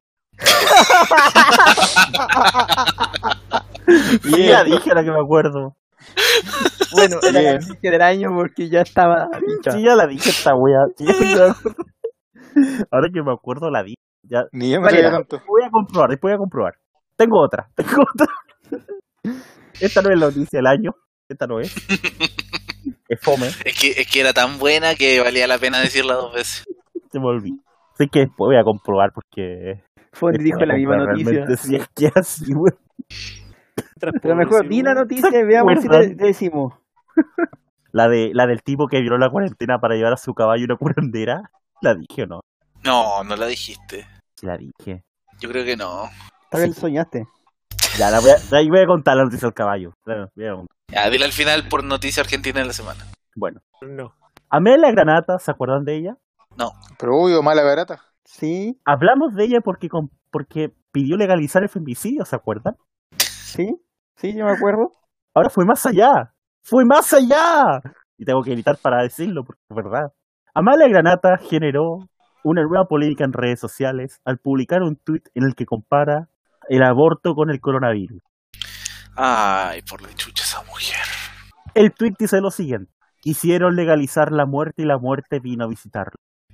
Sí, la dije, ahora que me acuerdo. Bueno, era la Bien. noticia del año porque ya estaba dicha. Sí, ya la dije esta wea. Sí, ya me acuerdo. Ahora que me acuerdo la dije. Ya. Ni yo me Vale, sabía la- tanto. Voy a comprobar, después voy a comprobar. Tengo otra, tengo otra. Esta no es la noticia del año. Esta no es. Es fome. Es que, es que era tan buena que valía la pena decirla dos veces. Se me olvidó. Así que después voy a comprobar porque... Fonti dijo la misma noticia. Realmente sí es que así, weón. Pero mejor di la noticia y veamos si acuerdan? te, te decimos. La, de, la del tipo que violó la cuarentena para llevar a su caballo una curandera. ¿La dije o no? No, no la dijiste. Sí, la dije. Yo creo que no. Tal vez soñaste. Ya, la voy a, ahí voy a contar la noticia del caballo. Claro, voy a contar. Ya, dile al final por noticia argentina de la semana. Bueno. No. Amelia Granata, ¿se acuerdan de ella? No. Pero obvio, mala barata. Sí, Hablamos de ella porque, con- porque pidió legalizar el femicidio, ¿se acuerdan? sí, sí, yo me acuerdo. Ahora fue más allá. ¡Fue más allá! Y tengo que gritar para decirlo, porque es verdad. Amalia Granata generó una nueva polémica en redes sociales al publicar un tuit en el que compara el aborto con el coronavirus. Ay, por la chucha esa mujer. El tuit dice lo siguiente. Quisieron legalizar la muerte y la muerte vino a visitarlo.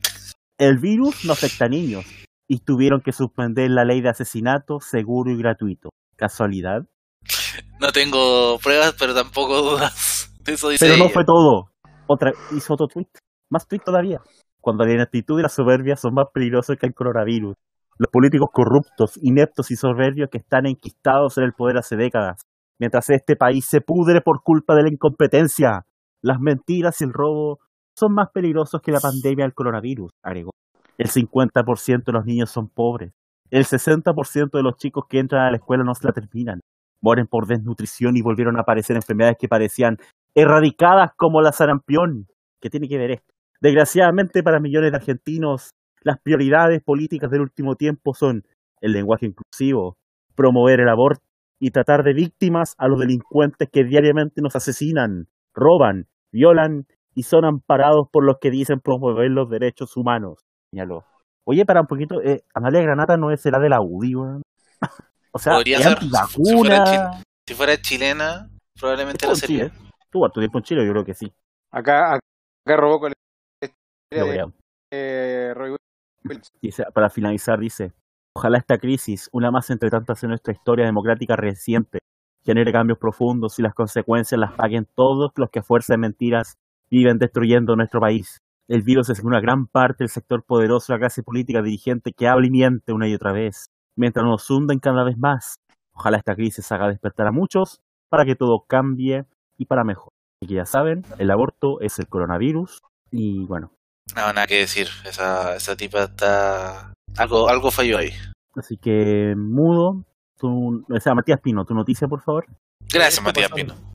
El virus no afecta a niños y tuvieron que suspender la ley de asesinato seguro y gratuito. ¿Casualidad? No tengo pruebas, pero tampoco dudas. Eso dice Pero no ella. fue todo. Otra, hizo otro tweet. Más tweet todavía. Cuando la ineptitud y la soberbia son más peligrosos que el coronavirus. Los políticos corruptos, ineptos y soberbios que están enquistados en el poder hace décadas. Mientras este país se pudre por culpa de la incompetencia. Las mentiras y el robo son más peligrosos que la pandemia del coronavirus, agregó. El cincuenta por ciento de los niños son pobres. El sesenta por ciento de los chicos que entran a la escuela no se la terminan. Mueren por desnutrición y volvieron a aparecer enfermedades que parecían erradicadas como la sarampión. ¿Qué tiene que ver esto? Desgraciadamente para millones de argentinos, las prioridades políticas del último tiempo son el lenguaje inclusivo, promover el aborto y tratar de víctimas a los delincuentes que diariamente nos asesinan, roban, violan y son amparados por los que dicen promover los derechos humanos, señaló. Oye, para un poquito, eh, Amalia Granata no es será de la U D I, weón. O sea, Podría es ser. Si fuera, antivacuna. chi- si fuera chilena, probablemente Estuvo lo en sería. Chile. Tuvo harto tiempo en Chile, yo creo que sí. Acá, acá robó con la Lo historia creo. de eh, Roy Williams. Dice, para finalizar, dice, ojalá esta crisis, una más entre tantas en nuestra historia democrática reciente, genere cambios profundos y las consecuencias las paguen todos los que a fuerza de mentiras viven destruyendo nuestro país. El virus es una gran parte del sector poderoso de la clase política dirigente que habla y miente una y otra vez, mientras nos hunden cada vez más. Ojalá esta crisis haga despertar a muchos para que todo cambie y para mejor. Y que ya saben, el aborto es el coronavirus y bueno, No, nada que decir. Esa, esa tipa está. Algo, algo falló ahí. así que mudo, tu, o sea, Matías Pino, tu noticia por favor. Gracias, Esto Matías pasó- Pino.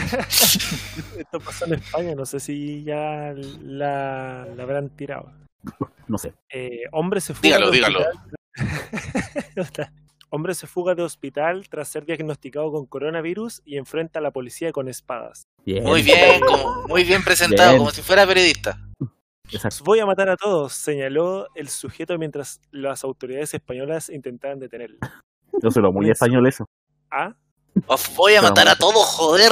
Esto pasó en España, no sé si ya la, la habrán tirado. No sé. Eh, hombre se fuga Dígalo, de dígalo. hospital. Hombre se fuga de hospital tras ser diagnosticado con coronavirus y enfrenta a la policía con espadas. Bien. Muy bien, como, muy bien presentado, Bien. como si fuera periodista. Exacto. Os voy a matar a todos, señaló el sujeto mientras las autoridades españolas intentaban detenerlo. Yo se lo muy Eso. español eso. ¿Ah? Os voy a Pero matar bueno. a todos, joder.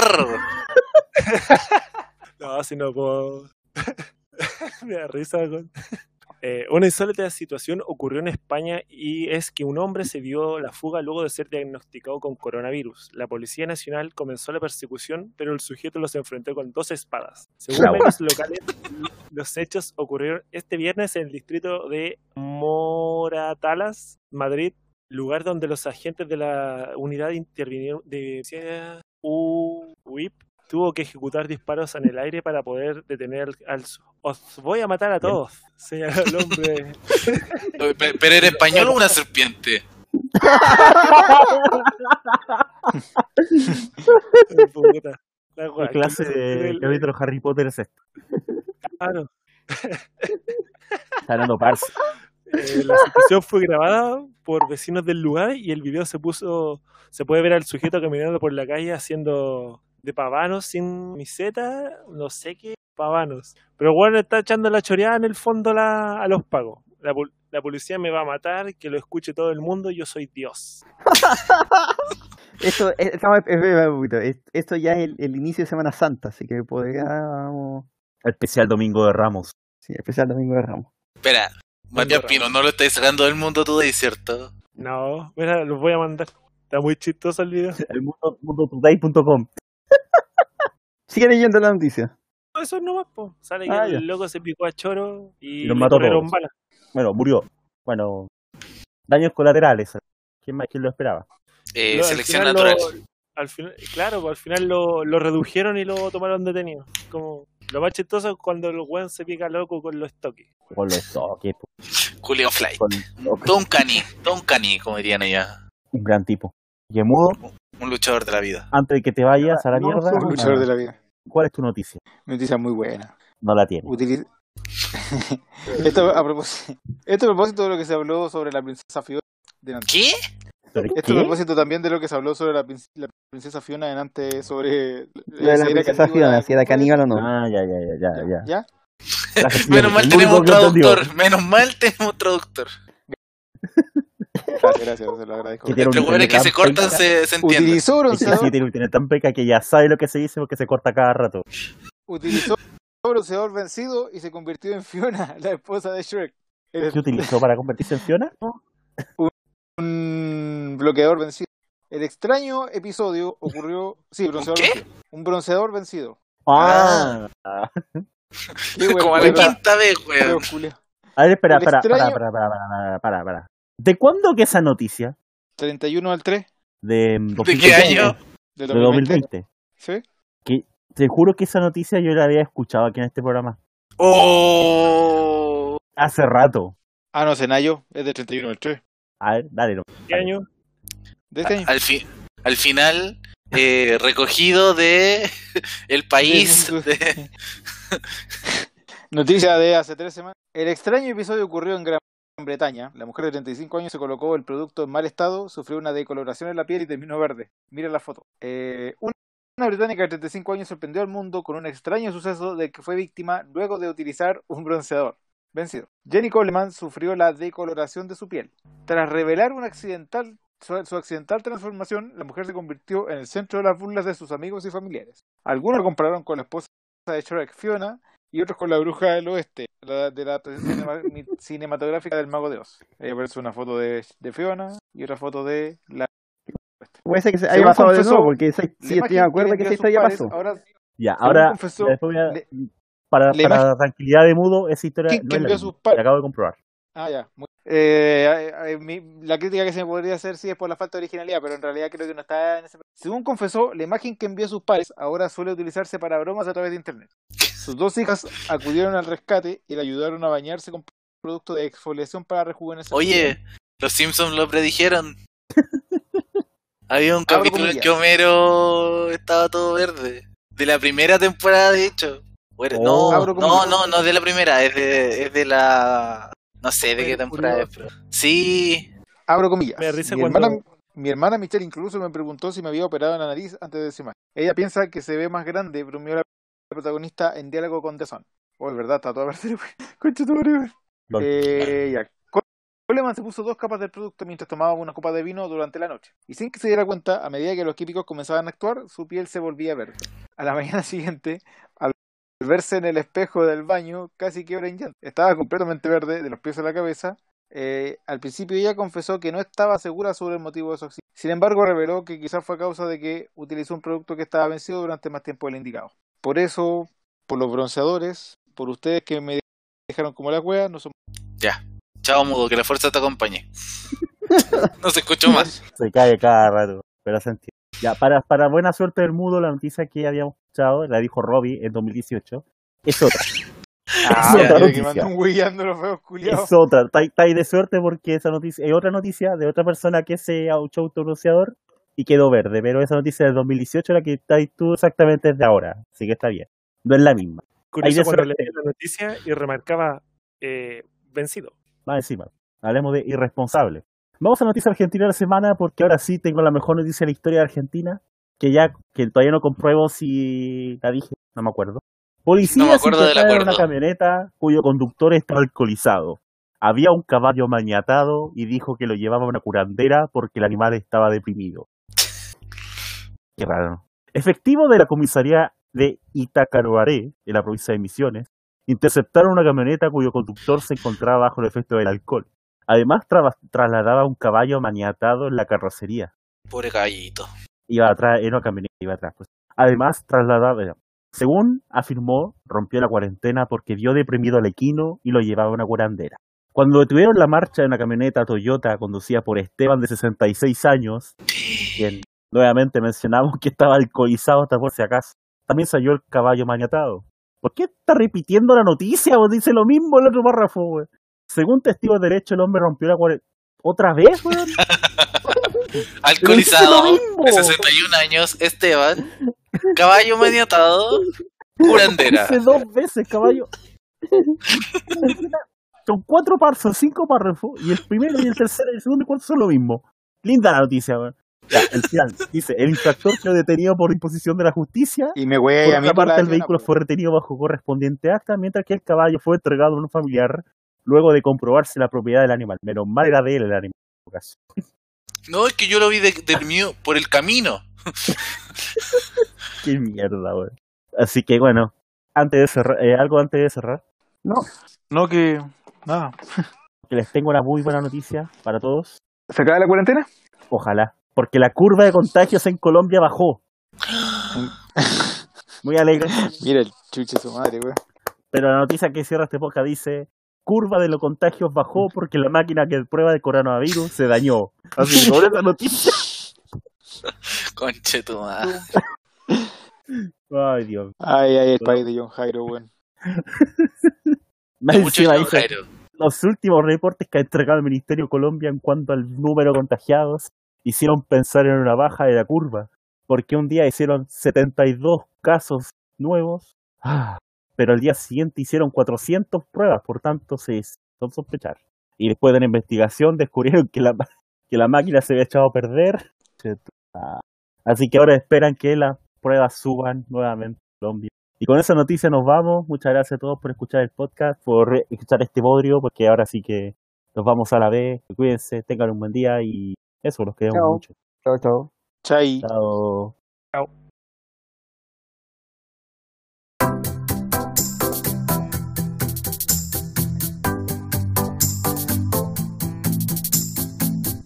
No, si no puedo. Me da risa. Con... Eh, una insólita situación ocurrió en España y es que un hombre se dio la fuga luego de ser diagnosticado con coronavirus. La Policía Nacional comenzó la persecución, pero el sujeto los enfrentó con dos espadas. Según Bravo. medios locales, los hechos ocurrieron este viernes en el distrito de Moratalas, Madrid, lugar donde los agentes de la unidad intervinieron de U I P tuvo que ejecutar disparos en el aire para poder detener al... Os voy a matar a Bien. todos, señaló el hombre. Pe- ¿Pero era español o una serpiente? Puta. La ¿Qué wea, clase que- de el- capítulo Harry Potter es esto? claro. Está dando parse. Eh, la situación fue grabada por vecinos del lugar y el video se puso, se puede ver al sujeto caminando por la calle haciendo de pavanos sin miseta, no sé qué pavanos. Pero bueno, está echando la choreada en el fondo la- a los pagos. La, pol- la policía me va a matar, que lo escuche todo el mundo, yo soy Dios. Esto, eh, estamos- espera un poquito, es- esto ya es el, el inicio de Semana Santa, así que podríamos... Especial Domingo de Ramos. Sí, especial Domingo de Ramos. Espera, Matías Ramos. Pino, no lo estáis sacando del mundo today, ¿cierto? No, mira, los voy a mandar. Está muy chistoso el video. El mundo, mundotoday punto com. Sigue leyendo la noticia. Eso nomás, po. Sale que Ah, el ya. loco se picó a choro y, Y los le mató a corrieron todos. balas. Bueno, murió. Bueno, daños colaterales. ¿Quién más? ¿Quién lo esperaba? Eh, Lo- al selección final natural. lo- al final, claro, pues al final lo, lo redujeron y lo tomaron detenido. Como Lo más chistoso es cuando el weón se pica loco con los toques. Con los toques, po, Julio Flight. con los toques. Todo un caní, todo un caní, como dirían allá. Un gran tipo. Yemudo, Un luchador de la vida. antes de que te vayas a la No, mierda, somos Un luchador de ah, la vida. ¿cuál es tu noticia? Noticia muy buena. No la tienes. Utiliz- esto, a propósito, esto a propósito de lo que se habló sobre la princesa Fiona. delante. ¿Qué? ¿Pero Esto a qué? propósito también de lo que se habló sobre la, princ- la princesa Fiona delante sobre... Lo de la si era princesa caníbal, Fiona, si era caníbal o no. Ah, ya, ya, ya, ya, ya. ¿Ya? Gracias, Menos mal el tenemos único un que entendió. traductor. Menos mal tenemos un traductor. Gracias, gracias, se lo agradezco. Que tiene un Entre hueones que internet se tan cortan penca. se, se entienden. Utilizó Es que bronceador, sí, tiene un internet tan peca que ya sabe lo que se dice porque se corta cada rato. utilizó bronceador vencido y se convirtió en Fiona, la esposa de Shrek. ¿Qué utilizó para convertirse en Fiona? Un bloqueador vencido. El extraño episodio ocurrió... Sí, bronceador qué? vencido. Un bronceador vencido. Ah. Qué huevo, Como a la huevo, quinta vez, huevo, weón. Julio. A ver, espera, El espera, extraño- para, para, para, para, para. ¿De cuándo que esa noticia? treinta y uno al tres De, ¿De qué año? de De dos mil dos mil veinte. veinte. ¿Sí? Que te juro que esa noticia yo la había escuchado aquí en este programa. Oh. Hace rato. Ah, no, Senayo es de treinta y uno al tres. A ver, dale. No. ¿Qué año? De este año. Al, fi- al final, eh, recogido de El País. de- Noticia de hace tres semanas. El extraño episodio ocurrió en Gran Bretaña. La mujer de treinta y cinco años se colocó el producto en mal estado, sufrió una decoloración en la piel y terminó verde. Mira la foto. Eh, una una británica de treinta y cinco años sorprendió al mundo con un extraño suceso del que fue víctima luego de utilizar un bronceador vencido. Jenny Coleman sufrió la decoloración de su piel. Tras revelar un accidental, su, su accidental transformación, la mujer se convirtió en el centro de las burlas de sus amigos y familiares. Algunos la compararon con la esposa de Shrek, Fiona, y otros con la bruja del oeste, la, de la adaptación cinema- cinematográfica del Mago de Oz. Ahí aparece una foto de, de Fiona y otra foto de la... Puede ser que se haya Según pasado de confesó, nuevo, porque esa- la sí, estoy imagen de acuerdo le que envió esa a sus historia pares, pasó. ahora Ya, según ahora, confesó, después voy a- le- para, la para imagen- tranquilidad de Mudo, esa historia ¿Quién no que es la envió a misma. sus pa- La acabo de comprobar. Ah, ya. Muy- Eh, eh, eh, mi- la crítica que se me podría hacer sí es por la falta de originalidad, pero en realidad creo que no está en ese... Según confesó, la imagen que envió a sus pares ahora suele utilizarse para bromas a través de internet. Sus dos hijas acudieron al rescate y le ayudaron a bañarse con producto de exfoliación para rejuvenecer. Oye, los Simpsons lo predijeron. Había un Abro capítulo en comillas. que Homero estaba todo verde. De la primera temporada, de hecho. O era- Oh. no, Abro no, comillas. no, no es de la primera, es de, es de la... No sé de qué temporada es, pero... Sí, Abro comillas. Me da risa Mi, cuando- hermana, mi hermana Michelle incluso me preguntó si me había operado en la nariz antes de decir más. Ella piensa que se ve más grande, bromeó la protagonista en diálogo con The Sun. Oh, es verdad, está toda verde. Concha tu madre, güey. Lol. Eh, ya. Coleman se puso dos capas del producto mientras tomaba una copa de vino durante la noche. Y sin que se diera cuenta, a medida que los químicos comenzaban a actuar, su piel se volvía verde. A la mañana siguiente, al verse en el espejo del baño, casi quiebra en llanto. Estaba completamente verde, de los pies a la cabeza. Eh, al principio ella confesó que no estaba segura sobre el motivo de su accidente. Sin embargo, reveló que quizás fue a causa de que utilizó un producto que estaba vencido durante más tiempo del indicado. Por eso, por los bronceadores, por ustedes que me dejaron como la wea, no son... ya. Chao, Mudo, que la fuerza te acompañe. No se escuchó más. Se cae cada rato, pero se entiende. Ya, para, para buena suerte del Mudo, la noticia que habíamos escuchado, la dijo Robbie en dos mil dieciocho, es otra. Ah, Es otra mira que noticia. mandan hueando los feos culiados. Es otra. Está está ahí de suerte porque esa noticia es otra noticia de otra persona que se auto autobronceador y quedó verde, pero esa noticia del dos mil dieciocho, la que está ahí tú exactamente desde ahora, así que está bien. No es la misma. Con Ahí eso de cuando suerte. leí la noticia y remarcaba eh, vencido. Más encima, hablemos de irresponsable. Vamos a noticia argentina de la semana porque ahora sí tengo la mejor noticia de la historia de Argentina, que ya que todavía no compruebo si la dije, no me acuerdo. Policías No me acuerdo del interceptaron una acuerdo. camioneta cuyo conductor estaba alcoholizado. Había un caballo maniatado y dijo que lo llevaba a una curandera porque el animal estaba deprimido. Qué raro, ¿no? Efectivos de la comisaría de Itacaroaré, en la provincia de Misiones, interceptaron una camioneta cuyo conductor se encontraba bajo el efecto del alcohol. Además, tra- trasladaba un caballo maniatado en la carrocería. Pobre caballito. Iba atrás, era una camioneta, iba atrás. Pues. Además, trasladaba, según afirmó, rompió la cuarentena porque vio deprimido al equino y lo llevaba a una curandera. Cuando detuvieron la marcha de una camioneta Toyota conducida por Esteban de sesenta y seis años, quien nuevamente mencionamos que estaba alcoholizado hasta por si acaso, también salió el caballo maniatado. ¿Por qué está repitiendo la noticia? Vos dice lo mismo el otro párrafo, weón. Según testigos de derecho, el hombre rompió la cuarentena. ¿Otra vez, weón? Alcoholizado, de sesenta y un años, Esteban, caballo maniatado, curandera. Dice dos veces, caballo. Son cuatro párrafos, cinco párrafos, y el primero y el tercero y el segundo y el cuarto son lo mismo. Linda la noticia, weón. Ya, el final dice, el infractor quedó detenido por imposición de la justicia. Y me voy Por a mí otra por la parte, el acción, vehículo pues. fue retenido bajo correspondiente acta, mientras que el caballo fue entregado a un familiar luego de comprobarse la propiedad del animal. Menos mal era de él el animal. En todo caso. No, es que yo lo vi de- del mío por el camino. Qué mierda, weón. Así que bueno, antes de cerrar, eh, algo antes de cerrar, No, No, que. Nada. que les tengo una muy buena noticia para todos. ¿Se acaba la cuarentena? Ojalá, porque la curva de contagios en Colombia bajó. Muy alegre. Mira el chuche su madre, weón. Pero la noticia que cierra este podcast dice: curva de los contagios bajó porque la máquina que prueba de coronavirus se dañó. Así que con esa noticia. Conche tu madre. Ay, Dios. Ay, ay, el país de John Jairo, weón. Más Hay mucho encima John dice, Jairo. los últimos reportes que ha entregado el Ministerio de Colombia en cuanto al número de contagiados hicieron pensar en una baja de la curva, porque un día hicieron setenta y dos casos nuevos, ah, pero al día siguiente hicieron cuatrocientas pruebas, por tanto se son sospechar. Y después de la investigación descubrieron que la, que la máquina se había echado a perder. Así que ahora esperan que las pruebas suban nuevamente en Colombia. Y con esa noticia nos vamos. Muchas gracias a todos por escuchar el podcast, por escuchar este bodrio, porque ahora sí que nos vamos a la vez. Cuídense, tengan un buen día y eso, los queremos Chao. mucho. chao, chao. Chai. Chao. Chao.